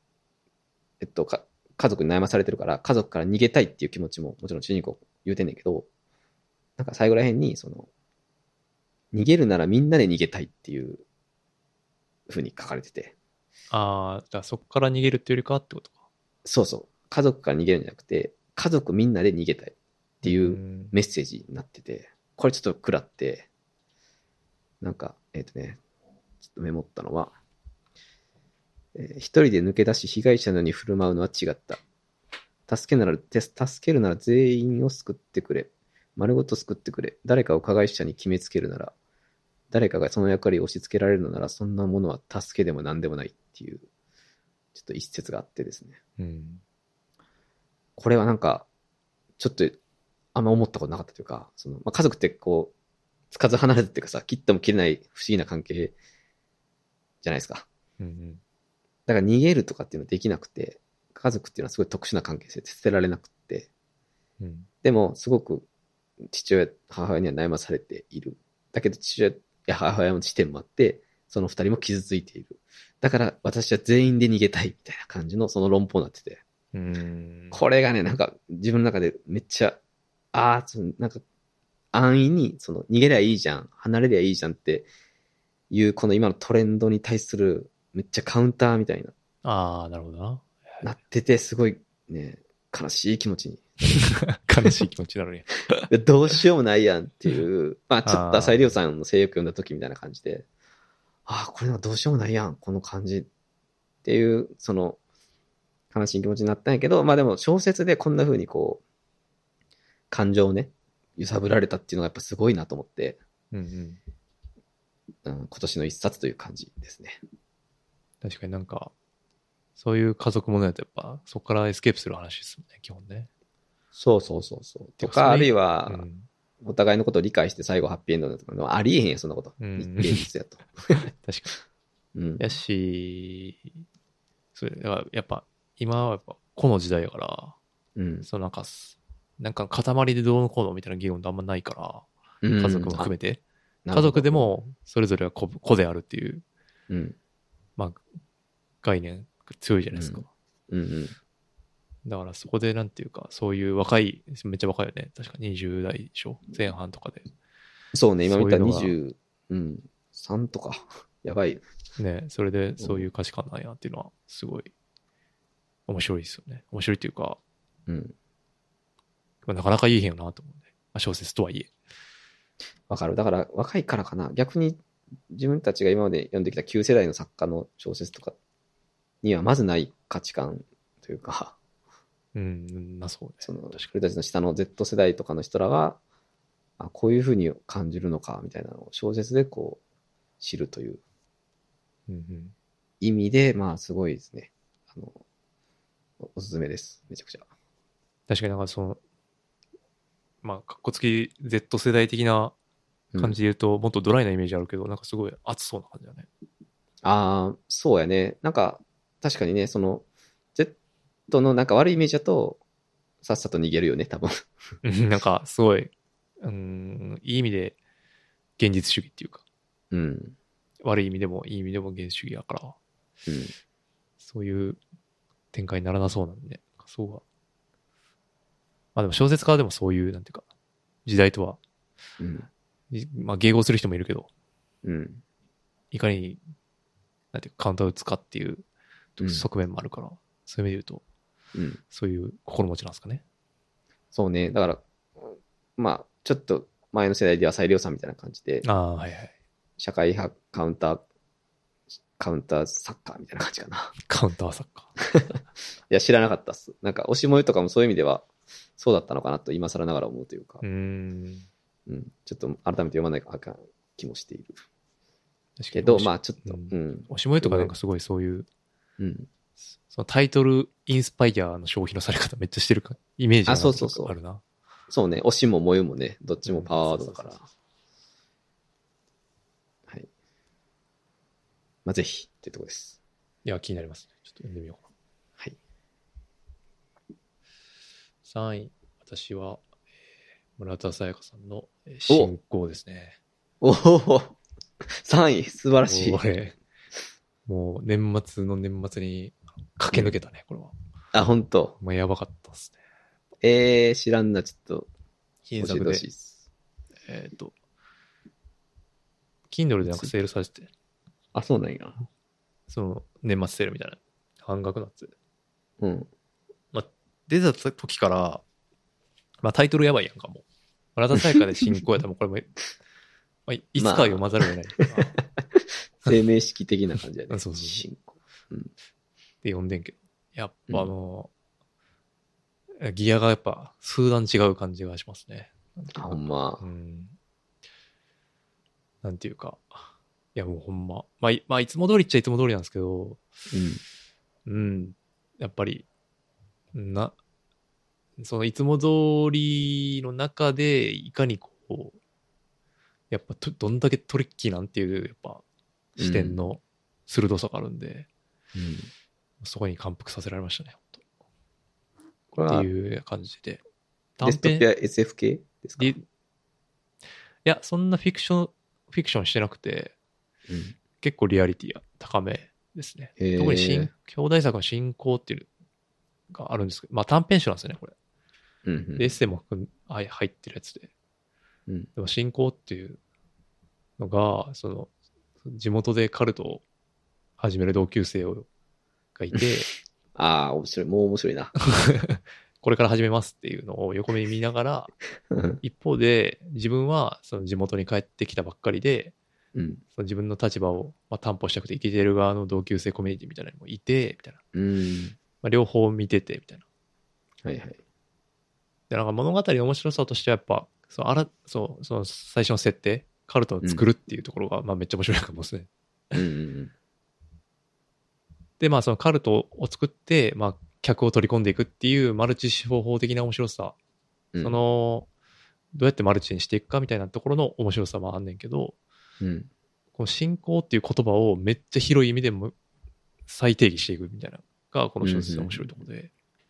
家族に悩まされてるから、家族から逃げたいっていう気持ちももちろん主人公言うてんねんけど、なんか最後らへんに、その、逃げるならみんなで逃げたいっていう風に書かれてて、 ああ、だからそこから逃げるっていうよりかってことか。 そうそう。家族から逃げるんじゃなくて、家族みんなで逃げたいっていうメッセージになってて、これちょっと食らって、なんか、ちょっとメモったのは、一人で抜け出し被害者のように振る舞うのは違った。助けるなら全員を救ってくれ。丸ごと救ってくれ。誰かを加害者に決めつけるなら、誰かがその役割を押し付けられるのなら、そんなものは助けでも何でもないっていう、ちょっと一節があってですね。 うん。 これはなんか、ちょっと、あんま思ったことなかったというか、家族ってこう、つかず離れずっていうかさ、切っても切れない不思議な関係じゃないですか。 うんうん。 だから逃げるとかっていうのはできなくて、家族っていうのはすごい特殊な関係性で捨てられなくて、 うん、 でもすごく父親、母親には悩まされている。だけど父親や母親の視点もあって、その二人も傷ついている。だから私は全員で逃げたいみたいな感じのその論法になってて。これがね、なんか自分の中でめっちゃ、なんか安易に逃げりゃいいじゃん、離れりゃいいじゃんっていうこの今のトレンドに対するめっちゃカウンターみたいな。 ああ、なるほどな。 なってて、すごいね、悲しい気持ちに。 悲しい気持ちになるね。 どうしようもないやんっていう、ちょっと浅井亮さんの性欲読んだ時みたいな感じで、これなんかどうしようもないやん、この感じっていう、悲しい気持ちになったんやけど、でも小説でこんな風にこう、感情をね、揺さぶられたっていうのがやっぱすごいなと思って、今年の一冊という感じですね。 確かになんか、そういう家族ものやとやっぱ、そこからエスケープする話ですもんね、基本ね。 そう。とか、あるいは、お互いのことを理解して最後ハッピーエンドだとか、ありえへんよ、そんなこと。現実やと。 確かに。やし、それ、だからやっぱ、今はやっぱ、この時代やから、なんか塊でどうのこうのみたいな議論ってあんまないから、家族も含めて。家族でも、それぞれは子であるっていう、概念が強いじゃないですか。だからそこでなんていうか、そういうめっちゃ若いよね。確か20代でしょ前半とかで。 そうね、今見たら23とか。やばい。 ね、それでそういう価値観なんやっていうのは、すごい、面白いですよね。面白いっていうか、なかなかいいへんよなと思うね。小説とはいえ。 わかる。だから若いからかな。逆に自分たちが今まで読んできた旧世代の作家の小説とかにはまずない価値観というか、 そうね。 俺たちの下の Z 世代とかの人らは、こういうふうに感じるのかみたいなのを小説でこう知るという意味で、すごいですね。おすすめです。めちゃくちゃ。 確かになんかかっこつき Z 世代的な感じで言うと、もっとドライなイメージあるけど、なんかすごい熱そうな感じだね。 そうやね。なんか、確かにね、Z のなんか悪いイメージだと、さっさと逃げるよね、多分。 なんか、すごい、いい意味で現実主義っていうか、悪い意味でもいい意味でも現実主義だから、そういう展開にならなそうなんで、そうは。でも小説家でもそういう、なんていうか、時代とは、迎合する人もいるけど、いかに、なんていうか、カウンターを打つかっていう側面もあるから、そういう意味で言うと、そういう心持ちなんですかね。 そうね。だから、ちょっと前の世代では浅井亮さんみたいな感じで、社会派カウンターサッカーみたいな感じかな。 カウンターサッカー。いや、知らなかったっす。なんか、推し萌えとかもそういう意味では、そうだったのかなと今更ながら思うというか。ちょっと改めて読まないとあかん気もしている。けど、ちょっと、 推し萌えとかなんかすごいそういう、そのタイトルインスパイアの消費のされ方めっちゃしてるかイメージがあるな。 そうね、推しも萌えもね、どっちもパワーワードだから。はい。ぜひっていうところです。 いや、気になりますね。ちょっと読んでみようかな。 はい。 3位、私は、村田沙耶香さんの信仰ですね。 おお3位、素晴らしい。 もう年末の年末に駆け抜けたね、これは。 ほんと。 やばかったっすね。知らんな、ちょっと。 金作で。Kindle でなんかセールされてて。 そうなんや。 その年末セールみたいな半額のやつ。 うん。 まあ、出た時から、まあタイトルやばいやんかもう。村田沙耶香で進行やったらもうこれも、まあ、いつかは読まざるを得ないとか。 生命式的な感じやね。 そうそう進行。うん。 で読んでんけど。やっぱギアがやっぱ数段違う感じがしますね。 ほんま。 うん。なんていうか。いやもうほんま。まあいつも通りっちゃいつも通りなんですけど、うん。やっぱり、そのいつも通りの中で、いかにこう、やっぱどんだけトリッキーなんていう、やっぱ視点の鋭さがあるんで、そこに感服させられましたね、 これはっていう感じで。 デストピア SF 系ですか？ いや、そんなフィクションしてなくて、結構リアリティ高めですね。特に兄弟作の進行っていうのがあるんですけど、まあ短編集なんですよね、これ。で、エッセイも入ってるやつで。でも進行っていうのが、その、地元でカルトを始める同級生がいて、 ああ、面白い。もう面白いな。 これから始めますっていうのを横目に見ながら、一方で自分はその地元に帰ってきたばっかりで、その自分の立場を担保したくて生きてる側の同級生コミュニティみたいなのもいて、みたいな。両方見てて、みたいな。 はいはい。 で、なんか物語の面白さとしてはやっぱ、その最初の設定、カルトを作るっていうところが、まあめっちゃ面白いかもですね。で、まあそのカルトを作って、まあ客を取り込んでいくっていうマルチ手法的な面白さ、その、どうやってマルチにしていくかみたいなところの面白さもあんねんけど、この信仰っていう言葉をめっちゃ広い意味でも再定義していくみたいなのがこの小説の面白いところで、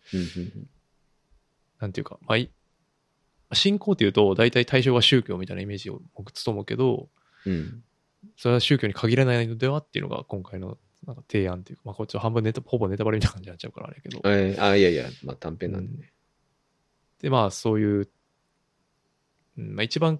なんていうか、まあ、信仰っていうと大体対象が宗教みたいなイメージを持つと思うけど、それは宗教に限らないのではっていうのが今回のなんか提案っていうか、まあこっちは半分ほぼネタバレみたいな感じになっちゃうからあれやけど。 いやいや、まあ短編なんでね。 で、まあそういう、まあ一番、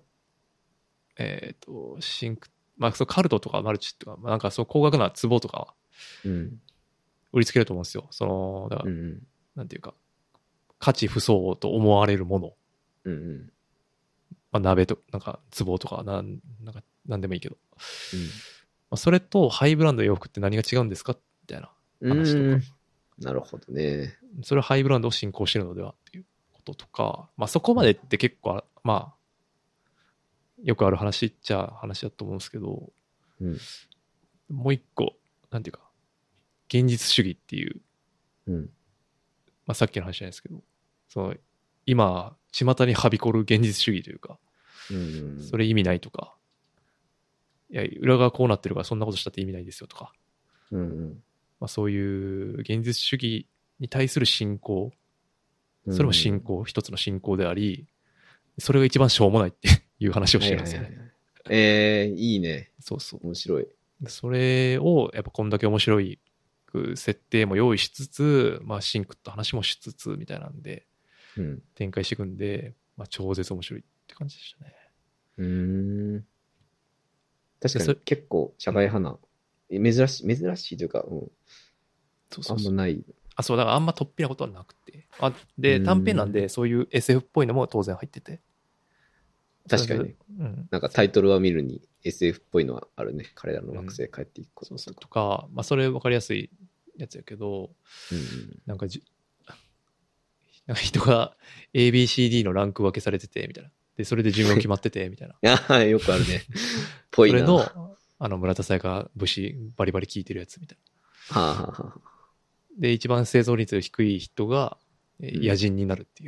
まあそのカルトとかマルチとか、まあ、なんかその高額な壺とか、売りつけると思うんですよ。その、だから、なんていうか、価値不相応と思われるもの。まあ鍋と、なんか壺とか、なんでもいいけど。まあ、それとハイブランドの洋服って何が違うんですかみたいな話とか。 なるほどね。 それはハイブランドを信仰してるのではっていうこととか、まあそこまでって結構、まあ、よくある話っちゃ話だと思うんですけど、もう一個、なんていうか、現実主義っていう、まあさっきの話じゃないですけど、その、今、巷にはびこる現実主義というか、それ意味ないとか、いや、裏側こうなってるからそんなことしたって意味ないですよとか、まあ、そういう現実主義に対する信仰、それも信仰、一つの信仰であり、それが一番しょうもないっていう話をしてるんですよね。 いいね。 そうそう。 面白い。 それを、やっぱこんだけ面白い設定も用意しつつ、まあシンクと話もしつつみたいなんで、展開していくんで、まあ超絶面白いって感じでしたね。 確かに結構社会派な、珍しいというか、あんまない。 そう、だからあんま突飛なことはなくて。で、短編なんで、そういう SF っぽいのも当然入ってて。 確かに。なんかタイトルは見るに SF っぽいのはあるね。彼らの惑星帰っていくこととか。まあ、それ分かりやすいやつやけど、なんか人が ABCD のランク分けされてて、みたいな。で、それで寿命決まってて、みたいな。 よくあるね。ぽいな。 それの、村田沙耶香節バリバリ聞いてるやつみたいな。で、一番生存率が低い人が、野人になるっていう。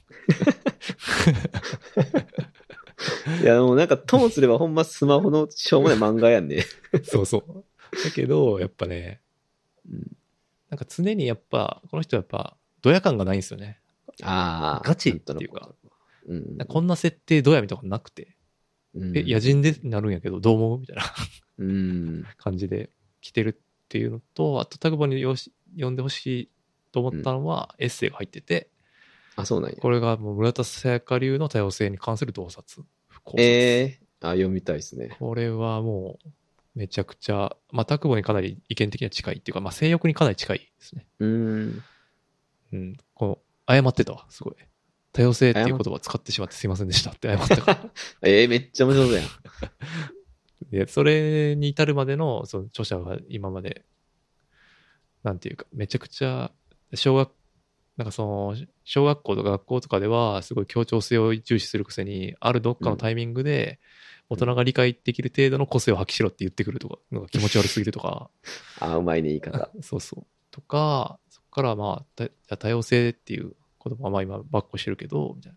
いや、もうなんかともすればほんまスマホのしょうもない漫画やんね。 そうそう。だけど、やっぱね、なんか常にやっぱ、この人はやっぱ、ドヤ感がないんですよね。ガチっていうか、こんな設定どうやみたいなことなくて、野人でなるんやけど、どう思うみたいな感じで来てるっていうのと、あと、タグボに読んでほしいと思ったのは、エッセイが入ってて、 そうなんや。 これがもう村田沙耶香流の多様性に関する洞察。 読みたいですね。 これはもう、 めちゃくちゃ、まあ、タクボにかなり意見的には近いっていうか、まあ、性欲にかなり近いですね。うん、謝ってたわ、すごい。多様性っていう言葉を使ってしまってすいませんでしたって謝ったから。 めっちゃ面白そうやん。 で、それに至るまでの、その著者が今まで、なんていうか、めちゃくちゃ、なんかその、小学校とか学校とかでは、すごい協調性を重視するくせに、あるどっかのタイミングで、大人が理解できる程度の個性を発揮しろって言ってくるとか、なんか気持ち悪すぎるとか。 うまいね、言い方。 そうそう。とか、そこからまあ、多様性っていう言葉はまあ今、ばっこしてるけど、みたい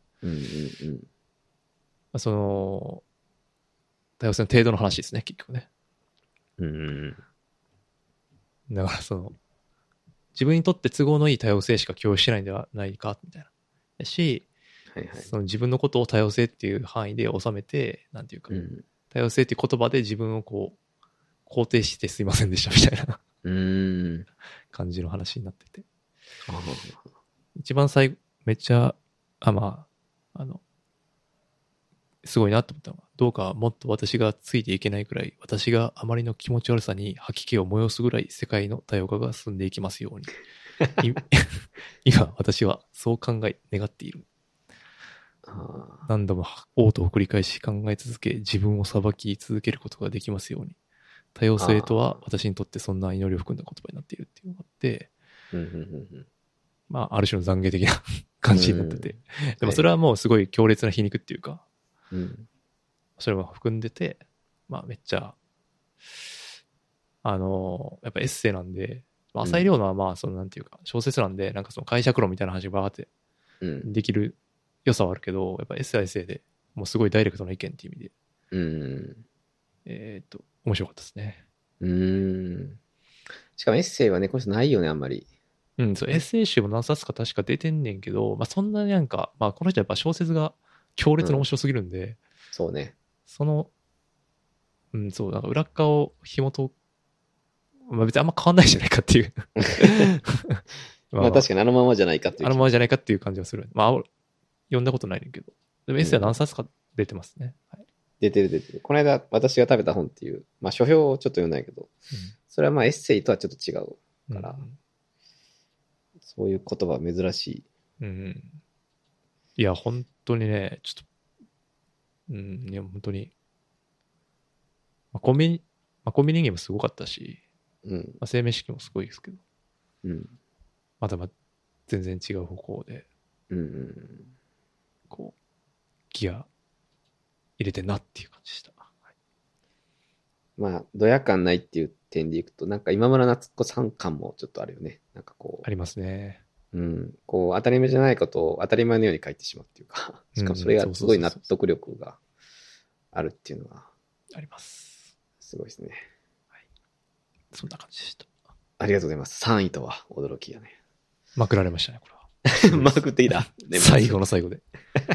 な。その、多様性の程度の話ですね、結局ね。だからその、自分にとって都合のいい多様性しか共有してないんではないか、みたいな。だし、その自分のことを多様性っていう範囲で収めて、なんていうか、多様性っていう言葉で自分をこう、肯定してすいませんでしたみたいな感じの話になってて。一番最後、めっちゃ、すごいなと思ったのは、どうかもっと私がついていけないくらい、私があまりの気持ち悪さに吐き気を催すぐらい世界の多様化が進んでいきますように。今、私はそう考え、願っている。何度も嘔吐を繰り返し考え続け、自分を裁き続けることができますように。多様性とは私にとってそんな祈りを含んだ言葉になっているっていうのがあって、まあ、ある種の懺悔的な感じになってて。でもそれはもうすごい強烈な皮肉っていうか、それも含んでて、まあめっちゃ、やっぱエッセイなんで、まあ、浅井亮のはまあ、そのなんていうか、小説なんで、なんかその解釈論みたいな話がバーってできる良さはあるけど、やっぱエッセイはエッセイで、もうすごいダイレクトな意見っていう意味で、面白かったですね。 しかもエッセイはね、この人ないよね、あんまり。 そう、エッセイ集も何冊か確か出てんねんけど、まあそんなになんか、まあこの人はやっぱ小説が強烈な面白すぎるんで、 そうね。 そう、なんか裏側を紐解まあ別にあんま変わんないじゃないかっていう。 まあ確かにあのままじゃないかっていう。 あのままじゃないかっていう感じはする。まあ、読んだことないねんけど。でもエッセイは何冊か出てますね。 出てる。この間私が食べた本っていう、まあ書評をちょっと読んだけど、それはまあエッセイとはちょっと違うから、そういう言葉は珍しい。 いや、本当にね、ちょっと、いや、本当に、コンビニ人間もすごかったし、生命式もすごいですけど、また全然違う方向で、こう、ギア入れてんなっていう感じでした。 まあ、ドヤ感ないっていう点でいくと、なんか今村夏子さん感もちょっとあるよね。なんかこう。 ありますね。 こう、当たり前じゃないことを当たり前のように書いてしまうっていうか、しかもそれがすごい納得力があるっていうのは。 あります。 すごいですね。 はい。そんな感じでした。 ありがとうございます。3位とは驚きやね。 まくられましたね、これは。 まくっていいだ。 最後の最後で。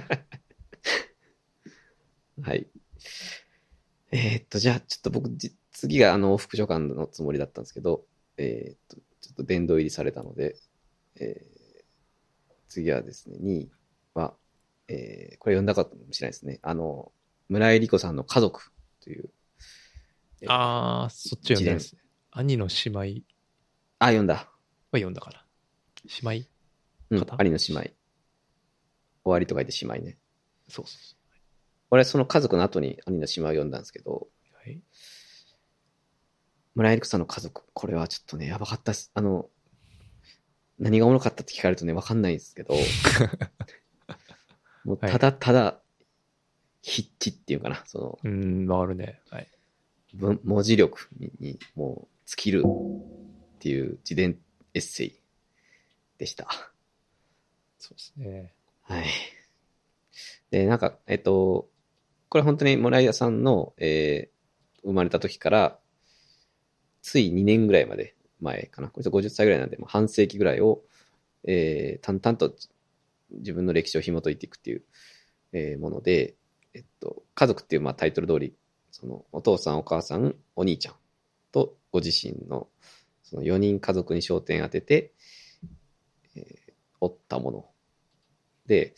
はい。じゃあ、ちょっと僕、次が副所官のつもりだったんですけど、ちょっと殿堂入りされたので、次はですね、2位は、これ読んだかもしれないですね。村井理子さんの家族という。 そっち読んだですね。兄の姉妹。 読んだ。 読んだから。姉妹兄の姉妹。終わりと書いて姉妹ね。 そう。 俺、その家族の後に兄の姉妹を読んだんですけど、村井理子さんの家族、これはちょっとね、やばかったっす。何がおもろかったって聞かれるとね、わかんないんですけど、もうただただ、筆致っていうかな、 回るね。はい。 文字力にもう尽きるっていう自伝エッセイでした。 そうですね。 はい。で、なんか、これ本当に村井さんの、生まれた時から、つい2年ぐらいまで前かな。これ50歳ぐらいなんで、もう半世紀ぐらいを、淡々と自分の歴史を紐解いていくっていう、もので、家族っていうまあタイトル通り、そのお父さん、お母さん、お兄ちゃんとご自身のその4人家族に焦点当てて、追ったもので、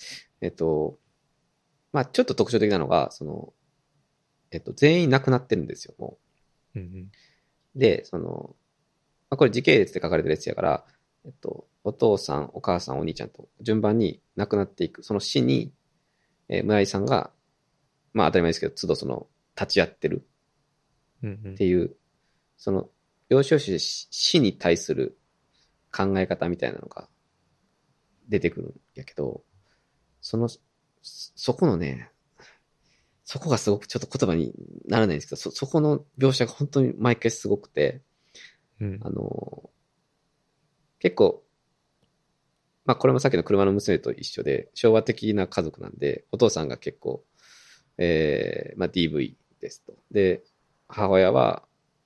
まあちょっと特徴的なのが、全員亡くなってるんですよ、もうんうん、 で、これ時系列で書かれてるやつやから、お父さん、お母さん、お兄ちゃんと順番に亡くなっていく。その死に、村井さんが、まあ当たり前ですけど、都度立ち会ってるっていう、その、要所要所で死に対する考え方みたいなのが出てくるんやけど、そこのね、そこがすごくちょっと言葉にならないんですけど、そこの描写が本当に毎回すごくて、 うん、 結構、まあこれもさっきの車の娘と一緒で、昭和的な家族なんで、お父さんが結構、まあ DV ですと。で、母親は、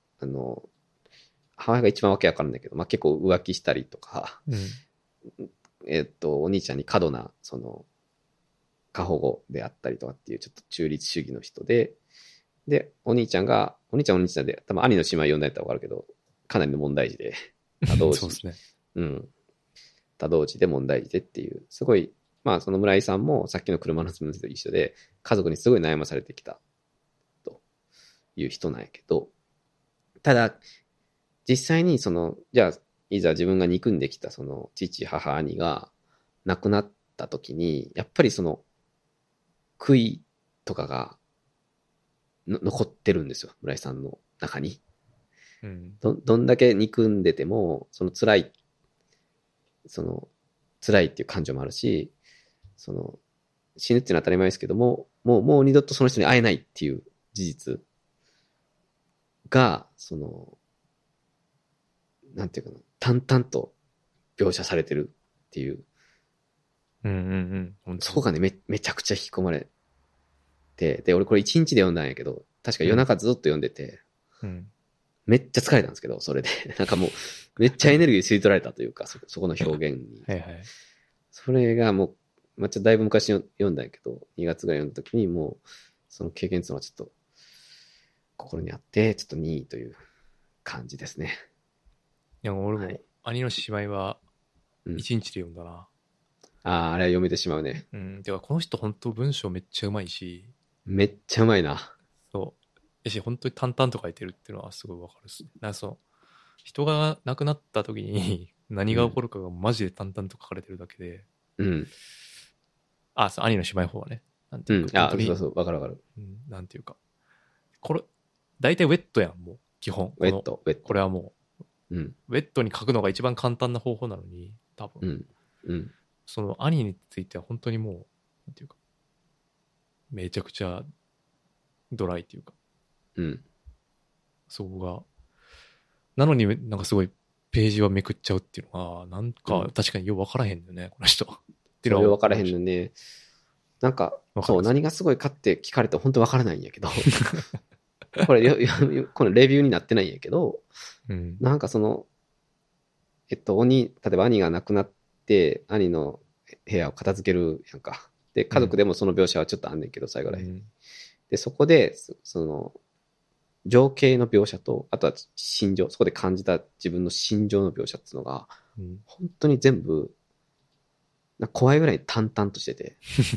母親が一番わけわかんないけど、まあ結構浮気したりとか、 うん、 お兄ちゃんに過度な、過保護であったりとかっていうちょっと中立主義の人で、で、お兄ちゃんはお兄ちゃんで、多分兄の姉妹呼んだやったらわかるけど、かなりの問題児で、多動児。 そうですね。 うん。多動児で問題児でっていう、すごい、まあその村井さんもさっきの車の娘と一緒で、家族にすごい悩まされてきた、という人なんやけど、ただ、実際にじゃあ、いざ自分が憎んできた父、母、兄が亡くなった時に、やっぱり悔いとかが残ってるんですよ、村井さんの中に。 うん、 どんだけ憎んでても、辛いっていう感情もあるし、死ぬっていうのは当たり前ですけども、もう二度とその人に会えないっていう事実が、なんていうかな、淡々と描写されてるっていう。 うんうんうん。 そこがね、めちゃくちゃ引き込まれて、で、俺これ一日で読んだんやけど、確か夜中ずっと読んでて、 うん、 めっちゃ疲れたんですけど、それで。なんかもう、めっちゃエネルギー吸い取られたというか、そこの表現に。 はいはい。 それがもう、まあ、だいぶ昔読んだんやけど、2月ぐらい読んだ時にもう、その経験っていうのはちょっと、心にあって、ちょっと2位という感じですね。 いや、俺も、 はい、 兄の姉妹は、一日で読んだな。 あれは読めてしまうね。 うん。てか、この人本当文章めっちゃうまいし。 めっちゃうまいな。 そう。本当に淡々と書いてるっていうのはすごいわかるっすね。なんか人が亡くなった時に何が起こるかがマジで淡々と書かれてるだけで。 うん。 そう、兄の姉妹方はね。なんてういうか、 ん。そう、わかるわかる。 なんていうか。これ、大体ウェットやん、もう。基本。 ウェット。 これはもう、ウェットに書くのが一番簡単な方法なのに、多分。その兄については本当にもう、なんていうか、めちゃくちゃドライっていうか。そこが。なのになんかすごいページはめくっちゃうっていうのが、なんか確かによくわからへんのよね、この人。っていうのは。 よくわからへんのね。なんか、そう、何がすごいかって聞かれて本当わからないんやけど。これレビューになってないんやけど、なんか例えば兄が亡くなって、兄の部屋を片付けるやんか。で、家族でもその描写はちょっとあんねんけど、最後らへん。で、そこで、情景の描写と、あとは心情、そこで感じた自分の心情の描写っていうのが、本当に全部、怖いぐらい淡々としてて。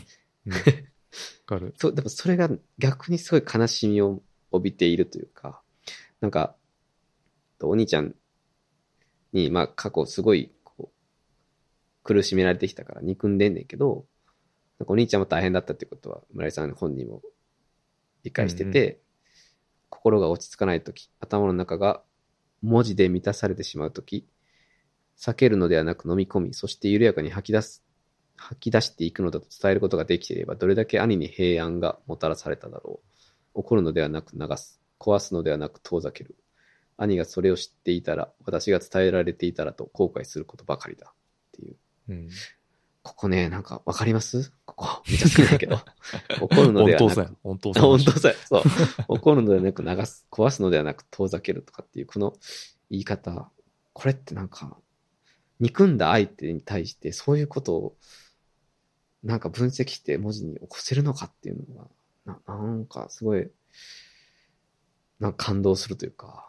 でもそれが逆にすごい悲しみを帯びているというか、なんか、お兄ちゃんに、まあ過去すごい苦しめられてきたから憎んでんねんけど、なんかお兄ちゃんも大変だったってことは村井さん本人も理解してて、心が落ち着かないとき、頭の中が文字で満たされてしまうとき、避けるのではなく飲み込み、そして緩やかに吐き出していくのだと伝えることができていれば、どれだけ兄に平安がもたらされただろう。怒るのではなく流す。壊すのではなく遠ざける。兄がそれを知っていたら、私が伝えられていたらと後悔することばかりだ。っていう。ここね、なんかわかります？ここ、めっちゃ好きなんやけど。怒るのではなく。 本当そう。怒るのではなく流す。壊すのではなく遠ざけるとかっていう、この言い方。これってなんか、憎んだ相手に対してそういうことをなんか分析して文字に起こせるのかっていうのが、なんかすごい、なんか感動するというか。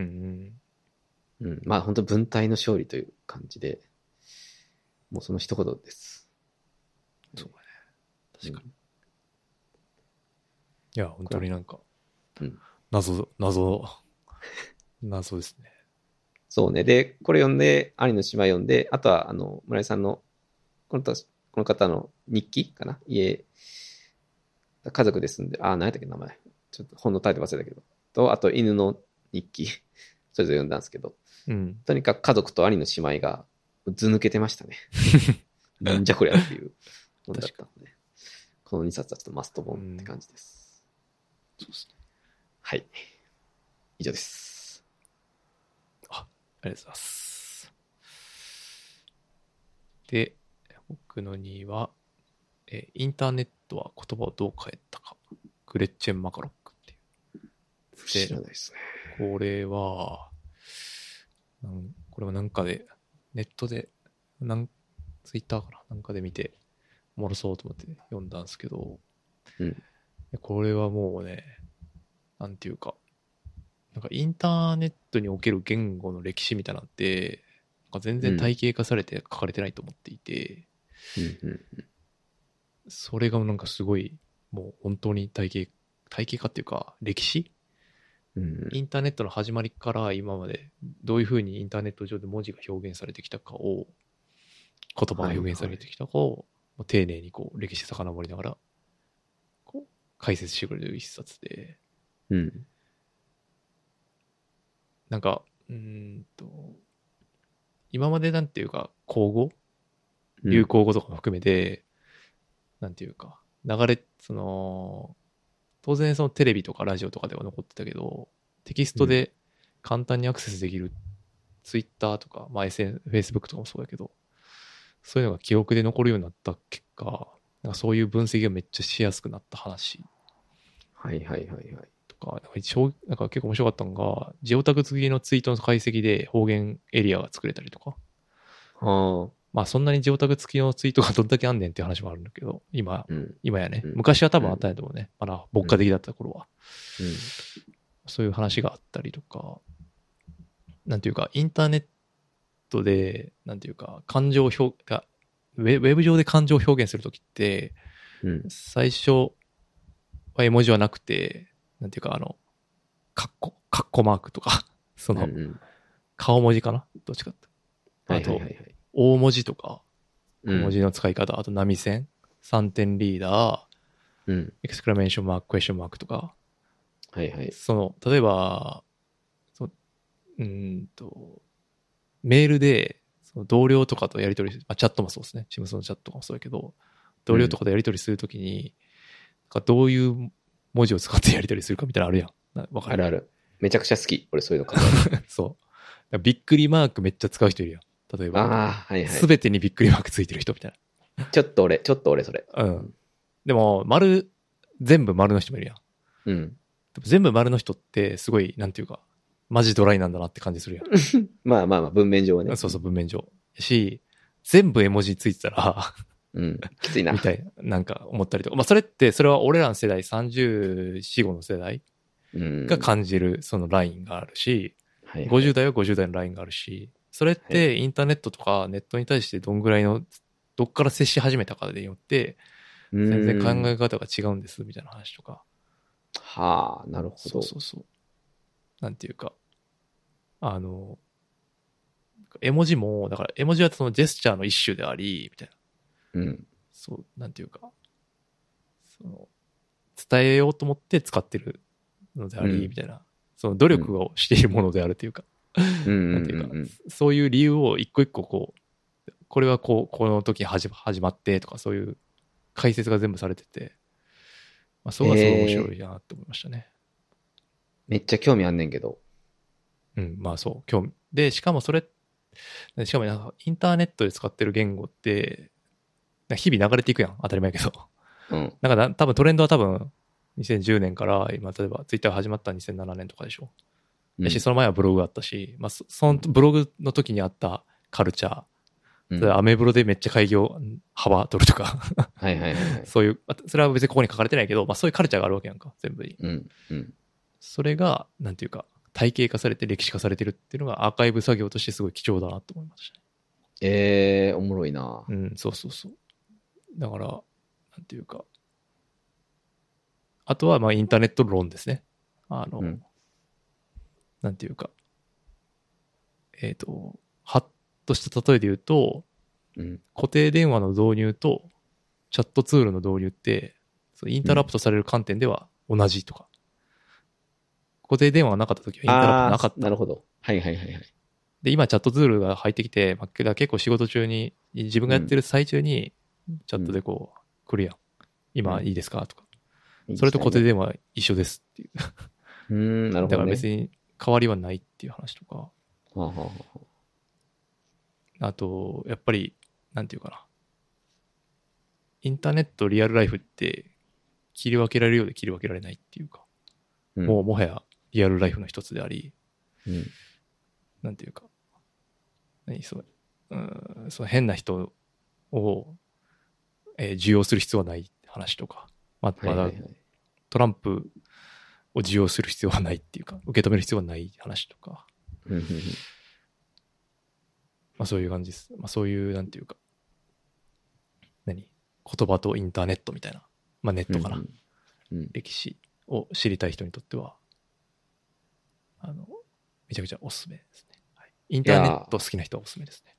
まあ本当文体の勝利という感じで、もうその一言です。 そうだね。確かに。いや、本当になんか、謎謎ですね。 そうね。で、これ読んで、兄の島読んで、あとは、村井さんの、この方の日記かな家族で住んで、何やったっけ名前。ちょっと本のタイトル忘れたけど。と、あと犬の日記。それぞれ読んだんですけど。 うん。 とにかく家族と兄の姉妹が図抜けてましたね。なんじゃこりゃっていうものだったので。この2冊はちょっとマスト本って感じです。 そうですね。 はい。以上です。 ありがとうございます。で、僕の2位は、インターネットは言葉をどう変えたか。グレッチェン・マカロックっていう。 知らないですね。 これはなんかで、ネットで、ツイッターかななんかで見て、おもろそうと思って読んだんですけど、 うん、 これはもうね、なんていうか、なんかインターネットにおける言語の歴史みたいなのって、なんか全然体系化されて書かれてないと思っていて、それがなんかすごい、もう本当に体系化っていうか、歴史、インターネットの始まりから今までどういうふうにインターネット上で文字が表現されてきたかを、言葉が表現されてきたかを、丁寧にこう歴史遡りながらこう解説してくれる一冊で、なんか今までなんていうか口語、流行語とかも含めて、なんていうか当然そのテレビとかラジオとかでは残ってたけど、テキストで簡単にアクセスできるツイッターとか、Facebook とかもそうだけど、そういうのが記憶で残るようになった結果、なんかそういう分析がめっちゃしやすくなった話。とか、なんか結構面白かったのが、ジオタグ付きのツイートの解析で方言エリアが作れたりとか。まあそんなにジオタグ付きのツイートがどんだけあんねんっていう話もあるんだけど、今やね、昔は多分あったんやと思うね。まだ牧歌的だった頃は。そういう話があったりとか、なんていうか、インターネットで、なんていうか、ウェブ上で感情を表現するときって、最初は絵文字はなくて、なんていうか、カッコマークとか、顔文字かなどっちかって。あと、大文字とか、小文字の使い方、あと波線、3点リーダー、エクスクラメーションマーク、クエスチョンマークとか、例えば、メールで、同僚とかとやり取り、チャットもそうですね。チームスのチャットとかもそうだけど、同僚とかとやり取りするときに、どういう文字を使ってやり取りするかみたいなのあるやん。わかる？ あるある。めちゃくちゃ好き。俺そういうの考える。 そう。びっくりマークめっちゃ使う人いるやん。例えば。すべてにびっくりマークついてる人みたいな。 ちょっと俺それ。 でも、全部丸の人もいるやん。でも全部丸の人ってすごい、なんていうか、マジドライなんだなって感じするやん。 まあ、文面上はね。 そうそう、文面上。全部絵文字ついてたら、 きついな。 みたいな、なんか思ったりとか。それは俺らの世代、34、5の世代が感じるそのラインがあるし、50代は50代のラインがあるし、それってインターネットとかネットに対してどっから接し始めたかによって、全然考え方が違うんです、みたいな話とか。 はあ、なるほど。 そう。なんていうか、絵文字も、だから絵文字はそのジェスチャーの一種であり、みたいな。そう、なんていうか、伝えようと思って使ってるのであり、みたいな。その努力をしているものであるというか、なんていうか、そういう理由を一個一個これはこの時に始まってとか、そういう解説が全部されてて、そこがすごい面白いなって思いましたね。 めっちゃ興味あんねんけど。 そう、興味。で、しかもなんかインターネットで使ってる言語って、日々流れていくやん。当たり前やけど。なんか多分トレンドは2010年から今、例えばツイッターが始まった2007年とかでしょ。その前はブログあったし、そのブログの時にあったカルチャー。アメブロでめっちゃ開業幅取るとか。そういう、それは別にここに書かれてないけど、そういうカルチャーがあるわけやんか、全部に。それが、なんていうか、体系化されて歴史化されてるっていうのがアーカイブ作業としてすごい貴重だなと思いましたね。おもろいな。 そう。だから、なんていうか、あとはインターネット論ですね。なんなんていうか、はっとした例えで言うと、 うん。 固定電話の導入とチャットツールの導入って、そのインタラプトされる観点では同じとか。固定電話がなかった時はインタラプトなかった。 なるほど。はいはいはいはい。 で、今チャットツールが入ってきて、まあ、結構仕事中に、自分がやってる最中に、チャットでこう、来るやん。今いいですかとか。それと固定電話一緒ですっていう。 なるほど、ね。 だから別に変わりはないっていう話とか。あと、やっぱり、なんていうかな。インターネット、リアルライフって切り分けられるようで切り分けられないっていうか。もはやリアルライフの一つであり、なんていうか。その変な人を、受容する必要はない話とか。まだトランプを受容する必要はないっていうか、受け止める必要はない話とか。まあそういう感じです。まあそういう、なんていうか、言葉とインターネットみたいな、まあネットかな。歴史を知りたい人にとっては、めちゃくちゃおすすめですね。はい、インターネット好きな人はおすすめですね。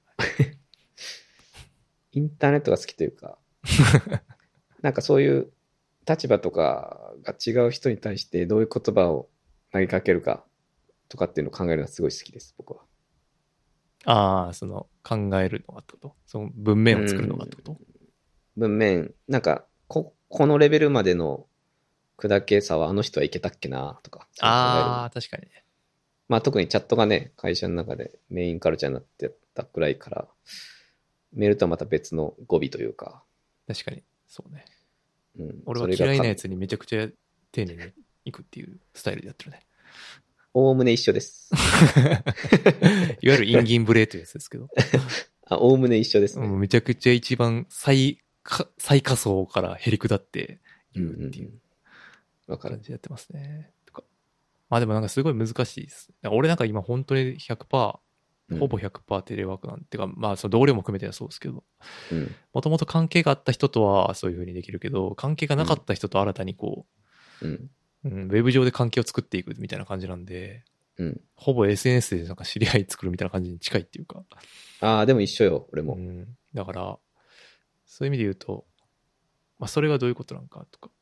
インターネットが好きというか、なんかそういう立場とかが違う人に対してどういう言葉を投げかけるかとかっていうのを考えるのがすごい好きです、僕は。 ああ、その考えるのがってこと？その文面を作るのがってこと？ 文面、なんかこのレベルまでの砕けさはあの人はいけたっけなとか。 ああ、確かにね。 まあ特にチャットがね、会社の中でメインカルチャーになってたくらいから、メールとはまた別の語尾というか。 確かに、そうね。俺は嫌いなやつにめちゃくちゃ丁寧にいくっていうスタイルでやってるね。 おおむね一緒です。 いわゆるインギンブレーというやつですけど。 おおむね一緒ですね。 めちゃくちゃ一番最下層からへり下って言うっていう感じでやってますね。まあでもなんかすごい難しいです。俺なんか今本当に 100%、ほぼ 100% テレワークなんてか、まあその同僚も含めてはそうですけど、もともと関係があった人とはそういう風にできるけど、関係がなかった人と新たにこう、ウェブ上で関係を作っていくみたいな感じなんで、ほぼ SNS でなんか知り合い作るみたいな感じに近いっていうか。 ああ、でも一緒よ、俺も。 だから、そういう意味で言うと、まあそれがどういうことなのかとか。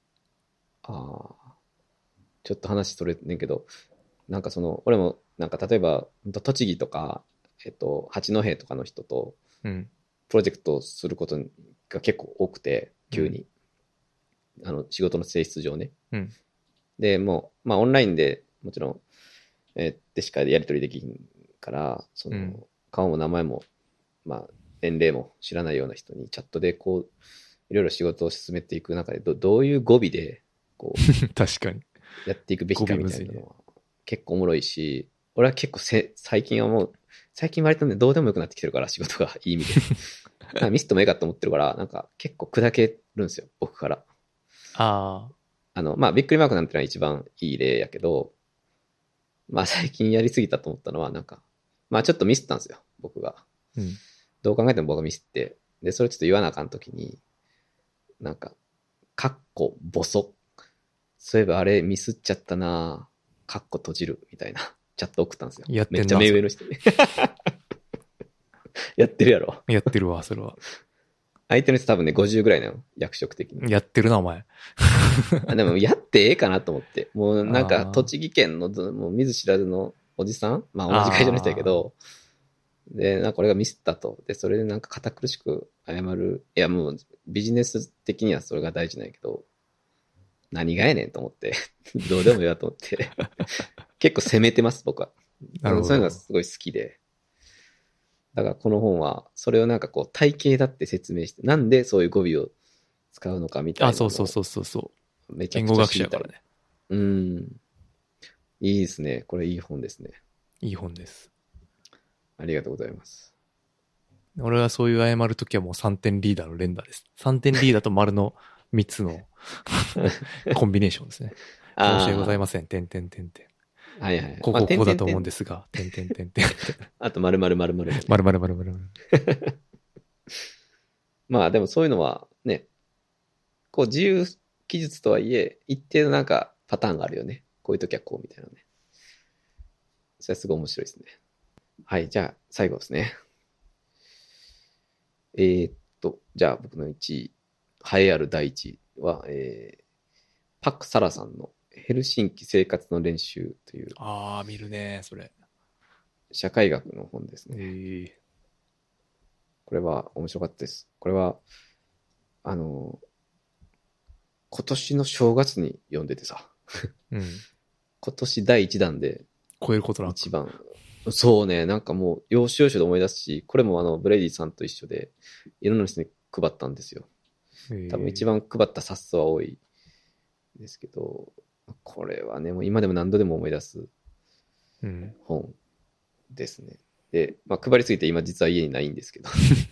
ちょっと話それねんけど、なんか俺もなんか例えば、栃木とか、八戸とかの人と、プロジェクトをすることが結構多くて、急に。仕事の性質上ね。で、もう、まあオンラインでもちろん、でしかやり取りできんから、顔も名前も、まあ年齢も知らないような人にチャットでこう、いろいろ仕事を進めていく中で、どういう語尾で、こう、 確かに。 やっていくべきかみたいなのは結構おもろいし、俺は結構最近割とね、どうでもよくなってきてるから、仕事がいい意味で。ミスってもええかと思ってるから、なんか結構砕けるんですよ、僕から。まあ、びっくりマークなんてのは一番いい例やけど、まあ最近やりすぎたと思ったのは、なんか、まあちょっとミスったんですよ、僕が。どう考えても僕がミスって。で、それちょっと言わなあかんときに、なんか、ボソ。そういえばあれミスっちゃったなぁ、閉じるみたいなチャット送ったんですよ。めっちゃ目上の人に。やってるやろ。 やってるわ、それは。 相手の人多分ね、50ぐらいなの、役職的に。 やってるな、お前。 でも、やってええかなと思って。もうなんか、栃木県の、もう見ず知らずのおじさん、まあ同じ会社の人やけど、で、なんか俺がミスったと。で、それでなんか堅苦しく謝る。いや、もうビジネス的にはそれが大事なんやけど、何がやねんと思って、どうでもいいわと思って、結構攻めてます、僕は。そういうのがすごい好きで。だからこの本は、それをなんかこう体系だって説明して、なんでそういう語尾を使うのかみたいな。 そう。 めちゃくちゃ言語学習やからね。 いいですね。これいい本ですね。 いい本です。 ありがとうございます。 俺はそういう謝るときはもう3点リーダーの連打です。3点リーダーと丸の3つのコンビネーションですね。申し訳ございません。 はいはい。 ここだと思うんですが、 あと、丸。まあでもそういうのはね、こう自由記述とはいえ、一定のなんかパターンがあるよね。こういう時はこうみたいなね。 それはすごい面白いですね。はい、じゃあ最後ですね。じゃあ僕の1位、栄えある第1位は、パク・サラさんのヘルシンキ生活の練習という。 ああ、見るね、それ。 社会学の本ですね。これは面白かったです。これは、今年の正月に読んでてさ。 うん。 今年第1弾で。 超えることなく。 一番。そうね、なんかもう、要所要所で思い出すし、これもブレイディさんと一緒で、いろんな人に配ったんですよ。多分一番配った冊数は多いですけど、これはね、もう今でも何度でも思い出す本ですね。で、まあ、配りすぎて今実は家にないんですけ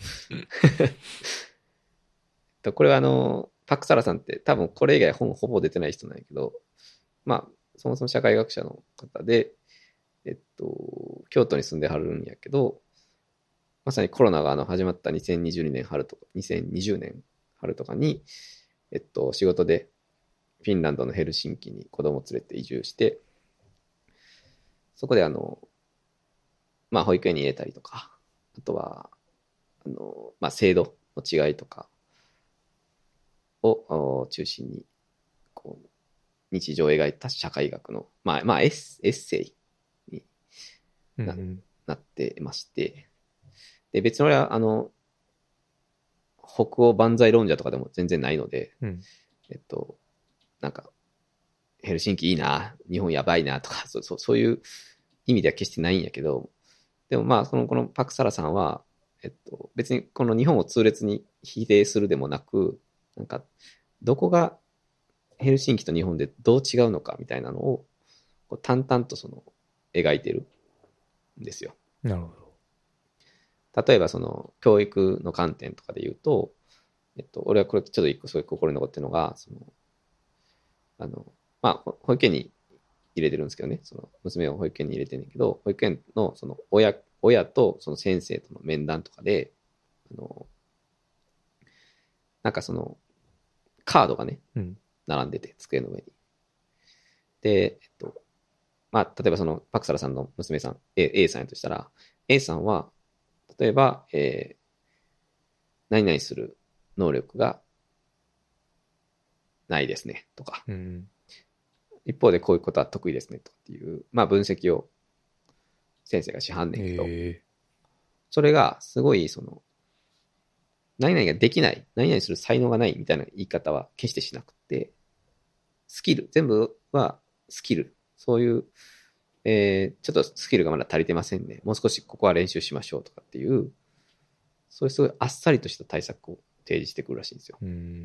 ど。これはパクサラさんって多分これ以外本ほぼ出てない人なんやけど、まあ、そもそも社会学者の方で、京都に住んではるんやけど、まさにコロナが始まった2020年春とか、2020年春とかに、仕事でフィンランドのヘルシンキに子供を連れて移住して、そこでまあ保育園に入れたりとか、あとは、まあ制度の違いとかを中心に、こう、日常を描いた社会学の、まあエッセイになってまして、で、別に俺は、北欧万歳論者とかでも全然ないので、なんか、ヘルシンキいいな、日本やばいなとか、そういう意味では決してないんやけど、でもまあ、このパクサラさんは、別にこの日本を痛烈に否定するでもなく、なんか、どこがヘルシンキと日本でどう違うのかみたいなのを、こう淡々と描いてるんですよ。 なるほど。 例えば教育の観点とかで言うと、俺はこれちょっと一個すごい心に残ってるのが、まあ、保育園に入れてるんですけどね、娘を保育園に入れてるんだけど、保育園の親と先生との面談とかで、なんかカードがね、並んでて、机の上に。で、まあ、例えばパクサラさんの娘さん、A さんやとしたら、A さんは、例えば、何々する能力がないですね、とか。一方でこういうことは得意ですね、とっていう、まあ分析を先生がしはんねんけど、それがすごい何々ができない、何々する才能がないみたいな言い方は決してしなくて、スキル、全部はスキル、そういう、ちょっとスキルがまだ足りてませんね。もう少しここは練習しましょうとかっていう、そういうすごいあっさりとした対策を提示してくるらしいんですよ。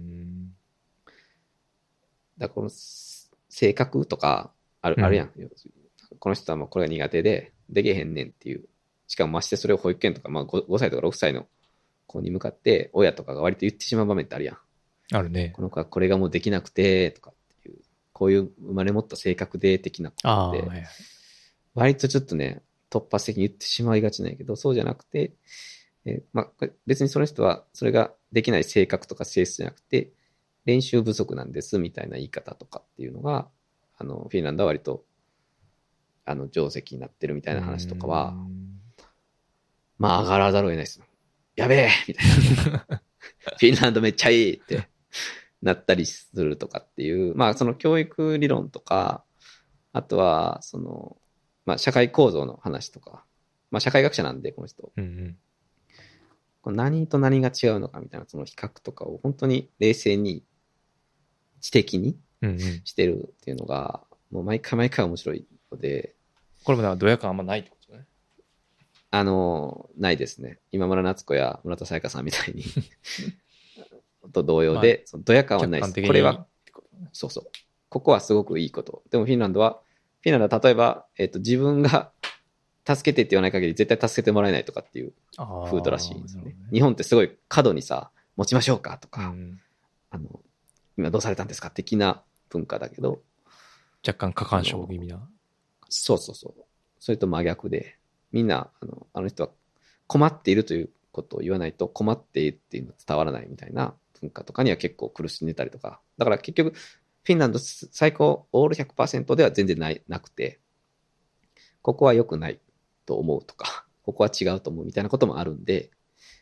だからこの性格とかあるやん。この人はもうこれが苦手で、できへんねんっていう。しかもましてそれを保育園とか、まあ 5歳とか6歳の子に向かって、親とかが割と言ってしまう場面ってあるやん。 あるね。 この子はこれがもうできなくて、とかっていう、こういう生まれ持った性格で的なことで、割とちょっとね、突発的に言ってしまいがちなんやけど、そうじゃなくて、まあ、別にその人はそれができない性格とか性質じゃなくて、練習不足なんですみたいな言い方とかっていうのが、フィンランドは割と、定石になってるみたいな話とかは、まあ、上がらざるを得ないです。やべえみたいな。フィンランドめっちゃいいってなったりするとかっていう、まあ、教育理論とか、あとは、まあ、社会構造の話とか、まあ、社会学者なんで、この人。何と何が違うのかみたいな、比較とかを本当に冷静に、知的にしてるっていうのが、もう毎回毎回面白いので。 これもドヤ感あんまないってことね。 ないですね。今村夏子や村田沙耶香さんみたいにと同様で、まあ、ドヤ感はないです。これは、そうそう。ここはすごくいいこと。でもフィンランドは例えば、自分が助けてって言わない限り絶対助けてもらえないとかっていう風土らしいんですよね。日本ってすごい過度にさ、持ちましょうかとか、今どうされたんですか的な文化だけど。 若干過干渉気味な。 そうそうそう。それと真逆で、みんな、あの人は困っているということを言わないと困っているっていうのは伝わらないみたいな文化とかには結構苦しんでたりとか。だから結局、フィンランド最高オール 100% では全然なくて、 ここは良くないと思うとか、ここは違うと思うみたいなこともあるんで、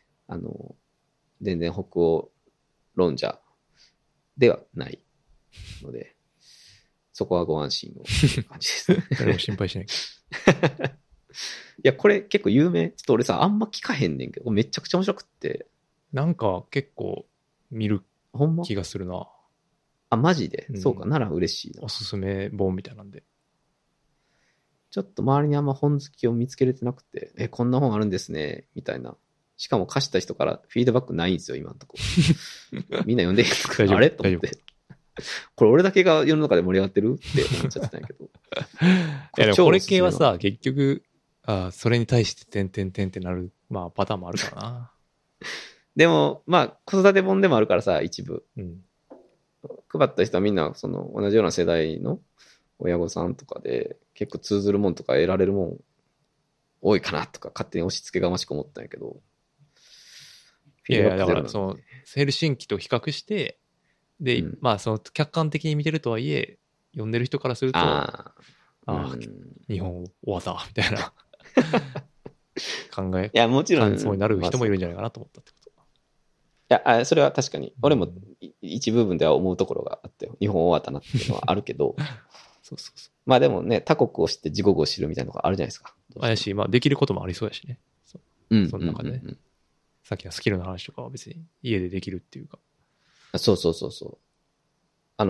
全然北欧論者ではないので、そこはご安心をという感じですね。 誰も心配しないけいや、これ結構有名。ちょっと俺さ、あんま聞かへんねんけど、めちゃくちゃ面白くって。 ど。なんか結構見るほんま気がするな。 あ、マジで、 うんそうか、なら嬉しいな。 おすすめ本みたいなんで。 ちょっと周りにあんま本好きを見つけれてなくて、こんな本あるんですね、みたいな。しかも貸した人からフィードバックないんですよ、今のところ。みんな読んでいいですか大丈夫あれと思って。これ俺だけが世の中で盛り上がってるって思っちゃってたんやけど。 いやでもこれ系は超おさ、結局、それに対して点々点ってなる、まあパターンもあるからな。 でも、まあ、子育て本でもあるからさ、一部。 うん。 配った人はみんな、その、同じような世代の親御さんとかで、結構通ずるもんとか得られるもん多いかなとか、勝手に押し付けがましく思ったんやけど。 いやいや、だからその、ヘルシンキと比較して、で、 うんまあその客観的に見てるとはいえ、読んでる人からすると、日本終わったみたいな考え、 いや、もちろん。 感想になる人もいるんじゃないかなと思ったってこと。 いや、それは確かに。俺も一部分では思うところがあって、日本終わったなっていうのはあるけど。 そうそうそう。 まあでもね、他国を知って自国を知るみたいなのがあるじゃないですか。 怪しい。まあできることもありそうやしね。その中でね。 うんうんうん、 さっきのスキルの話とかは別に家でできるっていうか。 そうそうそうそう。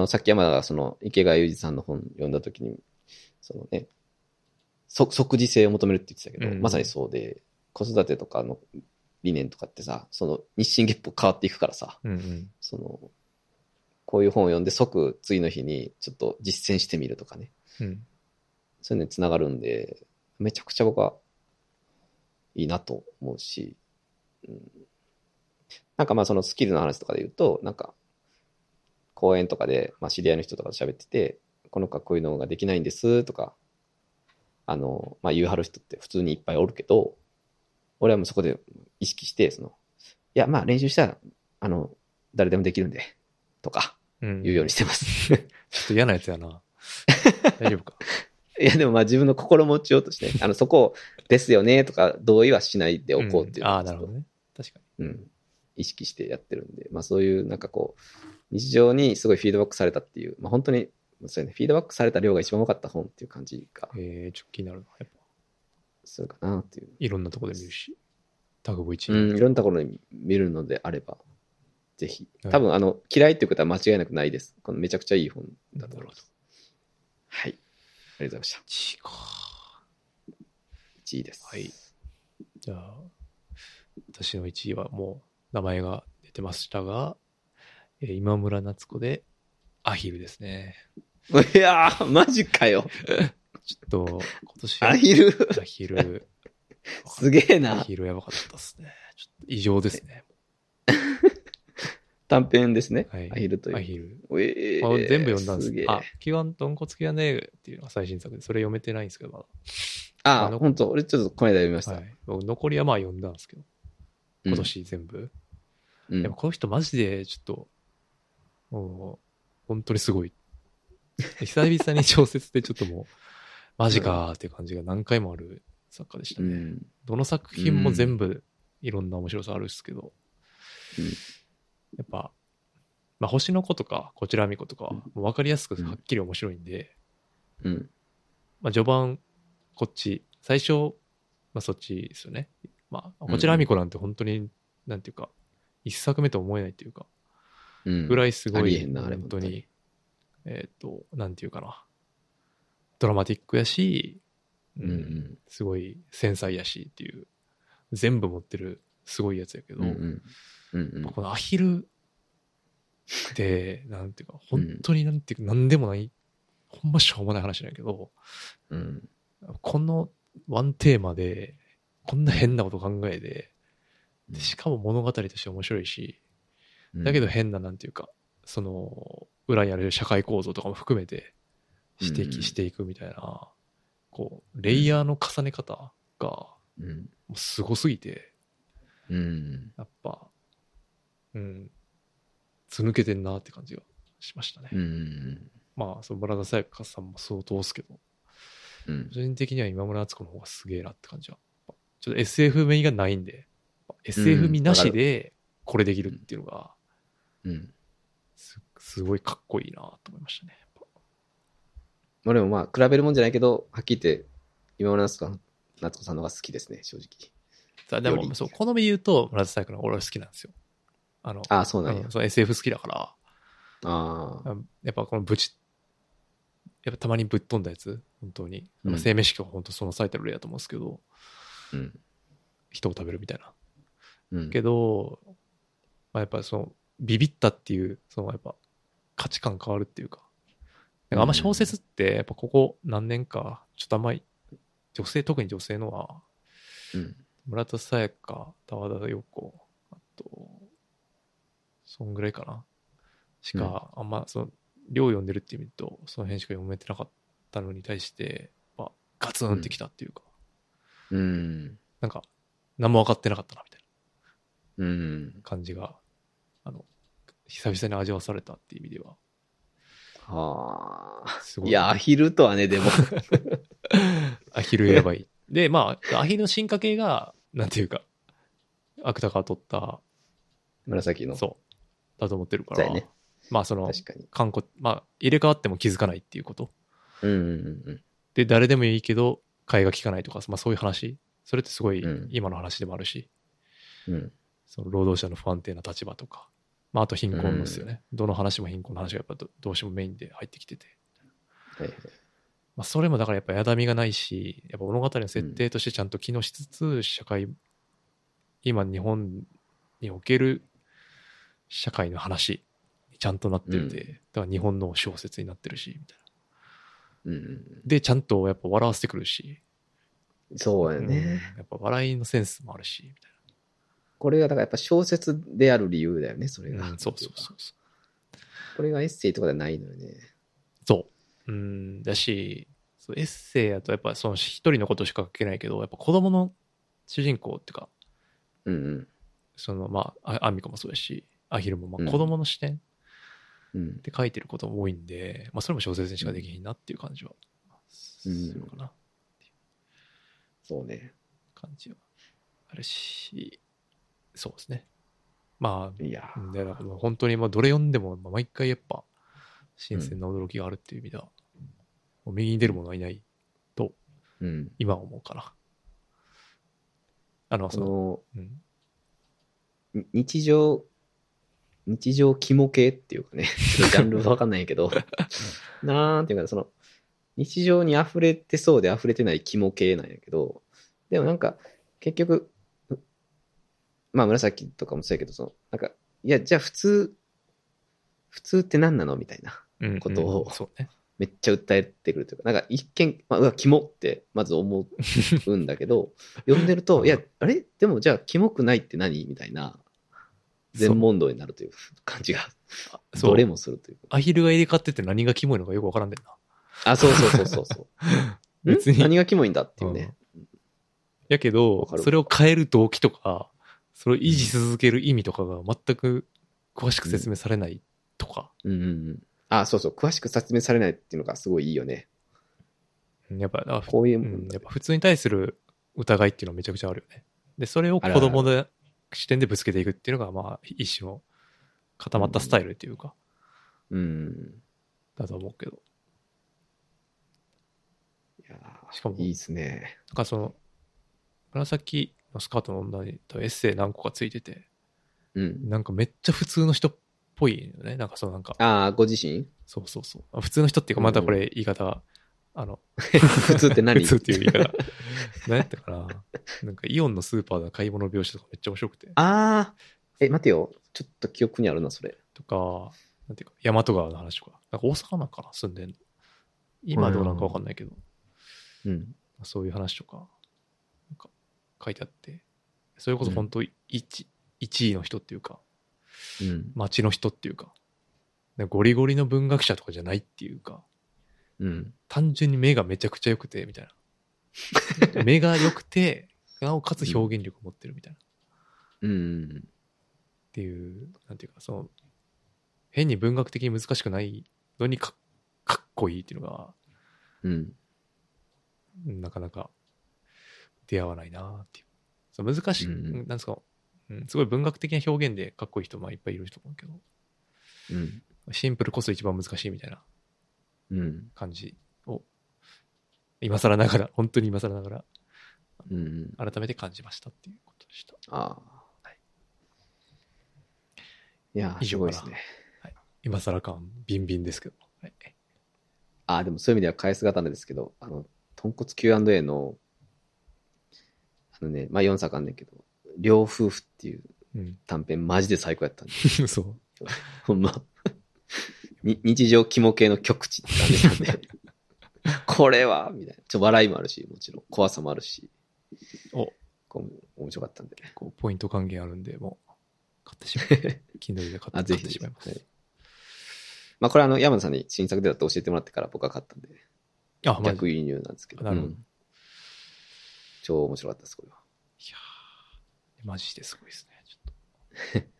さっき山田がその池谷裕二さんの本読んだときに、そのね、即時性を求めるって言ってたけど、まさにそうで、子育てとかの理念とかってさ、その日進月歩変わっていくからさ、その、こういう本を読んで即次の日にちょっと実践してみるとかね。そういうのにつながるんで、めちゃくちゃ僕はいいなと思うし、なんかまあそのスキルの話とかで言うと、なんか講演とかで、まあ知り合いの人とかと喋ってて、この子はこういうのができないんですとか、まあ言うはる人って普通にいっぱいおるけど、俺はもうそこで意識して、いやまあ練習したら、誰でもできるんで、とか、言うようにしてます。 ちょっと嫌なやつやな。大丈夫か。 いやでもまあ自分の心持ちようとして、そこですよねとか同意はしないでおこうっていうのを、 なるほどね。確かに。意識してやってるんで、まあそういうなんかこう、日常にすごいフィードバックされたっていう、まあ本当に、そうね、フィードバックされた量が一番多かった本っていう感じが。 ちょっと気になるな、やっぱ。 するかなっていう。 いろんなところで見るし。タグボ1 いろんなところで見るのであれば、ぜひ。多分嫌いっていうことは間違いなくないです。このめちゃくちゃいい本だと思います。はい。ありがとうございました。 1位か。 1位です。 はい。じゃあ、私の1位はもう名前が出てましたが、今村夏子でアヒルですね。 いやー、マジかよ。 ちょっと、今年アヒル。すげえな。 アヒルやばかったですね。ちょっと異常ですね。 短編ですね。 はい、 アヒルという。 アヒル。 全部読んだんです。キワントンコツキワネっていうのが最新作で、それ読めてないんですけど、まだ。 本当俺ちょっとこの間読みました。 はい。残りはまあ読んだんですけど、今年全部。でもこの人マジでちょっと、もう、本当にすごい。久々に小説でちょっともう、マジかーっていう感じが何回もある作家でしたね。どの作品も全部いろんな面白さあるんですけど、やっぱ、まあ、星の子とか、こちらみ子とかは、もう分かりやすくはっきり面白いんで、まあ、序盤、こっち、最初、まあ、そっちですよね。まあ、こちらみ子なんて本当に、なんていうか、一作目と思えないというか、ぐらいすごい、本当に、なんていうかな、ドラマティックやし、すごい繊細やしっていう、全部持ってるすごいやつやけど、このアヒルって、なんていうか、本当になんていうか、なんでもない、ほんましょうもない話なんやけど、このワンテーマで、こんな変なこと考えて、しかも物語として面白いし、だけど変な、なんていうか、その、裏にある社会構造とかも含めて指摘していくみたいな、こう、レイヤーの重ね方が、もうすごすぎて、やっぱ、つ抜けてんなって感じがしましたね。まあ、その村田沙耶香さんも相当ですけど、 うん個人的には今村敦子の方がすげえなって感じは。ちょっと SF 味がないんで、SF 味なしでこれできるっていうのが、 うん。 すごいかっこいいなと思いましたね。 俺もまあ、比べるもんじゃないけど、はっきり言って、今村夏子さんの方が好きですね、正直。 でも、そう、好みで言うと、村田彩子の方が俺は好きなんですよ。 そうなんや。 そう SF 好きだから、 ああ。 やっぱこのやっぱたまにぶっ飛んだやつ、本当に。生命式は本当その最たる例だと思うんですけど、 うん。 人を食べるみたいな。 うん。 けど、やっぱビビったっていう、やっぱ価値観変わるっていうか、なんかあんま小説ってやっぱここ何年かちょっとあんまり特に女性のは、村田沙耶香、田和田陽子、あとそんぐらいかなしか、あんま量読んでるっていう意味とその辺しか読めてなかったのに対してガツンってきたっていうか、なんか何も分かってなかったなみたいな感じが久々に味わわされたっていう意味では。 すごい。いや、アヒルとはね、でも。 アヒルやばい。で、まあ、アヒルの進化系が、なんていうか、芥川取った、 紫の。 そう。だと思ってるから、 ね、 まあ、 確かに。 まあ、入れ替わっても気づかないっていうこと。で、誰でもいいけど、替えが利かないとか、まあそういう話。それってすごい今の話でもあるし、その労働者の不安定な立場とか、まあ、あと貧困ですよね。どの話も貧困の話がやっぱどうしてもメインで入ってきてて。まあ、それもだからやっぱやだみがないし、やっぱ物語の設定としてちゃんと機能しつつ、今日本における社会の話にちゃんとなってるで、だから日本の小説になってるし、みたいな。で、ちゃんとやっぱ笑わせてくるし。 そうやね。 やっぱ笑いのセンスもあるし、みたいな。 これがだからやっぱ小説である理由だよね、それが。 そう。 これがエッセイとかではないのよね。 そう。だし、エッセイやとやっぱ一人のことしか書けないけど、やっぱ子供の主人公っていうか、まあ、アンミカもそうだし、アヒルもまあ子供の視点で書いてることも多いんで、まあそれも小説にしかできひんなっていう感じはするかな。 そうね。 感じはあるし、そうですね。まあ、だから本当にどれ読んでも毎回やっぱ新鮮な驚きがあるっていう意味では、もう右に出る者はいないと、今は思うかな。 日常肝系っていうかね、ちょっとジャンルわかんないけど、なんていうか、日常に溢れてそうで溢れてない肝系なんやけど、でもなんか、結局、まあ紫とかもそうやけど、なんか、いや、じゃあ普通って何なのみたいなことを、めっちゃ訴えてくるというか、なんか一見、まあ、肝ってまず思うんだけど、読んでると、いや、あれでもじゃあ肝くないって何みたいな、全問答になるという感じが、どれもするという。 アヒルが入れ替わってて何がキモいのかよくわからんでんな。 そう。別に何がキモいんだっていうね。 やけど、それを変える動機とか、それを維持し続ける意味とかが全く詳しく説明されないとか。 そう。詳しく説明されないっていうのがすごいいいよね。 やっぱ、 こういう、 やっぱ普通に対する疑いっていうのはめちゃくちゃあるよね。で、それを子供の視点でぶつけていくっていうのが、まあ、一種の固まったスタイルっていうか。だと思うけど。 しかも、いいですね。 なんか紫のスカートの女にエッセイ何個かついてて、なんかめっちゃ普通の人っぽいよね。なんかご自身？ そう。普通の人っていうか、またこれ言い方、 普通って何？ 普通っていう言い方。何やったかな。なんかイオンのスーパーの買い物描写とかめっちゃ面白くて。 待てよ。ちょっと記憶にあるな、それ。 とか、なんていうか、大和川の話とか。なんか大阪なんかな、住んでんの。今はどうなんかわかんないけど。そういう話とか、なんか書いてあって、それこそ本当一位の人っていうか、町の人っていうか、ゴリゴリの文学者とかじゃないっていうか、単純に目がめちゃくちゃ良くてみたいな。目が良くて、なおかつ表現力を持ってるみたいな。っていう、なんていうか、変に文学的に難しくないのにかっこいいっていうのが、 なかなか出会わないなっていう。そう難しい、なんですか、すごい文学的な表現でかっこいい人もいっぱいいると思うけど、シンプルこそ一番難しいみたいな感じを、今更ながら、本当に今更ながら、改めて感じましたっていうことでした。 はい、いや、すごいですね。 はい、今更感ビンビンですけど。 はい、でもそういう意味では返す型なんですけど、豚骨 Q&A の、まあ4作あんねんけど、両夫婦っていう短編、マジで最高やったんで。 そう。 ほんま。日常肝系の極致って感じなんで。これはみたいな。笑いもあるし、もちろん。怖さもあるし。面白かったんで。 ポイント還元あるんで、もう、買ってしまう。Kindle で買ってしまいます。はい、 まあ、これ山田さんに新作でだと教えてもらってから僕は買ったんで。逆輸入なんですけど。 なるほど。 超面白かったです、これは。 いやー、マジですごいですね。ちょっと。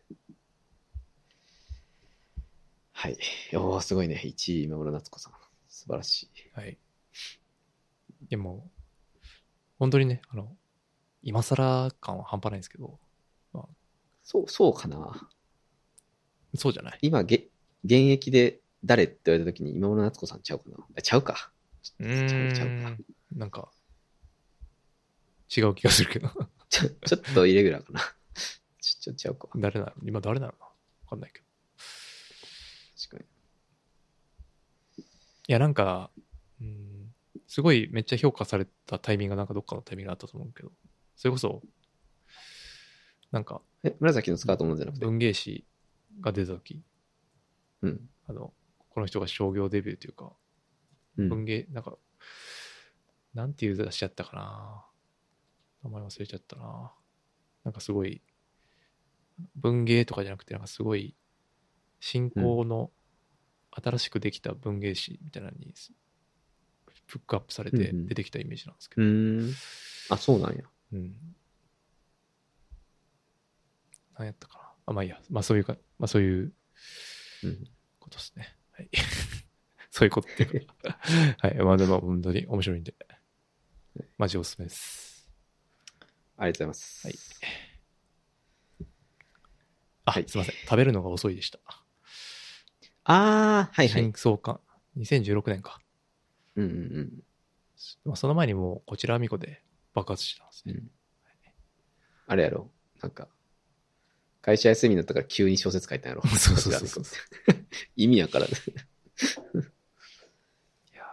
はい。すごいね。1位、今村夏子さん。素晴らしい。 はい。でも、本当にね、今更感は半端ないんですけど。まあ、 そうかな。 そうじゃない。 今、現役で誰って言われたときに今村夏子さんちゃうかな。ちゃうか。 ちゃうか。なんか、違う気がするけど。 ちょっとイレギュラーかな。ちょっとちゃうか。 今誰なのかわかんないけど。 確かに。 いや、なんか、すごいめっちゃ評価されたタイミングがなんかどっかのタイミングがあったと思うけど、それこそ、なんか、 紫のスカートもんじゃなくて。 文芸誌が出たとき、 うん。 この人が商業デビューというか、文芸、なんか、なんていう雑誌やったかな。名前忘れちゃったな。なんかすごい、文芸とかじゃなくて、なんかすごい、新興の新しくできた文芸誌みたいなのに、フックアップされて出てきたイメージなんですけど。 そうなんや。 何やったかな。まあいいや。まあそういうことですね。はい。そういうことっていうか。はい。まあでも本当に面白いんで、マジおすすめです。 ありがとうございます。 はい。すいません。食べるのが遅いでした。 はいはい。 新創刊。2016年か。まあその前にもうこちらあみこで爆発したんですね。 あれやろ。なんか、会社休みになったから急に小説書いたんやろ。 そう。 意味やからね。 いや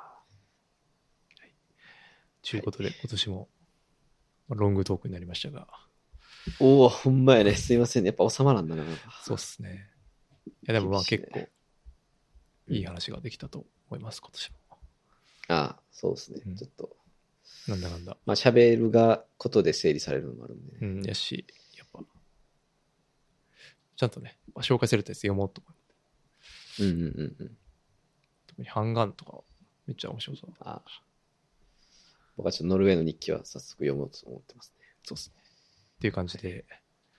ということで、今年もロングトークになりましたが。 ほんまやね。すいませんね。やっぱ収まらんだな。 そうっすね。いやでもまあ結構いい話ができたと思います、今年も。 そうですね。ちょっと。 なんだかんだ。 まあ喋るがことで整理されるのもあるんで。 やし、やっぱ、ちゃんとね、紹介されたやつ読もうと思って。特にハンガンとかめっちゃ面白そう。 僕はちょっとノルウェーの日記は早速読もうと思ってますね。 そうですね。っていう感じで、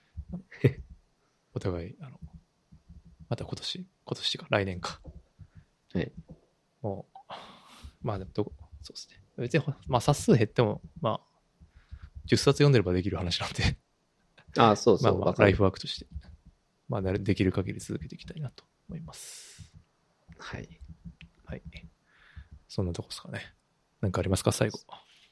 お互い、また今年か、来年か。 はい。 もう、まあでもそうですね。別に、まあ冊数減っても、まあ、10冊読んでればできる話なんで。 そう。 まあ、ライフワークとして、まあ、できる限り続けていきたいなと思います。 はい。 はい。そんなとこですかね。なんかありますか、最後。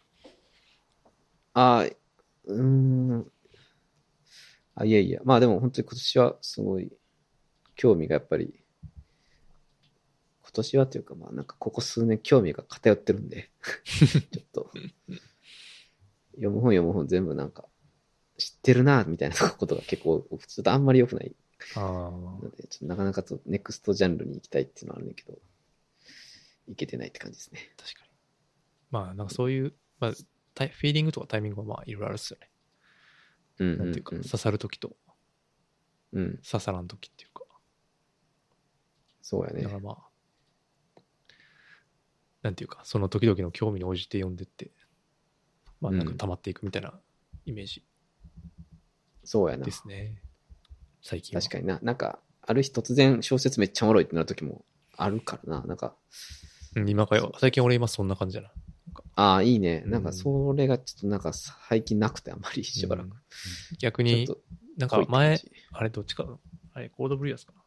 いやいや。まあでも本当に今年はすごい興味がやっぱり、今年はというかまあなんかここ数年興味が偏ってるんで、ちょっと、読む本全部なんか知ってるなみたいなことが結構、ちょっとあんまり良くない。のでちょっとなかなかとネクストジャンルに行きたいっていうのはあるんだけど、いけてないって感じですね。 確かに。まあなんかそういう、まあ、フィーリングとかタイミングはまあいろいろあるっすよね。なんていうか、刺さるときと、刺さらんときっていうか。 そうやね。 だからまあ、なんていうか、その時々の興味に応じて読んでって、まあなんか溜まっていくみたいなイメージ。 そうやな。 ですね。最近は。 確かにな。なんか、ある日突然小説めっちゃおもろいってなる時もあるからな。なんか。 最近俺今そんな感じだな。なんかああ、いいね。なんかそれがちょっとなんか最近なくてあんまりしばらく。 逆に、なんか前、あれどっちか、あれコードブリュアスかな。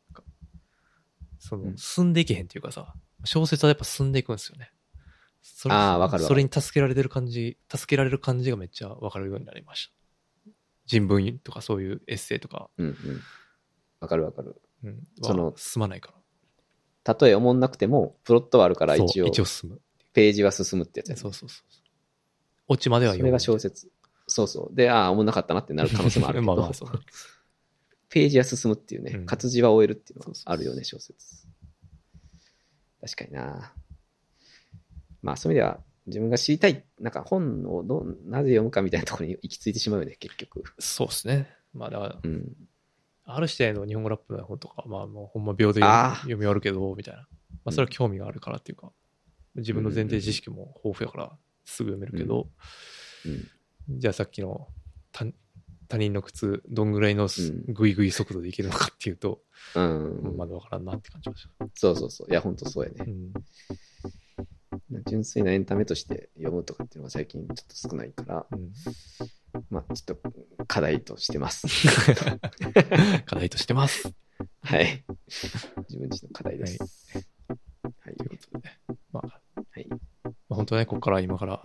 進んでいけへんっていうかさ、小説はやっぱ進んでいくんですよね。 ああ、わかるわ。 それに助けられる感じがめっちゃわかるようになりました。人文とかそういうエッセイとか。 うんうん。わかるわかる。 うん。進まないから。 たとえ思んなくても、プロットはあるから一応進む。 ページは進むってやつやね。 そう。オチまでは読む。それが小説。そう。で、思んなかったなってなる可能性もあるけど。まあそうページは進むっていうね、活字は終えるっていうのはあるよね、小説。確かにな。まあそういう意味では、自分が知りたい、なんか本をなぜ読むかみたいなところに行き着いてしまうよね、結局。 そうですね。まあだから、ある指定の日本語ラップの本とか、まあもうほんま秒で読み終わるけど、みたいな。まあそれは興味があるからっていうか、自分の前提知識も豊富やからすぐ読めるけど、じゃあさっきの他人の靴、どんぐらいのグイグイ速度でいけるのかっていうと、まだわからんなって感じました。 そう。いや、ほんとそうやね。純粋なエンタメとして読むとかっていうのが最近ちょっと少ないから、まあちょっと課題としてます。 課題としてます。 はい。自分自身の課題です。 はい。ということで、まあ、本当はね、ここから今から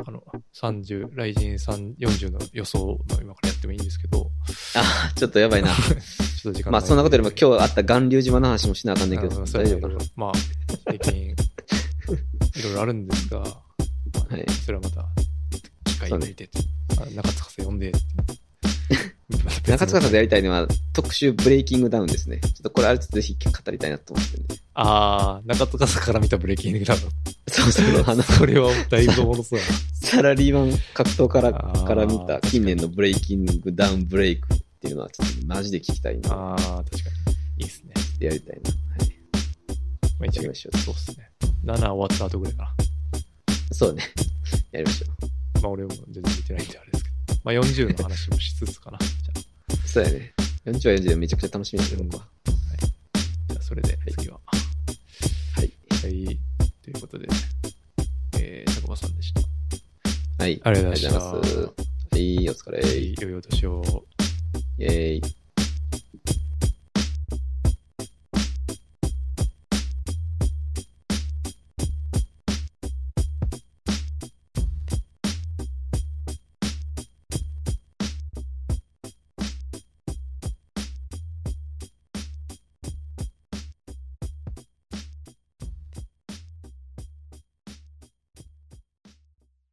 30、雷神40の予想の今からやってもいいんですけど。 ちょっとやばいな。ちょっと時間まあそんなことよりも今日あった巌流島の話もしなあかんねんけど、大丈夫かな。 まあ、最近、いろいろあるんですが、それはまた、機会に見て、中塚さん呼んで、 中塚さんでやりたいのは特集ブレイキングダウンですね。ちょっとこれあれちょっとぜひ語りたいなと思ってるんで。 中塚さんから見たブレイキングダウン。 そう。 それはだいぶおもろそうやな。 サラリーマン格闘から見た近年のブレイキングダウンブレイクっていうのはちょっとマジで聞きたいな。 確かに。いいっすね。 やりたいな。はい。 まあ一応、そうっすね。7終わった後ぐらいかな。 そうね。やりましょう。まあ俺も全然見てないんであれですけど。まあ40の話もしつつかな。じゃあ。そうやね。40は40でめちゃくちゃ楽しみだけど、僕は。 じゃあそれで次は。はい。ということで、高場さんでした。 はい。 ありがとうございます。 はい、お疲れ。 良いお年を。 イェーイ。